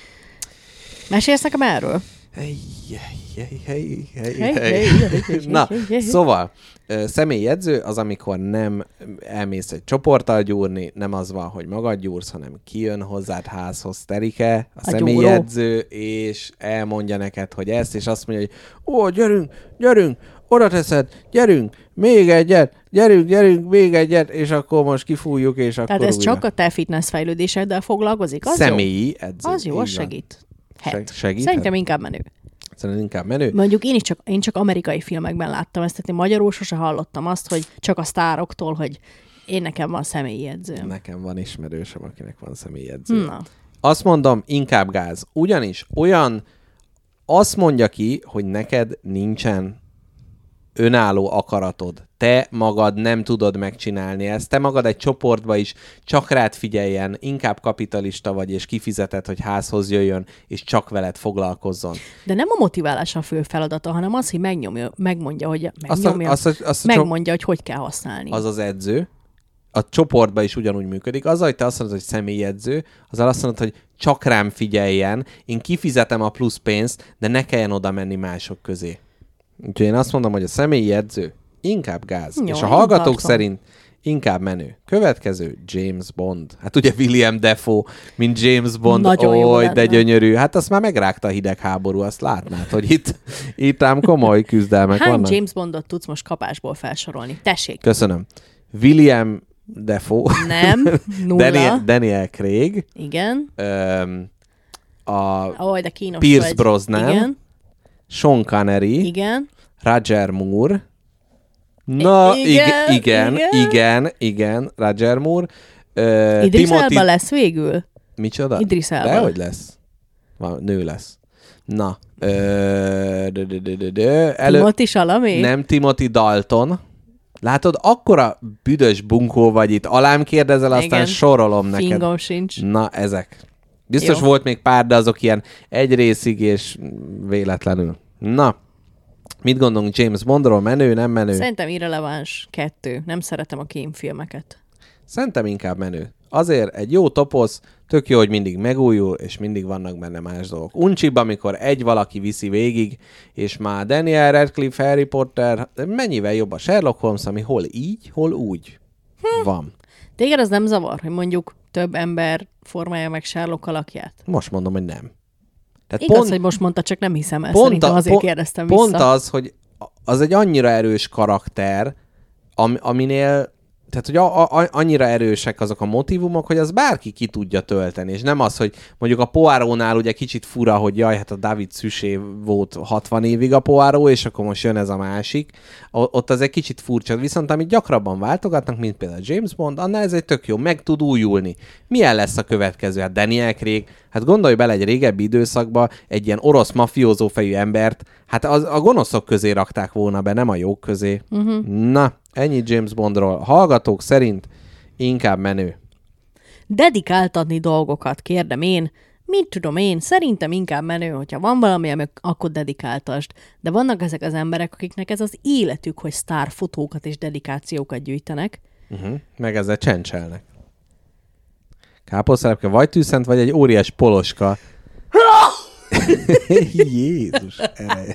Mesélsz nekem erről? Hey, hey, hey, hey, Hey, hey. hey, hey, Na, hey, hey. szóval ö, személyi edző az, amikor nem elmész egy csoporttal gyúrni, nem az van, hogy magad gyúrsz, hanem kijön hozzád házhoz Terike, a, A személyi gyúró. edző, és elmondja neked, hogy ezt, és azt mondja, hogy ó, gyerünk, gyerünk, oda teszed, gyerünk, még egyet, gyerünk, gyerünk, még egyet, és akkor most kifújjuk, és akkor Tehát ez újra. csak a te fitness fejlődéseddel foglalkozik? Az Személyi jó? edző. Az jó, az így van. segít. Het. Segíthet? Szerintem inkább menő. Szerintem inkább menő. Mondjuk én is csak, én csak amerikai filmekben láttam ezt, tehát én magyarul sose hallottam azt, hogy csak a sztároktól, hogy én nekem van személyi edzőm. Nekem van ismerősöm, akinek van személyi edző. Na. Azt mondom, inkább gáz. Ugyanis olyan, azt mondja ki, hogy neked nincsen önálló akaratod. Te magad nem tudod megcsinálni ezt. Te magad egy csoportba is csak rád figyeljen, inkább kapitalista vagy, és kifizeted, hogy házhoz jöjjön, és csak veled foglalkozzon. De nem a motiválás a fő feladata, hanem az, hogy megnyomja, megmondja, hogy Azt a, megnyomja, azt a, azt a megmondja, hogy hogy kell használni. az az edző, a csoportban is ugyanúgy működik. Az, hogy te azt mondod, hogy személyedző, azzal azt mondod, hogy csak rám figyeljen, én kifizetem a plusz pénzt, de ne kelljen oda menni mások közé. Úgyhogy én azt mondom, hogy a személyi edző inkább gáz. Jó, és a én hallgatók tartom. szerint inkább menő. Következő, James Bond. Hát ugye William Dafoe, mint James Bond, Nagyon jó oly, lenne. de gyönyörű. Hát azt már megrágta a hidegháború, azt látnád, hogy itt, itt ám komoly küzdelmek Hány vannak. James Bondot tudsz most kapásból felsorolni? Tessék. Köszönöm. William Dafoe. Nem, nulla. Daniel, Daniel Craig. Igen. Öm, a Ó, de kínos Pierce vagy. Brosnan. Igen. Sean Connery. Igen. Roger Moore. Na, igen, igen, igen, igen, igen Roger Moore. Uh, Idris Timothy... Elba lesz végül? Micsoda? Idris Elba. Dehogy lesz. Van, nő lesz. Na. Uh, de, de, de, de, de. Elő... Timothy Chalamet? Nem Timothy Dalton. Látod, akkora büdös bunkó vagy itt. Alám kérdezel, aztán igen. sorolom neked. Fingom sincs. Na, ezek. Biztos Jó. volt még pár, de azok ilyen egy részig és véletlenül. Na, mit gondolunk James Bondról? Menő, nem menő? Szerintem irreleváns kettő. Nem szeretem a kémfilmeket. Szerintem inkább menő. Azért egy jó toposz, tök jó, hogy mindig megújul, és mindig vannak benne más dolgok. Uncsibb, amikor egy valaki viszi végig, és már Daniel Radcliffe, Harry Potter, mennyivel jobb a Sherlock Holmes, ami hol így, hol úgy hm. van. Téged az nem zavar, hogy mondjuk több ember formálja meg Sherlock alakját? Most mondom, hogy nem. Tehát Igaz, pont, hogy most mondta, csak nem hiszem el. pont Szerintem a, azért pont, kérdeztem pont vissza. az, hogy az egy annyira erős karakter, am, aminél tehát, hogy a, a, annyira erősek azok a motívumok, hogy az bárki ki tudja tölteni, és nem az, hogy mondjuk a Poirónál ugye kicsit fura, hogy jaj, hát a David Suchet volt hatvan évig a Poirot, és akkor most jön ez a másik. O- ott az egy kicsit furcsa, viszont amit gyakrabban váltogatnak, mint például James Bond, annál ez egy tök jó, meg tud újulni. Milyen lesz a következő? Hát Daniel Craig, hát gondolj bele egy régebbi időszakba egy ilyen orosz mafiózó fejű embert, hát az, a gonoszok közé rakták volna be, nem a jók közé. Uh-huh. Na, ennyi James Bondról. Hallgatók szerint inkább menő. Dedikáltatni dolgokat, kérdem én. Mit tudom én? Szerintem inkább menő, hogyha van valami, akkor dedikáltasd. De vannak ezek az emberek, akiknek ez az életük, hogy sztárfotókat és dedikációkat gyűjtenek. Uh-huh. Meg ezzel csencselnek. Káposztelepke vagy tűzszent, vagy egy óriás poloska. Jézus ereje.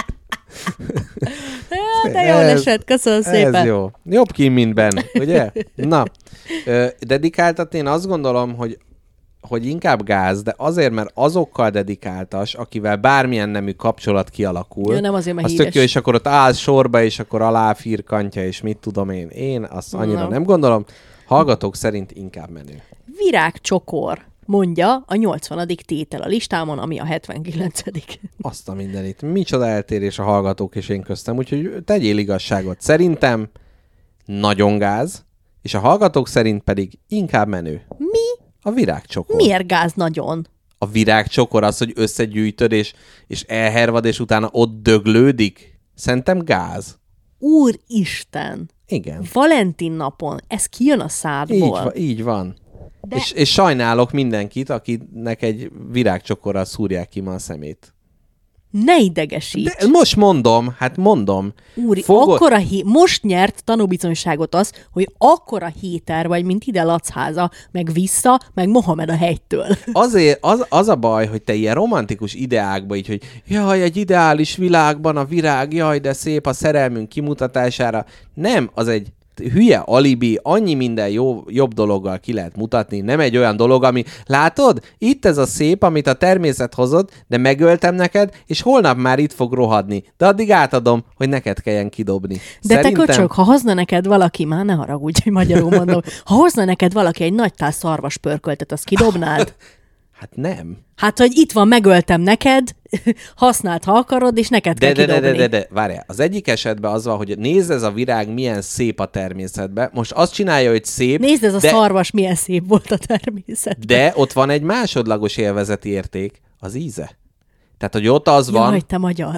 Ja, de jól esett, köszönöm szépen. Ez jó. Jobb ki, mint Ben, ugye? Na, ö, dedikáltatni én azt gondolom, hogy, hogy inkább gáz, de azért, mert azokkal dedikáltas, akivel bármilyen nemű kapcsolat kialakul. Ja, nem azért, mert az híres. tök jó, és akkor ott állsz sorba, és akkor alá firkantja, és mit tudom én. Én azt annyira no. nem gondolom. Hallgatók szerint inkább menő. Virágcsokor, mondja a nyolcvanadik tétel a listámon, ami a hetvenkilencedik Azt a mindenit. Micsoda eltérés a hallgatók és én köztem, úgyhogy tegyél igazságot. Szerintem nagyon gáz, és a hallgatók szerint pedig inkább menő. Mi? A virágcsokor. Miért gáz nagyon? A virágcsokor az, hogy összegyűjtöd, és, és elhervad, és utána ott döglődik? Szerintem gáz. Úristen! Igen. Valentin napon, ez kijön a szádból. Így, va, így van. De... És, és sajnálok mindenkit, akinek egy virágcsokorral szúrják ki ma a szemét. Ne idegesíts! De most mondom, hát mondom. Úri, Fogod... akkora hé... most nyert tanúbizonyságot az, hogy akkora héter vagy, mint ide Lacháza, meg vissza, meg Mohamed a hegytől. Azért az, az a baj, hogy te ilyen romantikus ideákba így, hogy jaj, egy ideális világban a virág, jaj, de szép a szerelmünk kimutatására. Nem, az egy hülye alibi, annyi minden jó, jobb dologgal ki lehet mutatni, nem egy olyan dolog, ami, látod, itt ez a szép, amit a természet hozott, de megöltem neked, és holnap már itt fog rohadni, de addig átadom, hogy neked kelljen kidobni. De Szerintem... te köcsög, ha hozna neked valaki, már ne haragudj, hogy magyarul mondom, ha hozna neked valaki egy nagy tál szarvas pörköltet, azt kidobnád? Hát nem. Hát, hogy itt van, megöltem neked, használd, ha akarod, és neked De, kell de, kidobni. de, de, de, de, várjál. Az egyik esetben az van, hogy nézd ez a virág milyen szép a természetben. Most azt csinálja, hogy szép. Nézd, ez a de, szarvas milyen szép volt a természetben. De ott van egy másodlagos élvezeti érték, az íze. Tehát, hogy ott az van... Jaj, te magyar.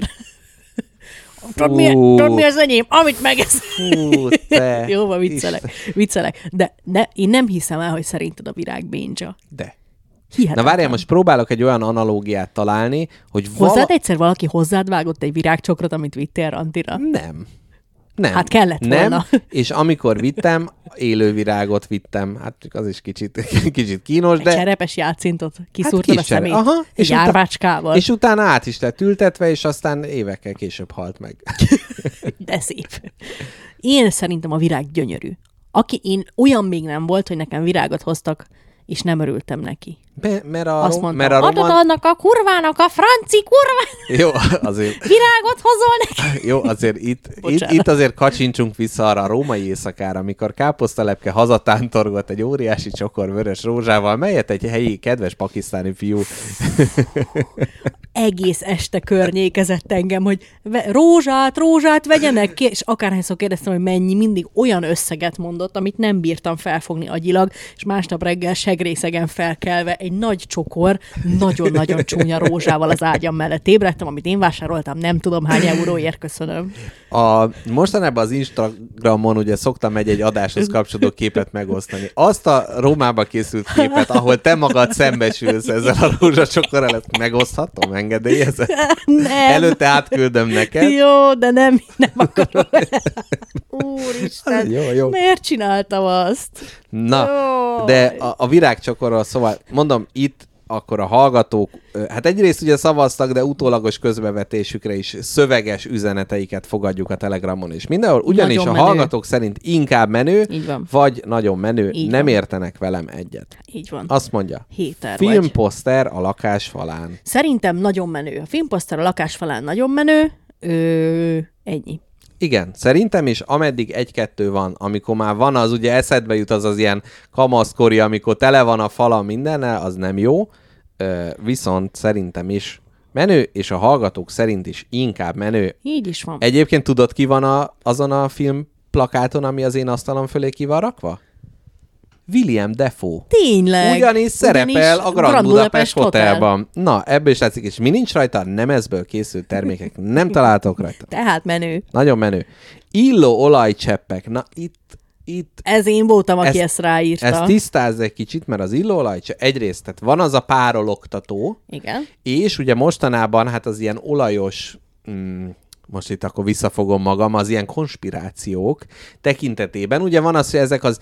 Tudod, mi, tudod, mi az enyém? Amit megesz. Fú, te. Jó, van, viccelek. viccelek. De ne, én nem hiszem el, hogy szerinted a virág bénja. De. Hihetetlen. Na várjál, most próbálok egy olyan analógiát találni, hogy Hozzád vala... egyszer valaki hozzád vágott egy virágcsokrot, amit vittél randira? Nem. Nem. Hát kellett nem. volna. És amikor vittem, élő virágot vittem. Hát az is kicsit, kicsit kínos, Egy de... cserepes játszintot kiszúrtad kis a csere- szemét. Aha, egy és utá- árvácskával. És utána át is lett ültetve, és aztán évekkel később halt meg. De szép. Én szerintem a virág gyönyörű. Aki én olyan még nem volt, hogy nekem virágot hoztak, és nem örültem neki. Be, mert a, Azt mondta, mert a adod roman... annak a kurvának, a franci kurvának, Jó, azért... virágot hozol neki. Jó, azért itt, itt, itt azért kacsincsunk vissza arra a római éjszakára, amikor káposztalepke hazatántorgott egy óriási csokor vörös rózsával, melyet egy helyi kedves pakisztáni fiú... Egész este környékezett engem, hogy ve- rózsát, rózsát vegyenek ki, és akárhányszor kérdeztem, hogy mennyi, mindig olyan összeget mondott, amit nem bírtam felfogni agyilag, és másnap reggel segrészegen felkelve egy nagy csokor, nagyon-nagyon csúnya rózsával az ágyam mellett ébredtem, amit én vásároltam, nem tudom hány euróért, köszönöm. A, mostanában az Instagramon ugye szoktam egy-egy adáshoz kapcsolódó képet megosztani. Azt a Rómába készült képet, ahol te magad szembesülsz ezzel a rózsacsokorral, ezt megoszthatom, engedélyezed? Nem. Előtte átküldöm neked. Jó, de nem, nem akarom. Úristen, Jó, jó. miért csináltam azt? Na, Jaj. de a, a virágcsokorral, szóval mondom, itt akkor a hallgatók, hát egyrészt ugye szavaztak, de utólagos közbevetésükre is szöveges üzeneteiket fogadjuk a Telegramon és mindenhol, ugyanis Nagyon a menő. hallgatók szerint inkább menő, Így van. vagy nagyon menő, Így nem van. értenek velem egyet. Így van. Azt mondja, Héter vagy. filmposzter a lakás falán. Szerintem nagyon menő. A filmposzter a lakás falán nagyon menő. Ö, ennyi. Igen, szerintem is, ameddig egy-kettő van, amikor már van, az ugye eszedbe jut az az ilyen kamaszkori, amikor tele van a fala mindennel, az nem jó, Ö, viszont szerintem is menő, és a hallgatók szerint is inkább menő. Így is van. Egyébként tudod, ki van a, azon a film plakáton, ami az én asztalom fölé ki van rakva? William Dafoe. Tényleg. Ugyanis szerepel Ugyanis a Grand Budapest Hotelban. Na, ebből is látszik, és mi nincs rajta, nemezből készült termékek. Nem találtok rajta. Tehát menő. Nagyon menő. Illó olajcseppek. Na, itt, itt Ez én voltam, aki Ezt- ezt, ráírta. ezt tisztázz egy kicsit, mert az illóolajcsepp egyrészt, tehát van az a párologtató, Igen. és ugye mostanában hát az ilyen olajos, mm, most itt akkor visszafogom magam, az ilyen konspirációk tekintetében, ugye van az, hogy ezek az,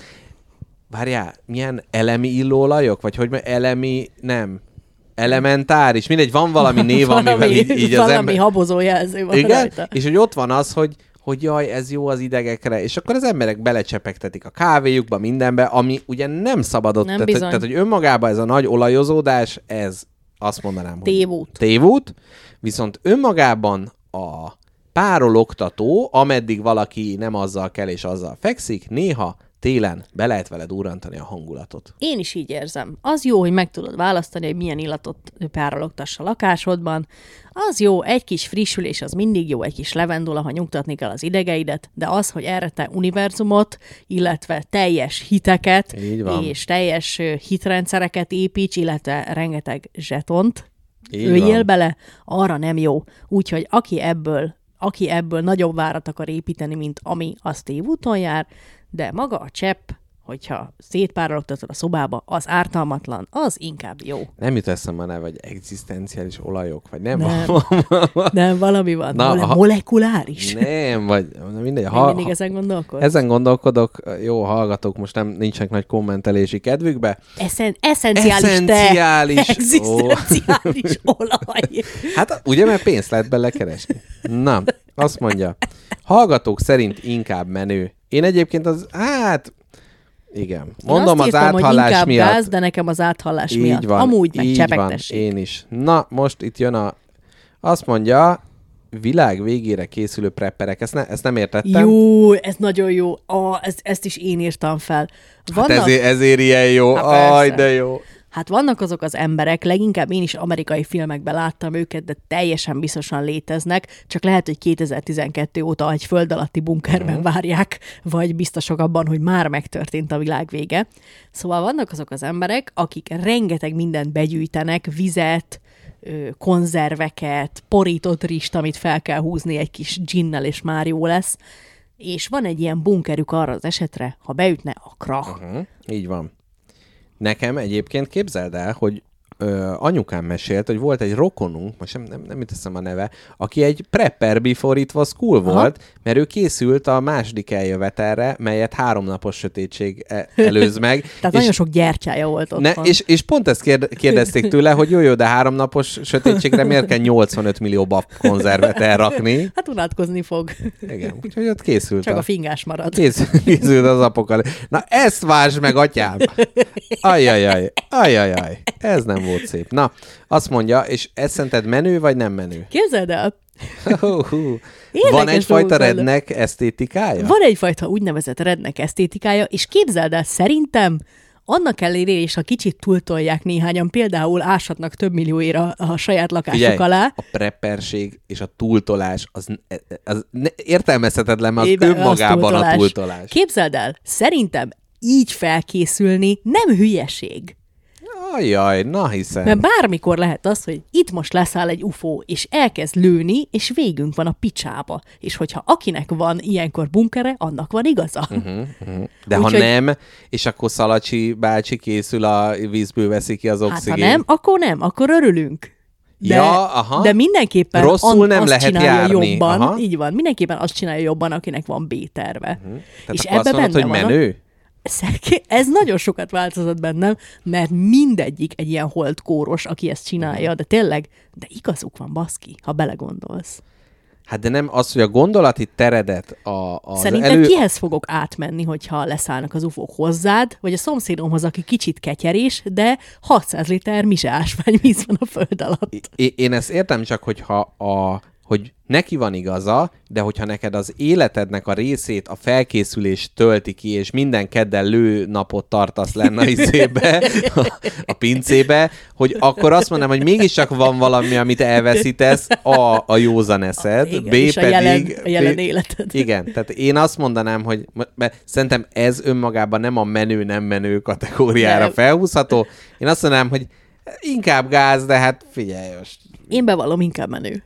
várjál, milyen elemi illóolajok, vagy hogy mondjam, elemi, nem, elementáris, mindegy, van valami név, amivel így, így az valami ember... habozó jelző van Igen, rajta. és hogy ott van az, hogy hogy jaj, ez jó az idegekre, és akkor az emberek belecsepegtetik a kávéjukba, mindenbe, ami ugye nem szabadott, Nem tehát, hogy, bizony. tehát hogy önmagában ez a nagy olajozódás, ez azt mondanám, hogy Tévút. tévút, viszont önmagában a párologtató, ameddig valaki nem azzal kell és azzal fekszik, néha télen be lehet veled durrantani a hangulatot. Én is így érzem. Az jó, hogy meg tudod választani, hogy milyen illatot párologtass a lakásodban. Az jó, egy kis frissülés, az mindig jó, egy kis levendula, ha nyugtatni kell az idegeidet, de az, hogy erre te univerzumot, illetve teljes hiteket, Így van. és teljes ö, hitrendszereket építs, illetve rengeteg zsetont Így öljél van. bele, arra nem jó. Úgyhogy aki ebből, aki ebből nagyobb várat akar építeni, mint ami az tévúton jár, de maga a csepp, hogyha szétpárologtatod a szobába, az ártalmatlan, az inkább jó. Nem jut eszembe a neve, vagy egzisztenciális olajok, vagy nem? Nem. Nem, valami van. Na, Mole- ha- molekuláris. Nem, vagy mindegy. Még mindig ezen gondolkodsz? Ezen gondolkodok, jó, hallgatók, most nem nincsenek nagy kommentelési kedvükbe. Eszen- eszenciális Eszenciális. te. Egzisztenciális olaj. Hát ugye, mert pénzt lehet bele keresni. Na, azt mondja, hallgatók szerint inkább menő. Én egyébként az, hát, igen. Mondom, Én azt az írtam, hogy áthallás inkább miatt. gáz, de nekem az áthallás Így miatt. van, Amúgy meg így van, csepegtessék. én is. Na, most itt jön a, azt mondja, világ végére készülő prepperek. Ezt, ne, ezt nem értettem. Jó, ez nagyon jó. Ah, ez, ezt is én írtam fel. Hát ezért, ezért ilyen jó. Hát Aj, persze. de jó. Hát vannak azok az emberek, leginkább én is amerikai filmekben láttam őket, de teljesen biztosan léteznek, csak lehet, hogy kétezer-tizenkettő óta egy föld alatti bunkerben Mhm. várják, vagy biztosok abban, hogy már megtörtént a világ vége. Szóval vannak azok az emberek, akik rengeteg mindent begyűjtenek, vizet, ö, konzerveket, porított rist, amit fel kell húzni egy kis ginnel, és már jó lesz. És van egy ilyen bunkerük arra az esetre, ha beütne a krach. Uh-huh. Így van. Nekem egyébként képzeld el, hogy ö, anyukám mesélt, hogy volt egy rokonunk, most nem, nem, nem jut eszem a neve, aki egy prepper before it was cool Aha. volt, mert ő készült a második eljövetelre, melyet háromnapos sötétség e- előz meg. Tehát és, nagyon sok gyertyája volt ott. ne, és, és pont ezt kérd, kérdezték tőle, hogy jó, jó, de háromnapos sötétségre miért kell nyolcvanöt millió bab konzervet elrakni? Hát unatkozni fog. Igen, úgyhogy ott készült. Csak a, a fingás marad. készült, készült az apokalipszis. Na ezt vásd meg, atyám! Ajajaj, ajajaj, ez nem volt szép. Na, azt mondja, és ez szerinted menő, vagy nem menő? Képzeld el, Hú, hú. Érdekes Van egyfajta dolgok vannak. redneck esztétikája? van egyfajta úgynevezett redneck esztétikája, és képzeld el, szerintem annak ellenére is, ha kicsit túltolják néhányan, például áshatnak több millióira a saját lakásuk Figyelj, alá. a prepperség és a túltolás az, az értelmezhetetlen, mert az Ébe- az önmagában túltolás. a túltolás. Képzeld el, szerintem így felkészülni nem hülyeség. Ajaj, na hiszem. Mert bármikor lehet az, hogy itt most leszáll egy ufó, és elkezd lőni, és végünk van a picsába. És hogyha akinek van ilyenkor bunkere, annak van igaza. Uh-huh, uh-huh. De Úgyhogy- ha nem, és akkor Szalacsi bácsi készül, a vízből veszi ki az Hát oxigén. ha nem, akkor nem, akkor örülünk. De, Ja, aha. de mindenképpen Rosszul an- nem azt lehet csinálja járni. jobban. Aha. Így van, mindenképpen azt csinálja jobban, akinek van B-terve. Tehát És akkor azt ebbe mondod, hogy benne van a- menő? Ez nagyon sokat változott bennem, mert mindegyik egy ilyen holdkóros, aki ezt csinálja, de tényleg, de igazuk van, baszki, ha belegondolsz. Hát de nem az, hogy a gondolati teredet a, az Szerintem elő... kihez fogok átmenni, hogyha leszállnak az ufók hozzád, vagy a szomszédomhoz, aki kicsit ketyerés, de hatszáz liter mise ásványvíz van a föld alatt. É- én ezt értem, csak hogyha a, hogy neki van igaza, de hogyha neked az életednek a részét a felkészülés tölti ki, és minden keddel lő napot tartasz lenne a izébe, a, a pincébe, hogy akkor azt mondom, hogy mégiscsak van valami, amit elveszítesz, a, a józan eszed, Igen, B és a pedig... jelen, a jelen B- életed. Igen, tehát én azt mondanám, hogy mert szerintem ez önmagában nem a menő-nem menő kategóriára Nem. felhúzható. Én azt mondanám, hogy inkább gáz, de hát figyelj most. Én bevallom, inkább menő.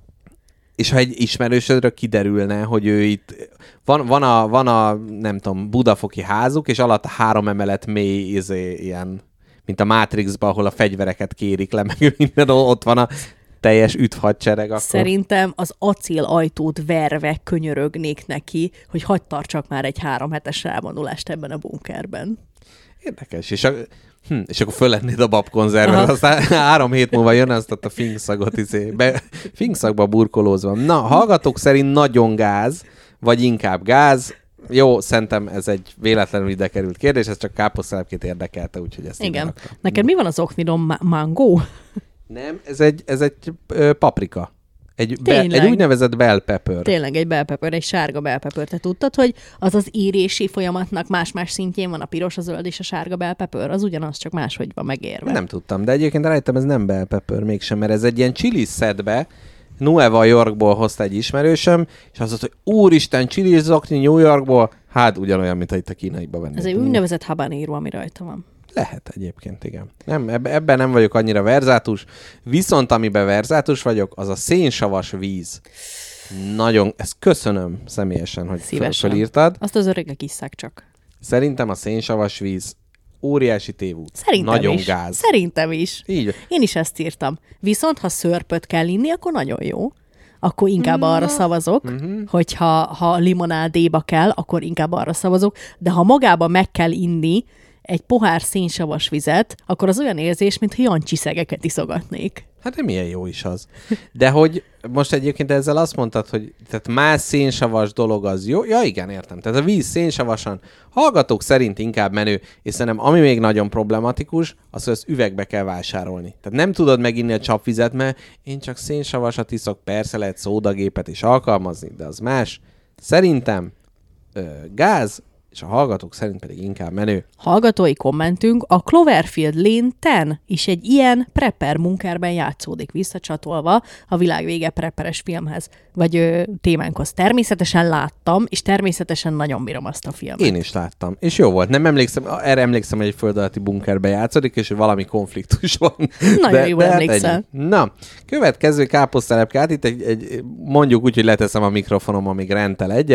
És ha egy ismerősödről kiderülne, hogy ő itt... Van, van, a, van a, nem tudom, budafoki házuk, és alatt a három emelet mély izé, ilyen, mint a Matrixban, ahol a fegyvereket kérik le, meg minden, ott van a teljes ütvhadsereg. Akkor... Szerintem az acél ajtót verve könyörögnék neki, hogy hagyd tartsak már egy három hetes rávonulást ebben a bunkerben. Érdekes. És, a, hm, és akkor föllennéd a babkonzervet, aztán három hét múlva jön azt a fingszagot, izé, be, fingszagba burkolózva. Na, hallgatók szerint nagyon gáz, vagy inkább gáz. Jó, szerintem ez egy véletlenül ide került kérdés, ez csak káposztelepként érdekelte, úgyhogy ezt Igen. ide raktam. Neked mi van az oknidon? Ma- mangó? Nem, ez egy, ez egy ö, paprika. Egy, be, Tényleg? egy úgynevezett bell pepper. Tényleg egy bell pepper, egy sárga bell pepper. Te tudtad, hogy az az írési folyamatnak más-más szintjén van a piros, a zöld és a sárga bell pepper? Az ugyanaz, csak máshogy van megérve. Nem tudtam, de egyébként rájöttem, ez nem bell pepper mégsem, mert ez egy ilyen chili szedbe, Nueva Yorkból hozta egy ismerősöm, és azt mondta, hogy úristen, chili zokni New Yorkból, hát ugyanolyan, mint ha itt a kínaiba vennék. Ez egy úgynevezett habanero, ami rajta van. Lehet egyébként, igen. Nem, eb- ebben nem vagyok annyira verzátus, viszont amiben verzátus vagyok, az a szénsavas víz. Nagyon, ezt köszönöm személyesen, hogy föl- Szívesen. fölírtad. Azt az öregek isszák csak. Szerintem a szénsavas víz óriási tévút. Szerintem Nagyon is. gáz. Szerintem is. Így. Én is ezt írtam. Viszont, ha szörpöt kell inni, akkor nagyon jó. Akkor inkább arra szavazok, uh-huh. hogyha ha limonádéba kell, akkor inkább arra szavazok, de ha magába meg kell inni egy pohár szénsavas vizet, akkor az olyan érzés, mintha Jancsi szegeket iszogatnék. Hát de milyen jó is az. De hogy most egyébként ezzel azt mondtad, hogy tehát más szénsavas dolog az jó. Ja igen, értem. Tehát a víz szénsavasan hallgatók szerint inkább menő, és szerintem ami még nagyon problematikus, az, hogy az üvegbe kell vásárolni. Tehát nem tudod meginni a csapvizet, mert én csak szénsavasat iszok, persze lehet szódagépet is alkalmazni, de az más. Szerintem ö, gáz, és a hallgatók szerint pedig inkább menő. Hallgatói kommentünk, a Cloverfield Lane tíz is egy ilyen prepper munkerben játszódik, visszacsatolva a világvége prepperes filmhez, vagy ö, témánkhoz. Természetesen láttam, és természetesen nagyon bírom azt a filmet. Én is láttam, és jó volt. Nem emlékszem, erre emlékszem, hogy egy föld alatti bunkerben játszódik, és hogy valami konfliktus van. Nagyon jól hát emlékszel. ennyi. Na, következő káposztelepke, hát itt egy, egy, mondjuk úgy, hogy leteszem a mikrofonom, amíg rentel egyet.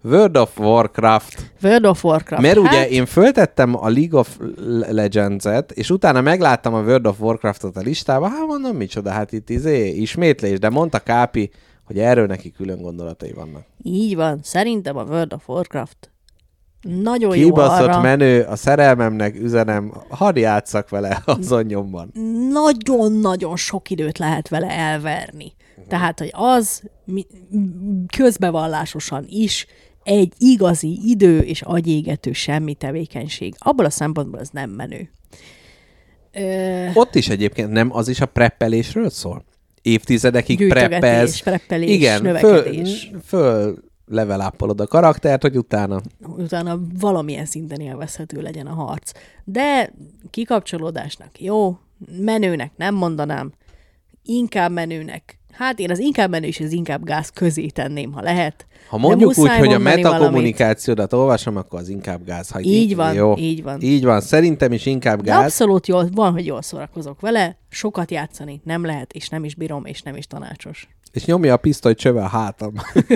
World of Warcraft. World of Warcraft. Mert hát, ugye én föltettem a League of Legends-et, és utána megláttam a World of Warcraft-ot a listába, hát mondom, micsoda, hát itt izé, ismétlés, de mondta Kápi, hogy erről neki külön gondolatai vannak. Így van. Szerintem a World of Warcraft nagyon jó Kibaszott arra. menő, a szerelmemnek üzenem, hadd játsszak vele azon nyomban. Nagyon-nagyon sok időt lehet vele elverni. Tehát, hogy az mi- közbevallásosan is egy igazi idő és agyégető semmi tevékenység. Abból a szempontból az nem menő. Ö, Ott is egyébként nem az is a preppelésről szól? Évtizedekig Gyűjtögetés, preppelsz. preppelés, Igen, növekedés. Föl, föl level up-olod a karaktert, hogy utána. Utána valamilyen szinten élvezhető legyen a harc. De kikapcsolódásnak jó, menőnek nem mondanám, inkább menőnek. Hát én az inkább menő és az inkább gáz közé tenném, ha lehet. Ha De mondjuk úgy, muszáj hogy a mondani metakommunikációdat olvasom, akkor az inkább gáz. Ha Így van, jó. így van. Így van, szerintem is inkább De gáz. abszolút jól, van, hogy jól szórakozok vele, sokat játszani nem lehet, és nem is bírom, és nem is tanácsos. És nyomja a pisztolyt csöve a hátam.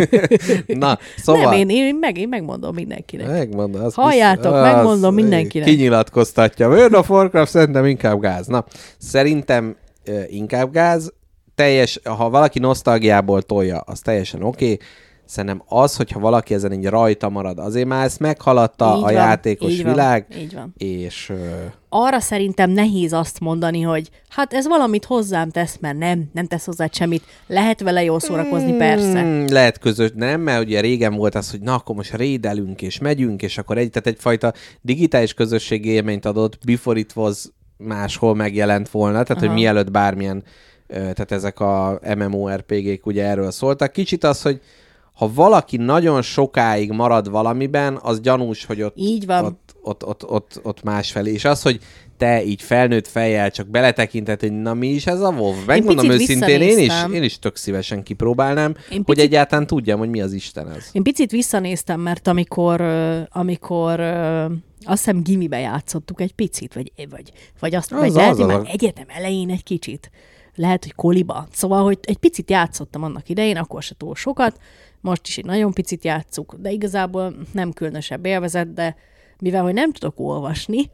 Na, szóval... Nem, én, én, meg, én megmondom mindenkinek. Megmondom. Az Halljátok, az- megmondom mindenkinek. Kinyilatkoztatja. World of Warcraft szerintem inkább gáz. Na, szerintem uh, inkább gáz. Teljes, ha valaki nosztalgiából tolja, az teljesen oké. Okay. Szerintem az, hogyha valaki ezen így rajta marad, azért már ezt meghaladta Így a van, játékos így van, világ. így van. És... Uh, Arra szerintem nehéz azt mondani, hogy hát ez valamit hozzám tesz, mert nem, nem tesz hozzá semmit. Lehet vele jól szórakozni, persze. Hmm, lehet közös, nem, mert ugye régen volt az, hogy na, akkor most rédelünk, és megyünk, és akkor egy, tehát egyfajta digitális közösségi élményt adott, before it was máshol megjelent volna, tehát Aha. hogy mielőtt bármilyen, ö, tehát ezek a MMORPG-k ugye erről szóltak. Kicsit az, hogy ha valaki nagyon sokáig marad valamiben, az gyanús, hogy ott, Így van. ott, ott, ott, ott, ott másfelé. És az, hogy te így felnőtt fejjel csak beletekintett, hogy na mi is ez a WoW? Megmondom picit őszintén, én is, visszanéztem. én is tök szívesen kipróbálnám, Én hogy picit- egyáltalán tudjam, hogy mi az Isten ez. Én picit visszanéztem, mert amikor, ö, amikor ö, azt hiszem gimibe játszottuk egy picit, vagy, vagy, vagy, azt, Az vagy az, lehet, az hogy az. már egyetem elején egy kicsit. Lehet, hogy koliba. Szóval, hogy egy picit játszottam annak idején, akkor se túl sokat, most is egy nagyon picit játszuk, de igazából nem különösebb élvezet, de mivel, hogy nem tudok olvasni,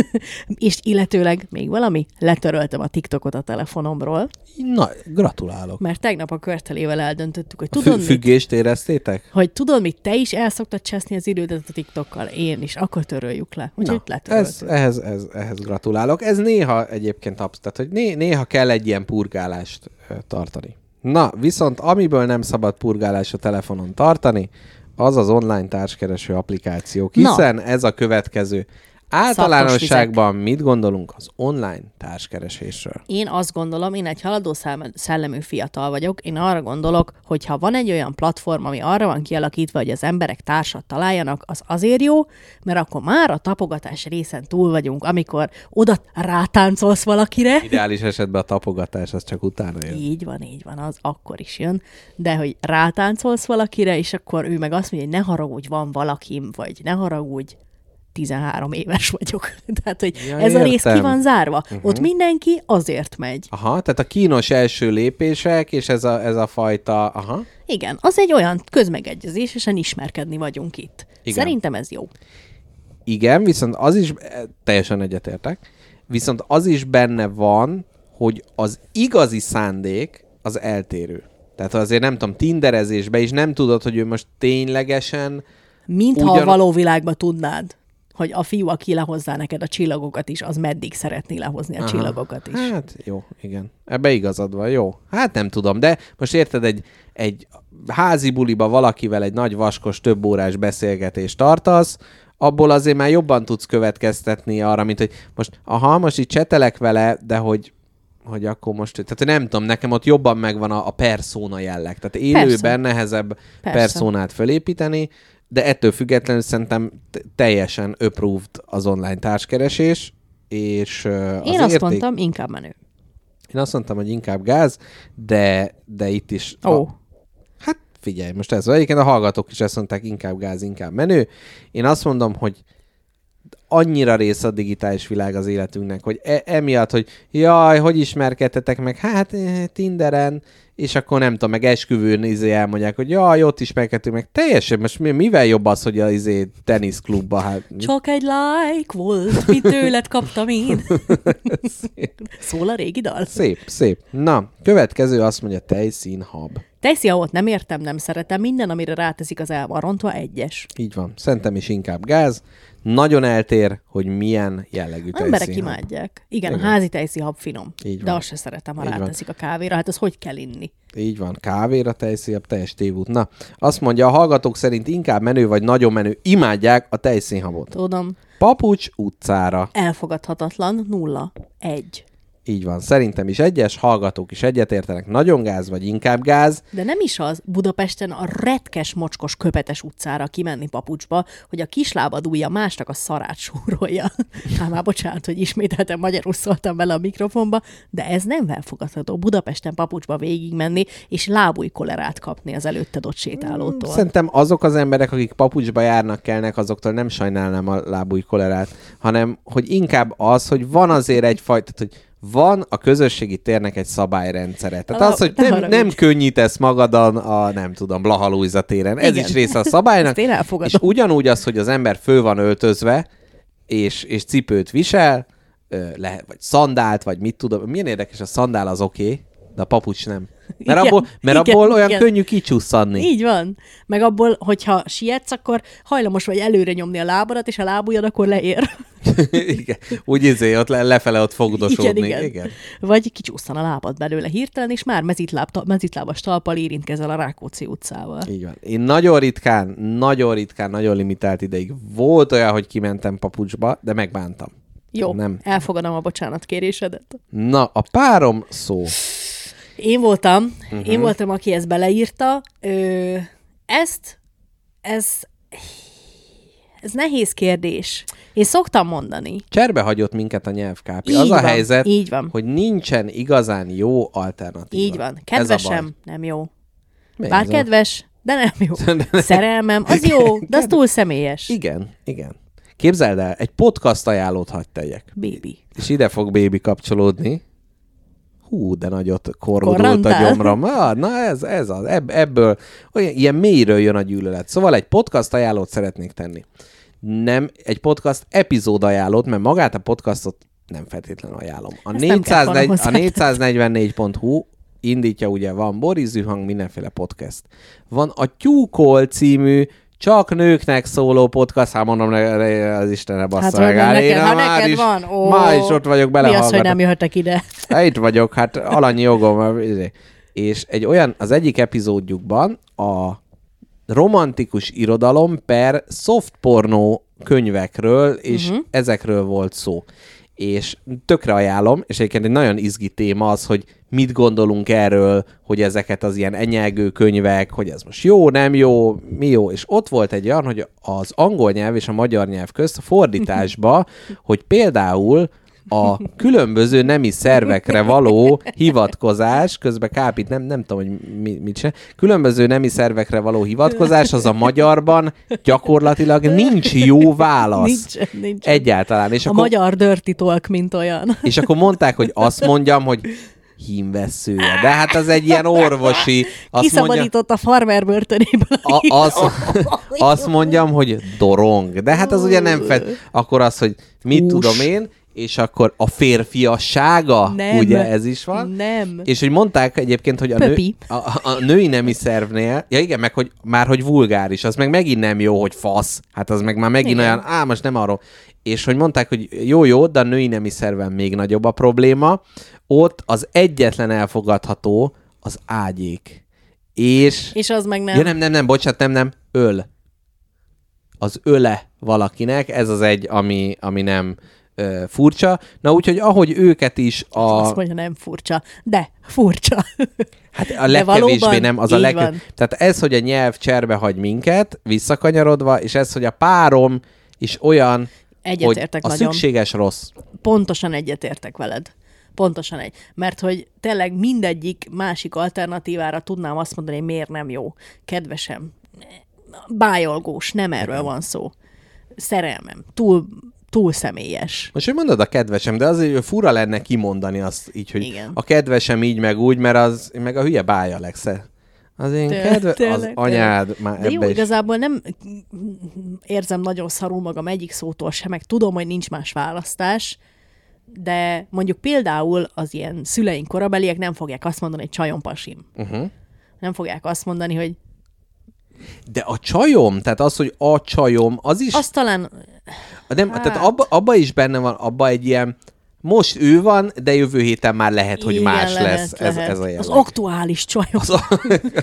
és illetőleg még valami, letöröltem a TikTokot a telefonomról, Na, gratulálok. mert tegnap a körtelével eldöntöttük, hogy Fü- tudod mit? függést éreztétek? Hogy tudod mit, te is el szoktad cseszni az idődet a TikTokkal, én is, akkor töröljük le. Úgyhogy Na, ez, letöröltük. ehhez, ez, ehhez gratulálok. Ez néha egyébként absz, tehát, hogy né, néha kell egy ilyen purgálást ö, tartani. Na, viszont amiből nem szabad purgálás a telefonon tartani, az az online társkereső applikációk, hiszen Na. ez a következő. Általánosságban mit gondolunk az online társkeresésről? Én azt gondolom, én egy haladó szám- szellemű fiatal vagyok, én arra gondolok, hogy ha van egy olyan platform, ami arra van kialakítva, hogy az emberek társat találjanak, az azért jó, mert akkor már a tapogatás részen túl vagyunk, amikor oda rátáncolsz valakire. Ideális esetben a tapogatás, az csak utána jön. Így van, így van, az akkor is jön. De hogy rátáncolsz valakire, és akkor ő meg azt mondja, hogy ne haragudj, van valakim, vagy ne haragudj, tizenhárom éves vagyok. Tehát, hogy Ja, ez a rész értem. ki van zárva. Uh-huh. Ott mindenki azért megy. Aha, tehát a kínos első lépések, és ez a, ez a fajta... Aha. Igen, az egy olyan közmegegyezésesen ismerkedni vagyunk itt. Igen. Szerintem ez jó. Igen, viszont az is, teljesen egyetértek, viszont az is benne van, hogy az igazi szándék az eltérő. Tehát azért nem tudom, tinderezésbe is nem tudod, hogy ő most ténylegesen... Mintha Ugyan- a való világban tudnád, hogy a fiú, aki lehozzá neked a csillagokat is, az meddig szeretné lehozni a Aha. csillagokat is. Hát jó, igen. Ebbe igazad van, jó. Hát nem tudom, de most érted, egy, egy házi buliba valakivel egy nagy vaskos, több órás beszélgetést tartasz, abból azért már jobban tudsz következtetni arra, mint hogy most, aha, most itt csetelek vele, de hogy hogy akkor most, tehát nem tudom, nekem ott jobban megvan a, a persona jelleg. Tehát élőben Persze. nehezebb Persze. personát fölépíteni, de ettől függetlenül szerintem t- teljesen approved az online társkeresés, és uh, az Én azt érték... mondtam, inkább menő. Én azt mondtam, hogy inkább gáz, de, de itt is... Ó. A... Hát figyelj, most ez van. Egyébként a hallgatók is ezt mondták, inkább gáz, inkább menő. Én azt mondom, hogy annyira része a digitális világ az életünknek, hogy e- emiatt, hogy jaj, hogy ismerkedtetek meg? Hát eh, Tinderen, és akkor nem tudom, meg esküvőn izé elmondják, hogy jaj, ott ismerkedtünk meg. Teljesen, most mi, mivel jobb az, hogy a izé, teniszklubba? Hát, Csak egy like volt, mit tőled kaptam én. Szól a régi dal. Szép, szép. Na, következő azt mondja, tejszínhab. Tejszínhabot nem értem, nem szeretem. Minden, amire ráteszik, az el van rontva, egyes. Így van. Szerintem is inkább gáz. Nagyon eltér, hogy milyen jellegű Az emberek tejszínhab. imádják. Igen, Igen. a házi tejszínhab finom. Így De van. azt se szeretem, ha Így van. ráteszik a kávéra. Hát az hogy kell inni? Így van, kávéra tejszínhab, teljes tévút. Na, azt mondja, a hallgatók szerint inkább menő vagy nagyon menő. Imádják a tejszínhabot. Tudom. Papucs utcára. Elfogadhatatlan, nulla, egy. Így van, szerintem is egyes, hallgatók is egyetértenek. Nagyon gáz vagy inkább gáz. De nem is az Budapesten a retkes, mocskos, köpetes utcára kimenni papucsba, hogy a kislábad ujja másnak a szarát súrolja. Hát már bocsánat, hogy ismételten magyarul szóltam bele a mikrofonba, de ez nem elfogadható. Budapesten papucsba végigmenni, és lábúj kolerát kapni az előtted ott sétálótól. Szerintem azok az emberek, akik papucsba járnak, kelnek, azoktól nem sajnálnám a lábúj kolerát, hanem hogy inkább az, hogy van azért egyfajta, hogy van a közösségi térnek egy szabályrendszere. Tehát az, hogy nem, nem könnyítesz magadon a, nem tudom, Blaha Lujza téren. Ez Igen. is része a szabálynak. Ezt én elfogadom. És ugyanúgy az, hogy az ember föl van öltözve, és, és cipőt visel, lehet, vagy szandált, vagy mit tudom. Milyen érdekes, a szandál az oké, okay, de a papucs nem. Mert Igen, abból, mert igen, abból olyan igen. könnyű kicsusszanni. Így van. Meg abból, hogyha sietsz, akkor hajlamos vagy előre nyomni a lábadat, és a lábujjad akkor leér. Igen. Úgy izé, ott le, lefele ott fogdosódni. Igen, igen. igen. Vagy kicsúsztan a lábad belőle hirtelen, és már mezitláb, ta, mezitlábas talppal érintkezel a Rákóczi utcával. Így van. Én nagyon ritkán, nagyon ritkán, nagyon limitált ideig volt olyan, hogy kimentem papucsba, de megbántam. Jó, Nem. elfogadom a bocsánatkérésedet. Na, a párom szó. Én voltam, Mhm. uh-huh. én voltam, aki ezt beleírta. Ö, ezt, ez, ez nehéz kérdés. Én szoktam mondani. Cserbe hagyott minket a nyelvkápi. Így Az a van, helyzet, így van. hogy nincsen igazán jó alternatíva. Így van. Ez a Kedvesem, nem jó. baj. Bár Ez a- kedves, de nem jó. Szerelmem, az jó, de az túl személyes. Igen, igen. Képzeld el, egy podcast ajánlót hadd tegyek. Baby. És ide fog Baby kapcsolódni. Hú, de nagyot korrodult a Korrantál? gyomrom. Ah, na ez, ez az, ebb, ebből olyan, ilyen mélyről jön a gyűlölet. Szóval egy podcast ajánlót szeretnék tenni. Nem egy podcast epizód ajánlót, mert magát a podcastot nem feltétlenül ajánlom. A, Ezt nem kell négyszázegy, a hozzátenni. négyszáznegyvennégy pont hu indítja, ugye van Boris Zühang, mindenféle podcast. Van a Tyúkol című csak nőknek szóló podcast, hát mondom, az Istenre bassza Hát, meg. hogy Hát neked- én ha már neked is, van, ó. már is ott vagyok, Mi az, hogy belehallgatok. nem jöhetek ide? Hát itt vagyok, hát alanyi jogom. És egy olyan, az egyik epizódjukban a romantikus irodalom per soft pornó könyvekről, és uh-huh. ezekről volt szó. És tökre ajánlom, és egyébként egy nagyon izgi téma az, hogy mit gondolunk erről, hogy ezeket az ilyen enyelgő könyvek, hogy ez most jó, nem jó, mi jó. És ott volt egy olyan, hogy az angol nyelv és a magyar nyelv közt a fordításba, hogy például a különböző nemi szervekre való hivatkozás, közben Kápit nem, nem tudom, hogy mi, mit se, különböző nemi szervekre való hivatkozás, az a magyarban gyakorlatilag nincs jó válasz. Nincs, nincs. Egyáltalán. És A akkor, magyar dirty talk, mint olyan. és akkor mondták, hogy azt mondjam, hogy hímvesszője. De hát az egy ilyen orvosi. Azt mondja, Kiszabadított a farmer börtönéből. a, az, azt mondjam, hogy dorong. De hát az ugye nem fed. Akkor az, hogy mit Hús. tudom én, és akkor a férfiassága, Nem. ugye ez is van. Nem. És hogy mondták egyébként, hogy a, nő, Pöpi. a, a női nemi szervnél, ja igen, meg hogy már hogy vulgáris, az meg megint nem jó, hogy fasz. Hát az meg már megint Igen. olyan, á, most nem arról. És hogy mondták, hogy jó, jó, de a női nemi szerven még nagyobb a probléma. Ott az egyetlen elfogadható az ágyék. És... És az meg nem. Ja, nem, nem, nem, bocsánat, nem, nem, öl. Az öle valakinek, ez az egy, ami, ami nem ö, furcsa. Na úgyhogy ahogy őket is a... Azt mondja, nem furcsa. De furcsa. Hát a legkevésbé valóban nem, az a így leg... van. Tehát ez, hogy a nyelv cserbe hagy minket, visszakanyarodva, és ez, hogy a párom is olyan, hogy Egyetértek a nagyon. szükséges rossz. Pontosan egyetértek veled. Pontosan egy. Mert hogy tényleg mindegyik másik alternatívára tudnám azt mondani, hogy miért nem jó. Kedvesem, bájolgós, nem erről van szó. Szerelmem, túl, túl személyes. Most, hogy mondod a kedvesem, de azért fura lenne kimondani azt így, hogy Igen. a kedvesem így meg úgy, mert az meg a hülye bája legsze. Az én Tényleg, kedve... tényleg, az anyád már De jó, ebbe is. igazából nem érzem nagyon szarul magam egyik szótól sem, meg tudom, hogy nincs más választás, de mondjuk például az ilyen szüleink korabeliek nem fogják azt mondani, hogy csajom pasim. Uh-huh. Nem fogják azt mondani, hogy De a csajom, tehát az, hogy a csajom, az is... azt talán... Nem, hát... tehát abba, abba is benne van, abba egy ilyen... Most ő van, de jövő héten már lehet, hogy Igen, más lehet, lesz. lehet. Ez, ez a jelleg. Az aktuális csajom. Az a...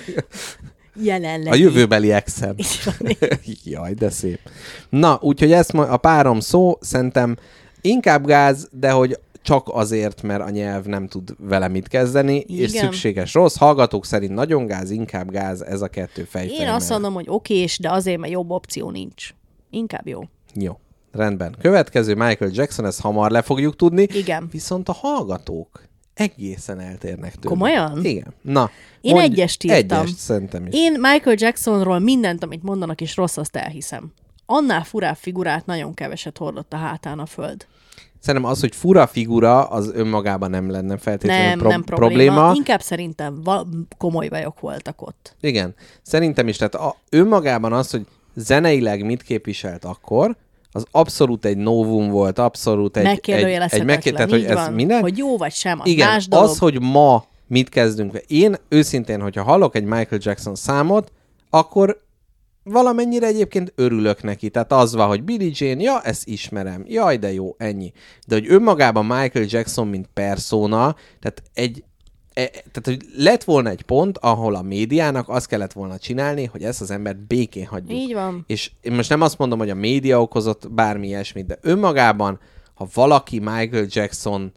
Jelenleg. A jövőbeli exem. Így van. Jaj, de szép. Na, úgyhogy ezt ma- a párom szó, szerintem inkább gáz, de hogy csak azért, mert a nyelv nem tud vele mit kezdeni, Igen. és szükséges rossz. Hallgatók szerint nagyon gáz, inkább gáz, ez a kettő fejfejmel. Én azt mondom, hogy okés, de azért, mert jobb opció nincs. Inkább jó. Jó, rendben. Következő Michael Jackson, ezt hamar le fogjuk tudni. Igen. Viszont a hallgatók egészen eltérnek tőle. Komolyan? Igen. Na, Én mondj- egyest írtam. Egyest, szerintem is. Én Michael Jacksonról mindent, amit mondanak, és rossz, azt elhiszem. Annál furább figurát nagyon keveset hordott a hátán a föld. Szerintem az, hogy fura figura, az önmagában nem lenne feltétlenül Nem, pro- nem probléma. probléma. Inkább szerintem val- komoly bajok voltak ott. Igen. Szerintem is. Tehát a, önmagában az, hogy zeneileg mit képviselt akkor, az abszolút egy novum volt, abszolút egy... Megkérdőjelezhetetlen, egy, egy megkérdő, így hogy ez van. minden. Hogy jó vagy sem, az Igen, más dolog. az, hogy ma mit kezdünk vele. Én őszintén, hogyha hallok egy Michael Jackson számot, akkor valamennyire egyébként örülök neki. Tehát az van, hogy Billie Jean, ja, ezt ismerem. Jaj, de jó, ennyi. De hogy önmagában Michael Jackson, mint persona, tehát egy e, tehát, hogy lett volna egy pont, ahol a médiának azt kellett volna csinálni, hogy ezt az embert békén hagyjuk. Így van. És én most nem azt mondom, hogy a média okozott bármi ilyesmit, de önmagában, ha valaki Michael Jackson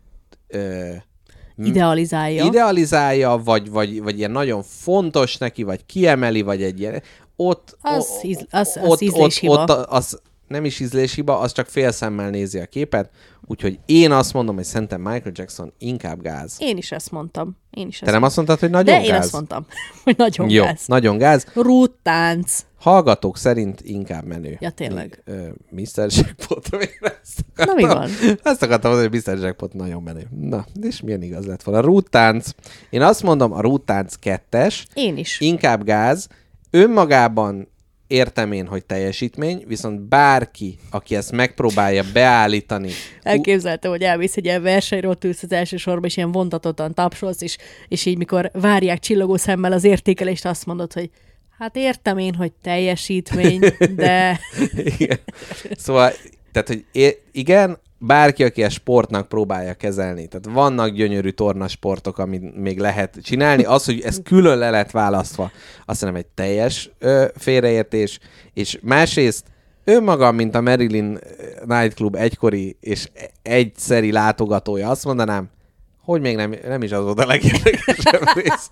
ö, Idealizálja. idealizálja, vagy, vagy, vagy ilyen nagyon fontos neki, vagy kiemeli, vagy egy ilyen... Ott, Az o- íz- az- az ott, ízléshiba. ott, ott az nem is ízléshiba, az csak félszemmel nézi a képet. Úgyhogy én azt mondom, hogy szerintem Michael Jackson inkább gáz. Én is ezt mondtam. Én is Te ezt nem azt mondtad, hogy nagyon De gáz? én azt mondtam, hogy nagyon Jó, gáz. nagyon gáz. Rúttánc. Hallgatók szerint inkább menő. Ja, tényleg. Mi, ö, miszter Jackpot. Ezt Na, mi van? Ezt akartam mondani, hogy miszter Jackpot nagyon menő. Na, és milyen igaz lett volna. A rúttánc. Én azt mondom, a rúttánc kettes. Én is. Inkább gáz. Önmagában értem én, hogy teljesítmény, viszont bárki, aki ezt megpróbálja beállítani... Elképzelte, hogy elmész egy ilyen versenyről, ott ülsz az első sorban, és ilyen vontatottan tapsolsz, és, és így mikor várják csillogó szemmel az értékelést, azt mondod, hogy hát értem én, hogy teljesítmény, de... Igen. Szóval, tehát, hogy é- igen, bárki, aki a sportnak próbálja kezelni. Tehát vannak gyönyörű tornasportok, amit még lehet csinálni. Az, hogy ez külön le lett választva, azt hiszem egy teljes ö, félreértés. És másrészt önmagam, mint a Marilyn Nightclub egykori és egyszeri látogatója, azt mondanám, hogy még nem, nem is az volt a legérdekesebb rész.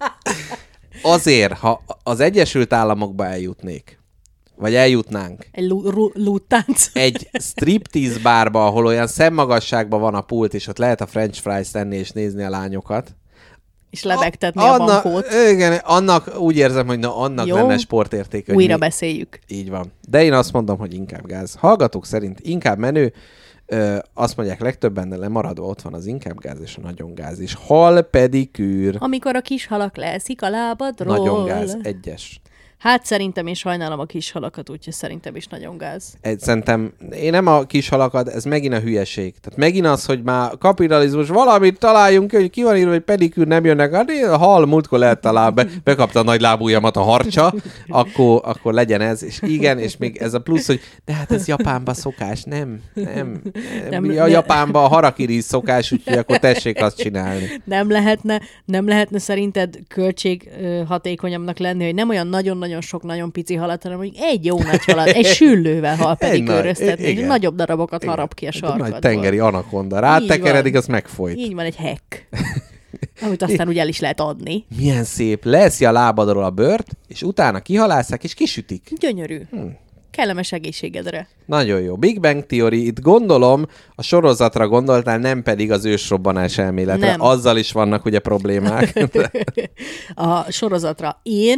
Azért, ha az Egyesült Államokba eljutnék, vagy eljutnánk, Egy lúttánc. egy striptease bárba, ahol olyan szemmagasságban van a pult, és ott lehet a french fries tenni és nézni a lányokat. És lebegtetni a, a annak, bankót. Igen, annak úgy érzem, hogy na, annak Jó. lenne sportértéke. hogy Újra mi- beszéljük. Így van. De én azt mondom, hogy inkább gáz. Hallgatók szerint inkább menő, ö, azt mondják legtöbben, de lemaradva ott van az inkább gáz és a nagyon gáz is. Hal pedikűr. Amikor a kis halak leeszik a lábadról. Nagyon gáz. Egyes. Hát szerintem én sajnálom a kis halakat, úgyhogy szerintem is nagyon gáz. Egy, szerintem én nem a kis halakat, ez megint a hülyeség. Tehát megint az, hogy már kapitalizmus, valamit találjunk ki, hogy ki van írva, hogy pedikűr nem jönnek. Hát a hal múltkor lehet talán, be, bekapta a nagy lábujjamat a harcsa, akkor, akkor legyen ez. És igen, és még ez a plusz, hogy de hát ez Japánban szokás. Nem, nem. nem. Nem, A ne- Japánban a harakiri szokás, úgyhogy akkor tessék azt csinálni. Nem lehetne, nem lehetne szerinted költség ö, hatékonyabbnak lenni, hogy nem olyan nagyon-nagyon sok, nagyon pici halat, hanem mondjuk egy jó nagy halat, egy süllővel hal pedig Egy nagy- köröztetni, és igen. nagyobb darabokat Igen. harap ki a Egy sarkadból. nagy tengeri anakonda. Rátekeredik, az megfolyt. Így van egy hack, amit aztán úgy el is lehet adni. Milyen szép. Leszi a lábadról a bőrt, és utána kihalásszák, és kisütik. Gyönyörű. Hmm. Kellemes egészségedre. Nagyon jó. Big Bang Theory, itt gondolom a sorozatra gondoltál, nem pedig az ősrobbanás elméletre. Nem. Azzal is vannak ugye problémák. A sorozatra én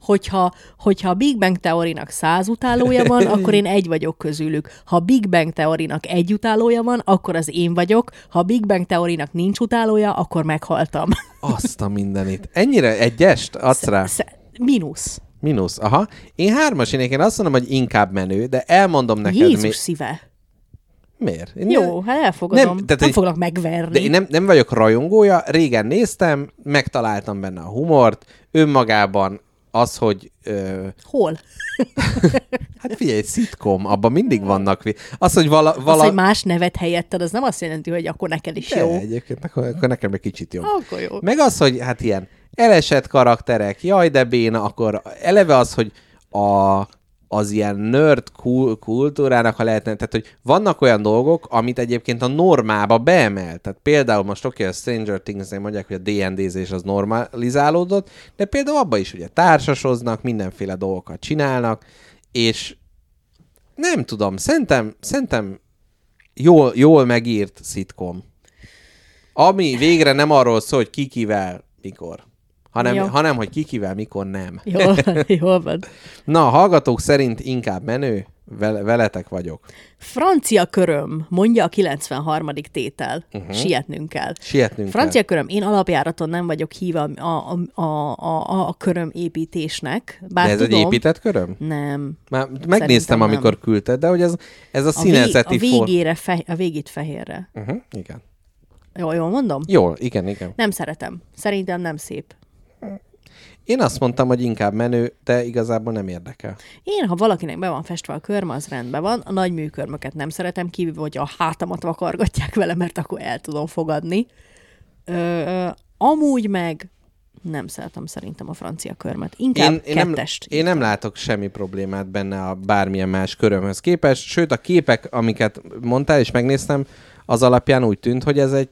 hogyha, hogyha a Big Bang teórinak száz utálója van, akkor én egy vagyok közülük. Ha a Big Bang teórinak egy utálója van, akkor az én vagyok. Ha a Big Bang teórinak nincs utálója, akkor meghaltam. Azt a mindenit. Ennyire egyest adsz rá? Sz- Mínusz. Mínusz, aha. Én hármas énék, én azt mondom, hogy inkább menő, de elmondom neked... Jézus mi... szíve. Miért? Én Jó, hát elfogadom. Nem, tehát, nem hogy- foglak megverni. De én nem, nem vagyok rajongója, régen néztem, megtaláltam benne a humort, önmagában az, hogy... Ö... Hol? Hát figyelj, egy szitkom, abban mindig vannak... Vi... Az, hogy vala... vala... Az, hogy más nevet helyetted, az nem azt jelenti, hogy akkor neked is De, jó. egyébként akkor, akkor nekem egy kicsit jobb. Akkor jó. Meg az, hogy hát ilyen elesett karakterek, jaj de béna, akkor eleve az, hogy a, az ilyen nerd kul- kultúrának, ha lehetne, tehát hogy vannak olyan dolgok, amit egyébként a normába beemel. Tehát például most oké, a Stranger Things-nél mondják, hogy a dé en dé-zés az normalizálódott, de például abban is ugye társasoznak, mindenféle dolgokat csinálnak, és nem tudom, szerintem, szerintem jól, jól megírt szitkom. Ami végre nem arról szól, hogy ki kivel, mikor. Hanem, Jó. hanem hogy ki kivel, mikor nem. Jól van, jól van. Na, a hallgatók szerint inkább menő, vele, veletek vagyok. Francia köröm, mondja a kilencvenharmadik tétel. Uh-huh. Sietnünk kell. Sietnünk Francia köröm, én alapjáraton nem vagyok híva a, a, a, a, a köröm építésnek. Bár De ez tudom, egy épített köröm? Nem. Már megnéztem, Szerintem amikor nem. küldted, de hogy ez, ez a A, vég, színezeti a, for... végére fe, a végét fehérre. Uh-huh, igen. Jól, jól mondom? Jól, igen, igen. Nem szeretem. Szerintem nem szép. Én azt mondtam, hogy inkább menő, de igazából nem érdekel. Én, ha valakinek be van festve a körme, az rendben van. A nagy műkörmöket nem szeretem, kívül, hogy a hátamat vakargatják vele, mert akkor el tudom fogadni. Ö, amúgy meg nem szeretem szerintem a francia körmet. Inkább Én, én, nem, kettest. én nem látok semmi problémát benne a bármilyen más körömhöz képest, sőt a képek, amiket mondtál és megnéztem, az alapján úgy tűnt, hogy ez egy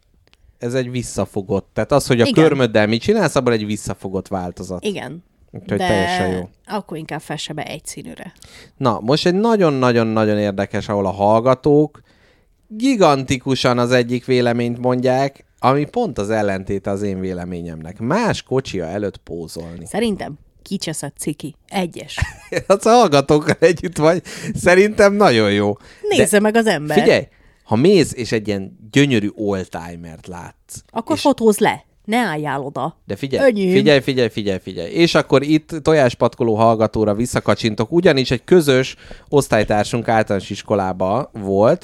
ez egy visszafogott. Tehát az, hogy a Igen. körmöddel mit csinálsz, abban egy visszafogott változat. Igen. Úgyhogy de teljesen jó. akkor inkább fesse be egy színűre. Na, most egy nagyon-nagyon-nagyon érdekes, ahol a hallgatók gigantikusan az egyik véleményt mondják, ami pont az ellentéte az én véleményemnek. Más kocsia előtt pózolni. Szerintem kicseszett ciki. Egyes. Az a hallgatókkal együtt vagy. Szerintem nagyon jó. Nézze De meg az ember. figyelj, ha mész és egy ilyen gyönyörű oldtimert látsz. Akkor és... fotózz le. Ne álljál oda. De figyelj, Önyém. figyelj, figyelj, figyelj, figyelj. És akkor itt tojáspatkoló hallgatóra visszakacsintok, ugyanis egy közös osztálytársunk általános iskolába volt,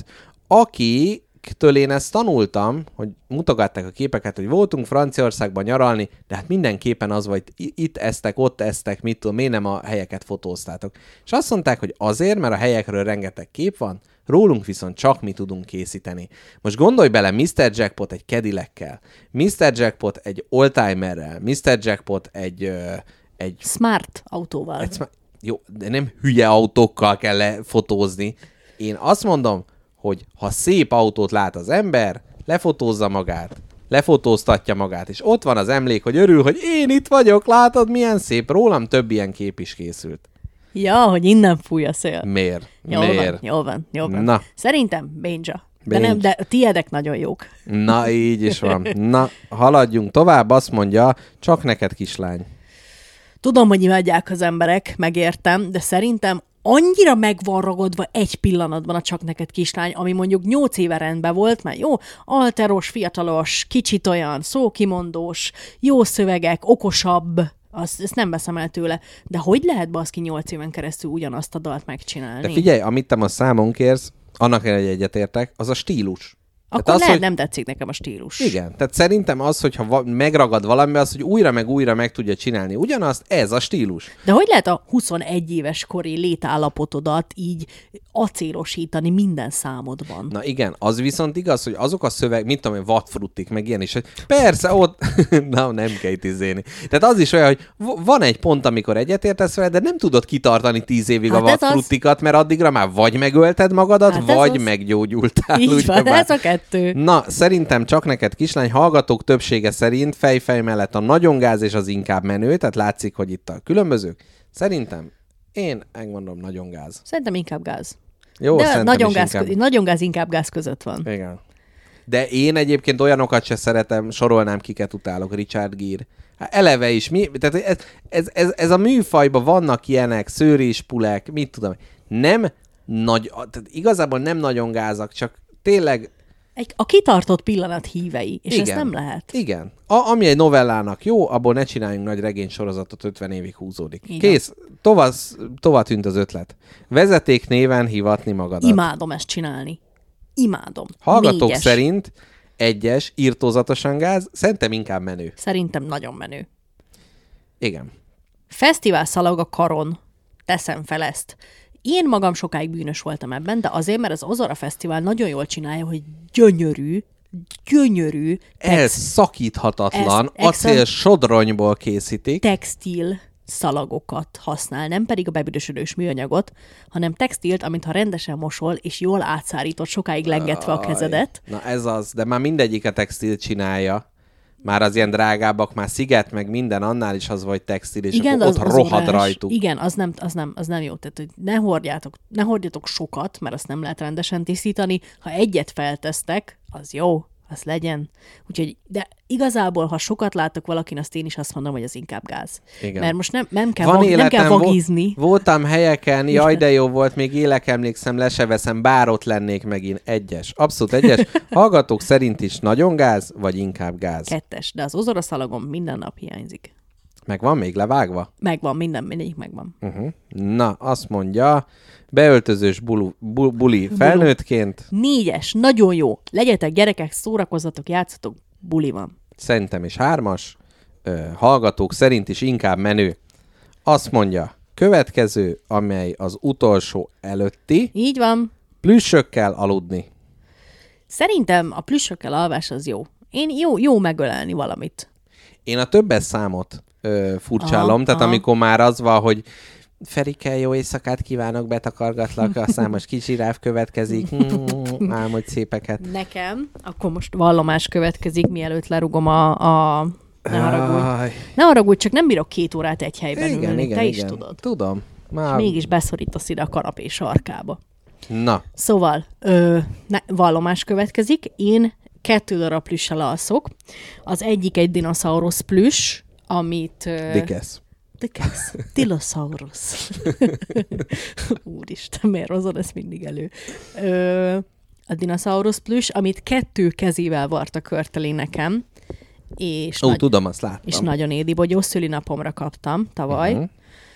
akiktől én ezt tanultam, hogy mutogatták a képeket, hogy voltunk Franciaországban nyaralni, de hát mindenképpen az, hogy itt eztek, ott eztek, mit tudom, miért nem a helyeket fotóztátok. És azt mondták, hogy azért, mert a helyekről rengeteg kép van, rólunk viszont csak mi tudunk készíteni. Most gondolj bele, miszter Jackpot egy Cadillackel, miszter Jackpot egy oldtimerrel, miszter Jackpot egy... Ö, egy Smart autóval. egy szma- jó, de nem hülye autókkal kell lefotózni. Én azt mondom, hogy ha szép autót lát az ember, lefotózza magát, lefotóztatja magát, és ott van az emlék, hogy örül, hogy én itt vagyok, látod, milyen szép, rólam több ilyen kép is készült. Ja, hogy innen fúj a szél. Miért? Jól Miért? van, jól van, jól van. Na. Szerintem Bénja. De Bénj. nem, de a tiédek nagyon jók. Na, így is van. Na, haladjunk tovább, azt mondja, csak neked kislány. Tudom, hogy imádják az emberek, megértem, de szerintem annyira meg van ragadva egy pillanatban a csak neked kislány, ami mondjuk nyolc éve rendben volt, mert jó, alteros, fiatalos, kicsit olyan, szókimondós, jó szövegek, okosabb, azt, ezt nem veszem el tőle. De hogy lehet baszki nyolc éven keresztül ugyanazt a dalt megcsinálni? De figyelj, amit te most számon kérsz, annak ellenére, hogy egyetértek, az a stílus. Akkor Tehát az, lehet, hogy... nem tetszik nekem a stílus. Igen, tehát szerintem az, hogyha va- megragad valami, az, hogy újra meg újra meg tudja csinálni ugyanazt, ez a stílus. De hogy lehet a huszonegy éves kori létállapotodat így acélosítani minden számodban? Na igen, az viszont igaz, hogy azok a szöveg, mit tudom én, vadfruttik, meg ilyen is, hogy persze ott, na nem kell itt izélni. Tehát az is olyan, hogy v- van egy pont, amikor egyetértesz vele, de nem tudod kitartani tíz évig Hát a ez vadfruttikat, mert addigra már vagy megölted magadat, Hát ez vagy az. meggyógyultál. Így ugye van, már. ez a kettő. Na, szerintem csak neked kislány, hallgatók többsége szerint fejfej mellett a nagyon gáz és az inkább menő, tehát látszik, hogy itt a különbözők. Szerintem én megmondom nagyon gáz. Szerintem inkább gáz. Jó, De szerintem nagyon is gáz, inkább. nagyon gáz inkább gáz között van. Igen. De én egyébként olyanokat se szeretem, sorolnám, kiket utálok, Richard Gere. Hát eleve is, mi, tehát ez, ez, ez, ez a műfajban vannak ilyenek, szőréspulek, mit tudom, nem nagy, tehát igazából nem nagyon gázak, csak tényleg... Egy, a kitartott pillanat hívei, és igen, ez nem lehet. Igen. A, ami egy novellának jó, abból ne csináljunk nagy regénysorozatot, ötven évig húzódik. Igen. Kész, tovább, tovább tűnt az ötlet. Vezeték néven hivatni magadat. Imádom ezt csinálni. Imádom. Hallgatók Négyes. szerint egyes, irtózatosan gáz, szerintem inkább menő. Szerintem nagyon menő. Igen. Fesztivál szalag a karon. Teszem fel ezt. Én magam sokáig bűnös voltam ebben, de azért, mert az Ozora Fesztivál nagyon jól csinálja, hogy gyönyörű, gyönyörű tex- Elszakíthatatlan, Ez- acél exem- sodronyból készítik. textil szalagokat használ, nem pedig a bebüdösödős műanyagot, hanem textilt, amintha rendesen mosol, és jól átszárított, sokáig lengetve a kezedet. Na ez az, de már mindegyik a textil csinálja. Már az ilyen drágábbak, már sziget, meg minden, annál is az vagy textil, és Igen, akkor de ott az, az rohad órás. rajtuk. Igen, az nem, az, nem, az nem jó. Tehát, hogy ne hordjátok, ne hordjatok sokat, mert azt nem lehet rendesen tisztítani. Ha egyet feltesztek, az jó, az legyen. Úgyhogy, de igazából, ha sokat látok valakin, azt én is azt mondom, hogy az inkább gáz. Igen. Mert most nem, nem, kell, Van vag, nem életem, kell vo- vagizni. voltam helyeken, jaj, de jó volt, még élek, emlékszem, le se veszem, bár ott lennék megint. Egyes. Abszolút egyes. Hallgatók szerint is nagyon gáz, vagy inkább gáz? Kettes, de az Ozora szalagom minden nap hiányzik. Meg van még levágva? Megvan, minden, mindegyik megvan. Uh-huh. Na, azt mondja, beöltözős bulu, bu, buli felnőttként, Négyes, nagyon jó. Legyetek gyerekek, szórakozzatok, játszatok, buli van. szerintem is hármas, ö, hallgatók szerint is inkább menő. Azt mondja, következő, amely az utolsó előtti, Így van. plüssökkel aludni. Szerintem a plüssökkel alvás az jó. Én jó, jó megölelni valamit. Én a többes számot ö, furcsálom, Aha, tehát aha. amikor már az van, hogy Ferike, jó éjszakát kívánok, betakargatlak, a számos kicsi ráv következik, mm, álmodj szépeket. Nekem, akkor most vallomás következik, mielőtt lerugom a... a... Ne haragudj. Aj, Ne haragudj, csak nem bírok két órát egy helyben igen, ülni. igen, Te igen. is tudod. Tudom. És Már... mégis beszorítasz ide a kanapé sarkába. Na, Szóval, ö, ne, vallomás következik. Én kettő darab plüssel alszok. Az egyik egy dinoszaurusz plüss, amit... Ö, Dikesz. Dikesz. Dilosaurus. Úristen, miért hozod ezt mindig elő? Ö, a dinoszaurusz plüss, amit kettő kezével vart a körteli nekem, és, Ó, nagy, tudom, azt láttam. és nagyon édibogyó szülinapomra kaptam tavaly, Mhm.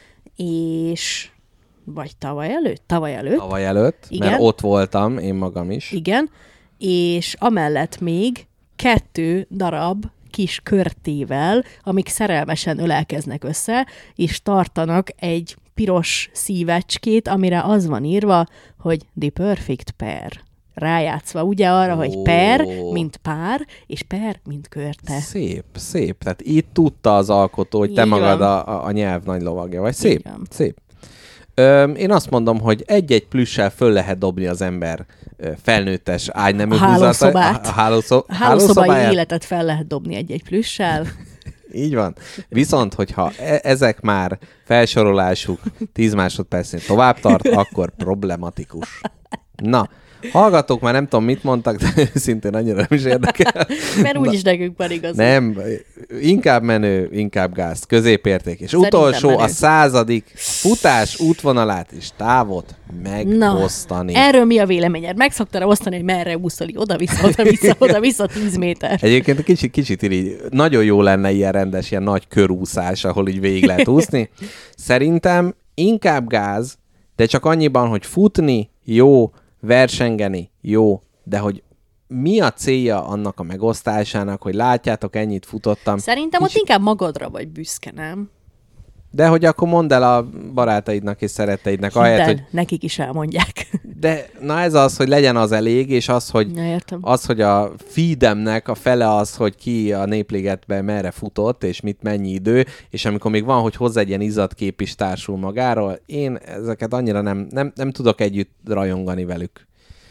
és vagy tavaly előtt? Tavaly előtt. Tavaly előtt, Igen. mert ott voltam, én magam is. Igen, és amellett még kettő darab kis körtével, amik szerelmesen ölelkeznek össze, és tartanak egy piros szívecskét, amire az van írva, hogy the perfect pair. Rájátszva ugye arra, Ó. hogy per, mint pár, és per, mint körte. Szép, szép. Tehát itt tudta az alkotó, hogy te Így magad van. a, a, a nyelv nagy lovagja vagy. Szép, van. szép. Ö, én azt mondom, hogy egy-egy plüssel föl lehet dobni az ember ö, felnőttes ágynemű A hálószobát. A, a, hálószob, A hálószobai hálószobáját. életet fel lehet dobni egy-egy plüssel. Így van. Viszont, hogyha e- ezek már felsorolásuk tíz másodpercnél tovább tart, akkor problematikus. Na, hallgatók, már nem tudom, mit mondtak, de szintén annyira nem is érdekel. Mert úgyis nekünk van igaz. Nem, inkább menő, inkább gáz, középérték. És Szerintem utolsó menő. a századik futás útvonalát és távot megosztani. Na, erről mi a véleményed? Meg szoktál osztani, hogy merre úszol, oda-vissza, oda-vissza, oda-vissza tíz méter. Egyébként kicsit, kicsit így, nagyon jó lenne ilyen rendes, ilyen nagy körúszás, ahol így végig lehet úszni. Szerintem inkább gáz, de csak annyiban, hogy futni jó, versengeni jó, de hogy mi a célja annak a megosztásának, hogy látjátok, ennyit futottam. Szerintem ott inkább magadra vagy büszke, nem? De hogy akkor mondd el a barátaidnak és szeretteidnek, Hidd ahelyett, el, hogy nekik is elmondják. de na ez az, hogy legyen az elég, és az, hogy Ja, értem. az, hogy a feedemnek a fele az, hogy ki a Népligetben merre futott, és mit mennyi idő, és amikor még van, hogy hozzá egy ilyen izzatkép is társul magáról, én ezeket annyira nem, nem, nem tudok együtt rajongani velük.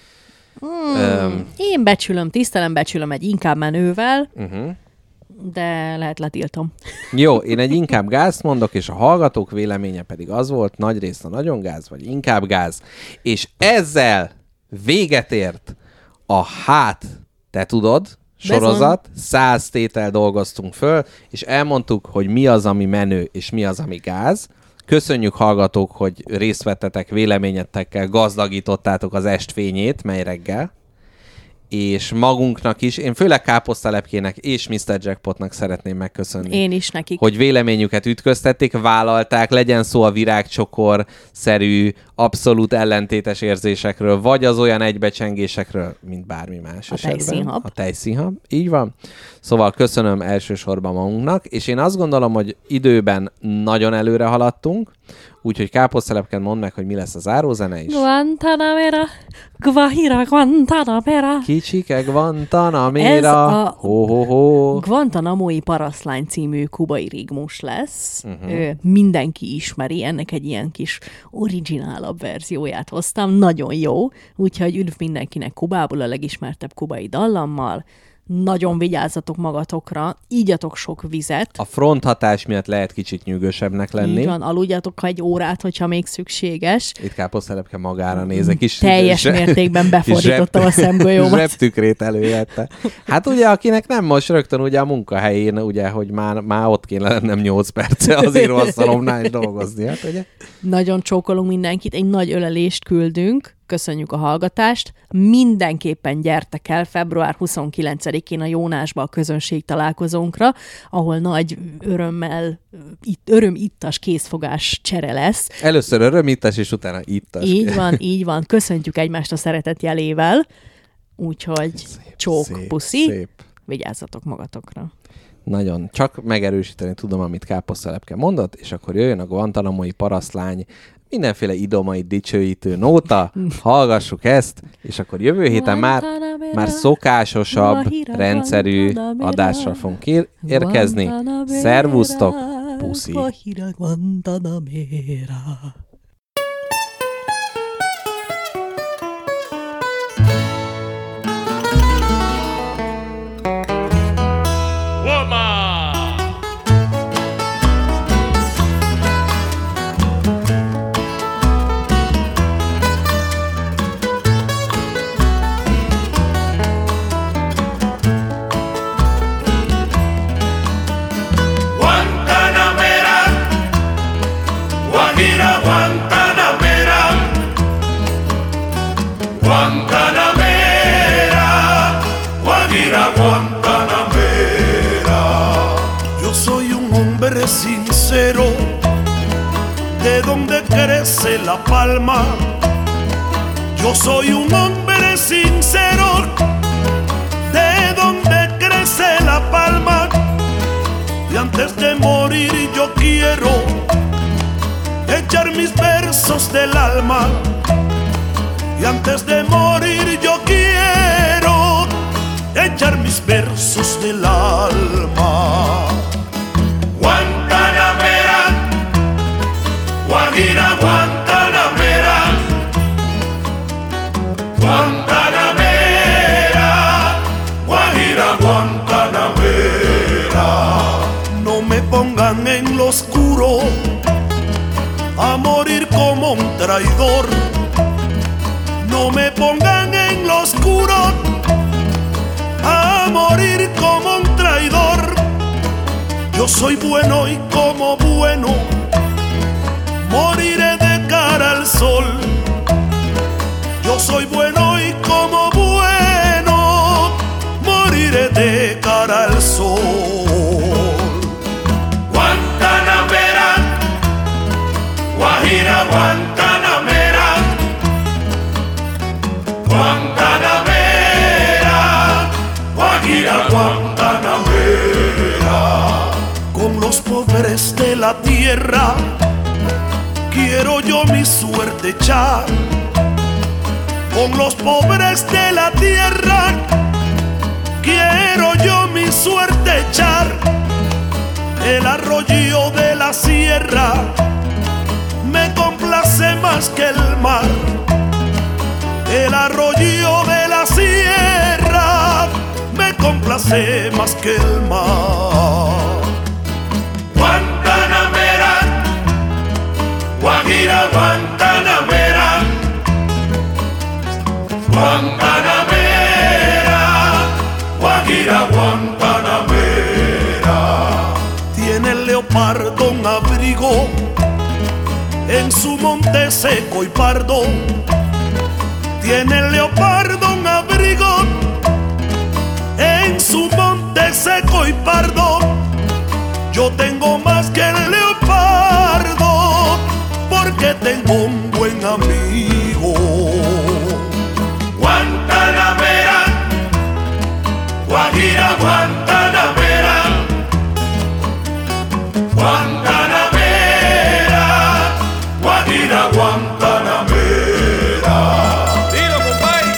Hmm, Öm. Én becsülöm, tisztelem, becsülöm egy inkább menővel, Uh-huh. de lehet letiltom. Jó, én egy inkább gázt mondok, és a hallgatók véleménye pedig az volt, nagyrészt a nagyon gáz, vagy inkább gáz. És ezzel véget ért a Hát te tudod, sorozat, száz tétel dolgoztunk föl, és elmondtuk, hogy mi az, ami menő, és mi az, ami gáz. Köszönjük, hallgatók, hogy részt vettetek, véleményetekkel gazdagítottátok az estfényét, mely reggel. És magunknak is, én főleg Káposztalepkének és miszter Jackpotnak szeretném megköszönni. Én is nekik. Hogy véleményüket ütköztették, vállalták, legyen szó a virágcsokor-szerű, abszolút ellentétes érzésekről, vagy az olyan egybecsengésekről, mint bármi más a esetben. tejszínhab. A tejszínhab. Így van. Szóval köszönöm elsősorban magunknak, és én azt gondolom, hogy időben nagyon előre haladtunk, úgyhogy Káposztalepken mondd meg, hogy mi lesz a zárózene is. Guantanamera, Guajira, Guantanamera. Kicsike Guantanamera. Ez a ho, ho, ho. Guantanamo-i Parasztlány című kubai rigmus lesz. Uh-huh. Ö, mindenki ismeri, ennek egy ilyen kis originálabb verzióját hoztam. Nagyon jó, úgyhogy üdv mindenkinek Kubából a legismertebb kubai dallammal. Nagyon vigyázzatok magatokra, ígyatok sok vizet. A fronthatás miatt lehet kicsit nyűgösebbnek lenni. Így van, aludjatok egy órát, hogyha még szükséges. Itt Káposztalepke magára nézek is. Teljes mértékben befordítottam a szemgolyómat. Zsebtükrét előjette. Hát ugye, akinek nem most rögtön ugye a munkahelyén, ugye, hogy már, már ott kéne lennem nyolc perce az íróasztalomnál is dolgozni, hát ugye? Nagyon csókolunk mindenkit, egy nagy ölelést küldünk. Köszönjük a hallgatást. Mindenképpen gyertek el február huszonkilencedikén a Jónásba a közönség találkozónkra, ahol nagy örömmel, itt, örömittas készfogás csere lesz. Először örömittas, és utána ittas. Így van, így van. Köszöntjük egymást a szeretet jelével. Úgyhogy szép, csók, szép, puszi. Szép. Vigyázzatok magatokra. Nagyon. Csak megerősíteni tudom, amit Káposztalepke mondott, és akkor jöjjön a Guantanamo-i Parasztlány mindenféle idomai dicsőítő nóta, hallgassuk ezt, és akkor jövő héten már, már szokásosabb, rendszerű adásra fogunk ér- érkezni. Szervusztok, puszi! Yo soy un hombre sincero, de donde crece la palma. Yo soy un hombre sincero, de donde crece la palma. Y antes de morir yo quiero echar mis versos del alma. Y antes de morir yo quiero echar mis versos del alma. Guantanamera, Guajira, Guantanamera, Guantanamera, Guajira, Guantanamera. No me pongan en lo oscuro a morir como un traidor. No me pongan en lo oscuro a morir como un traidor. Yo soy bueno y como bueno moriré de cara al sol. Yo soy bueno y como bueno moriré de cara al sol. Guantanamera, Guajira, Guantanamera, Guantanamera, Guajira, Guantanamera. Con los pobres de la tierra quiero yo mi suerte echar. Con los pobres de la tierra quiero yo mi suerte echar. El arroyo de la sierra me complace más que el mar. El arroyo de la sierra me complace más que el mar. Guantanamera, Guajira, Guantanamera, Guantanamera, monte seco y pardo tiene el leopardo un abrigo. En su monte seco y pardo yo tengo más que el leopardo, porque tengo un buen amigo. Guantanamera, Guajira, Guantanamera, Guantanamera, Guajira, Guantanamera. Dilo, compadre.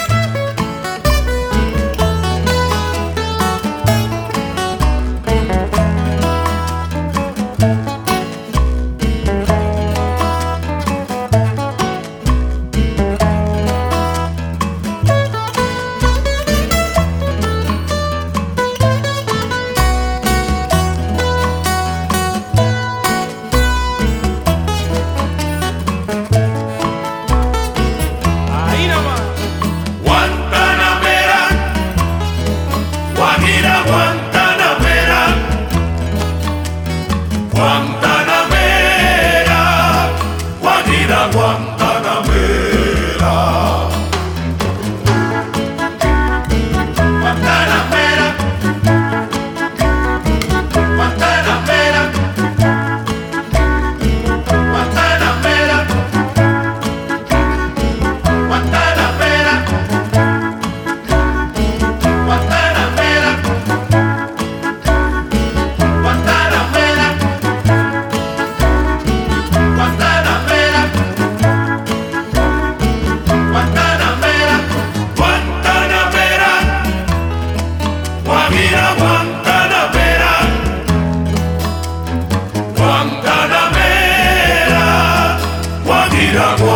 Guantanamera, Guajira, Guantanamera.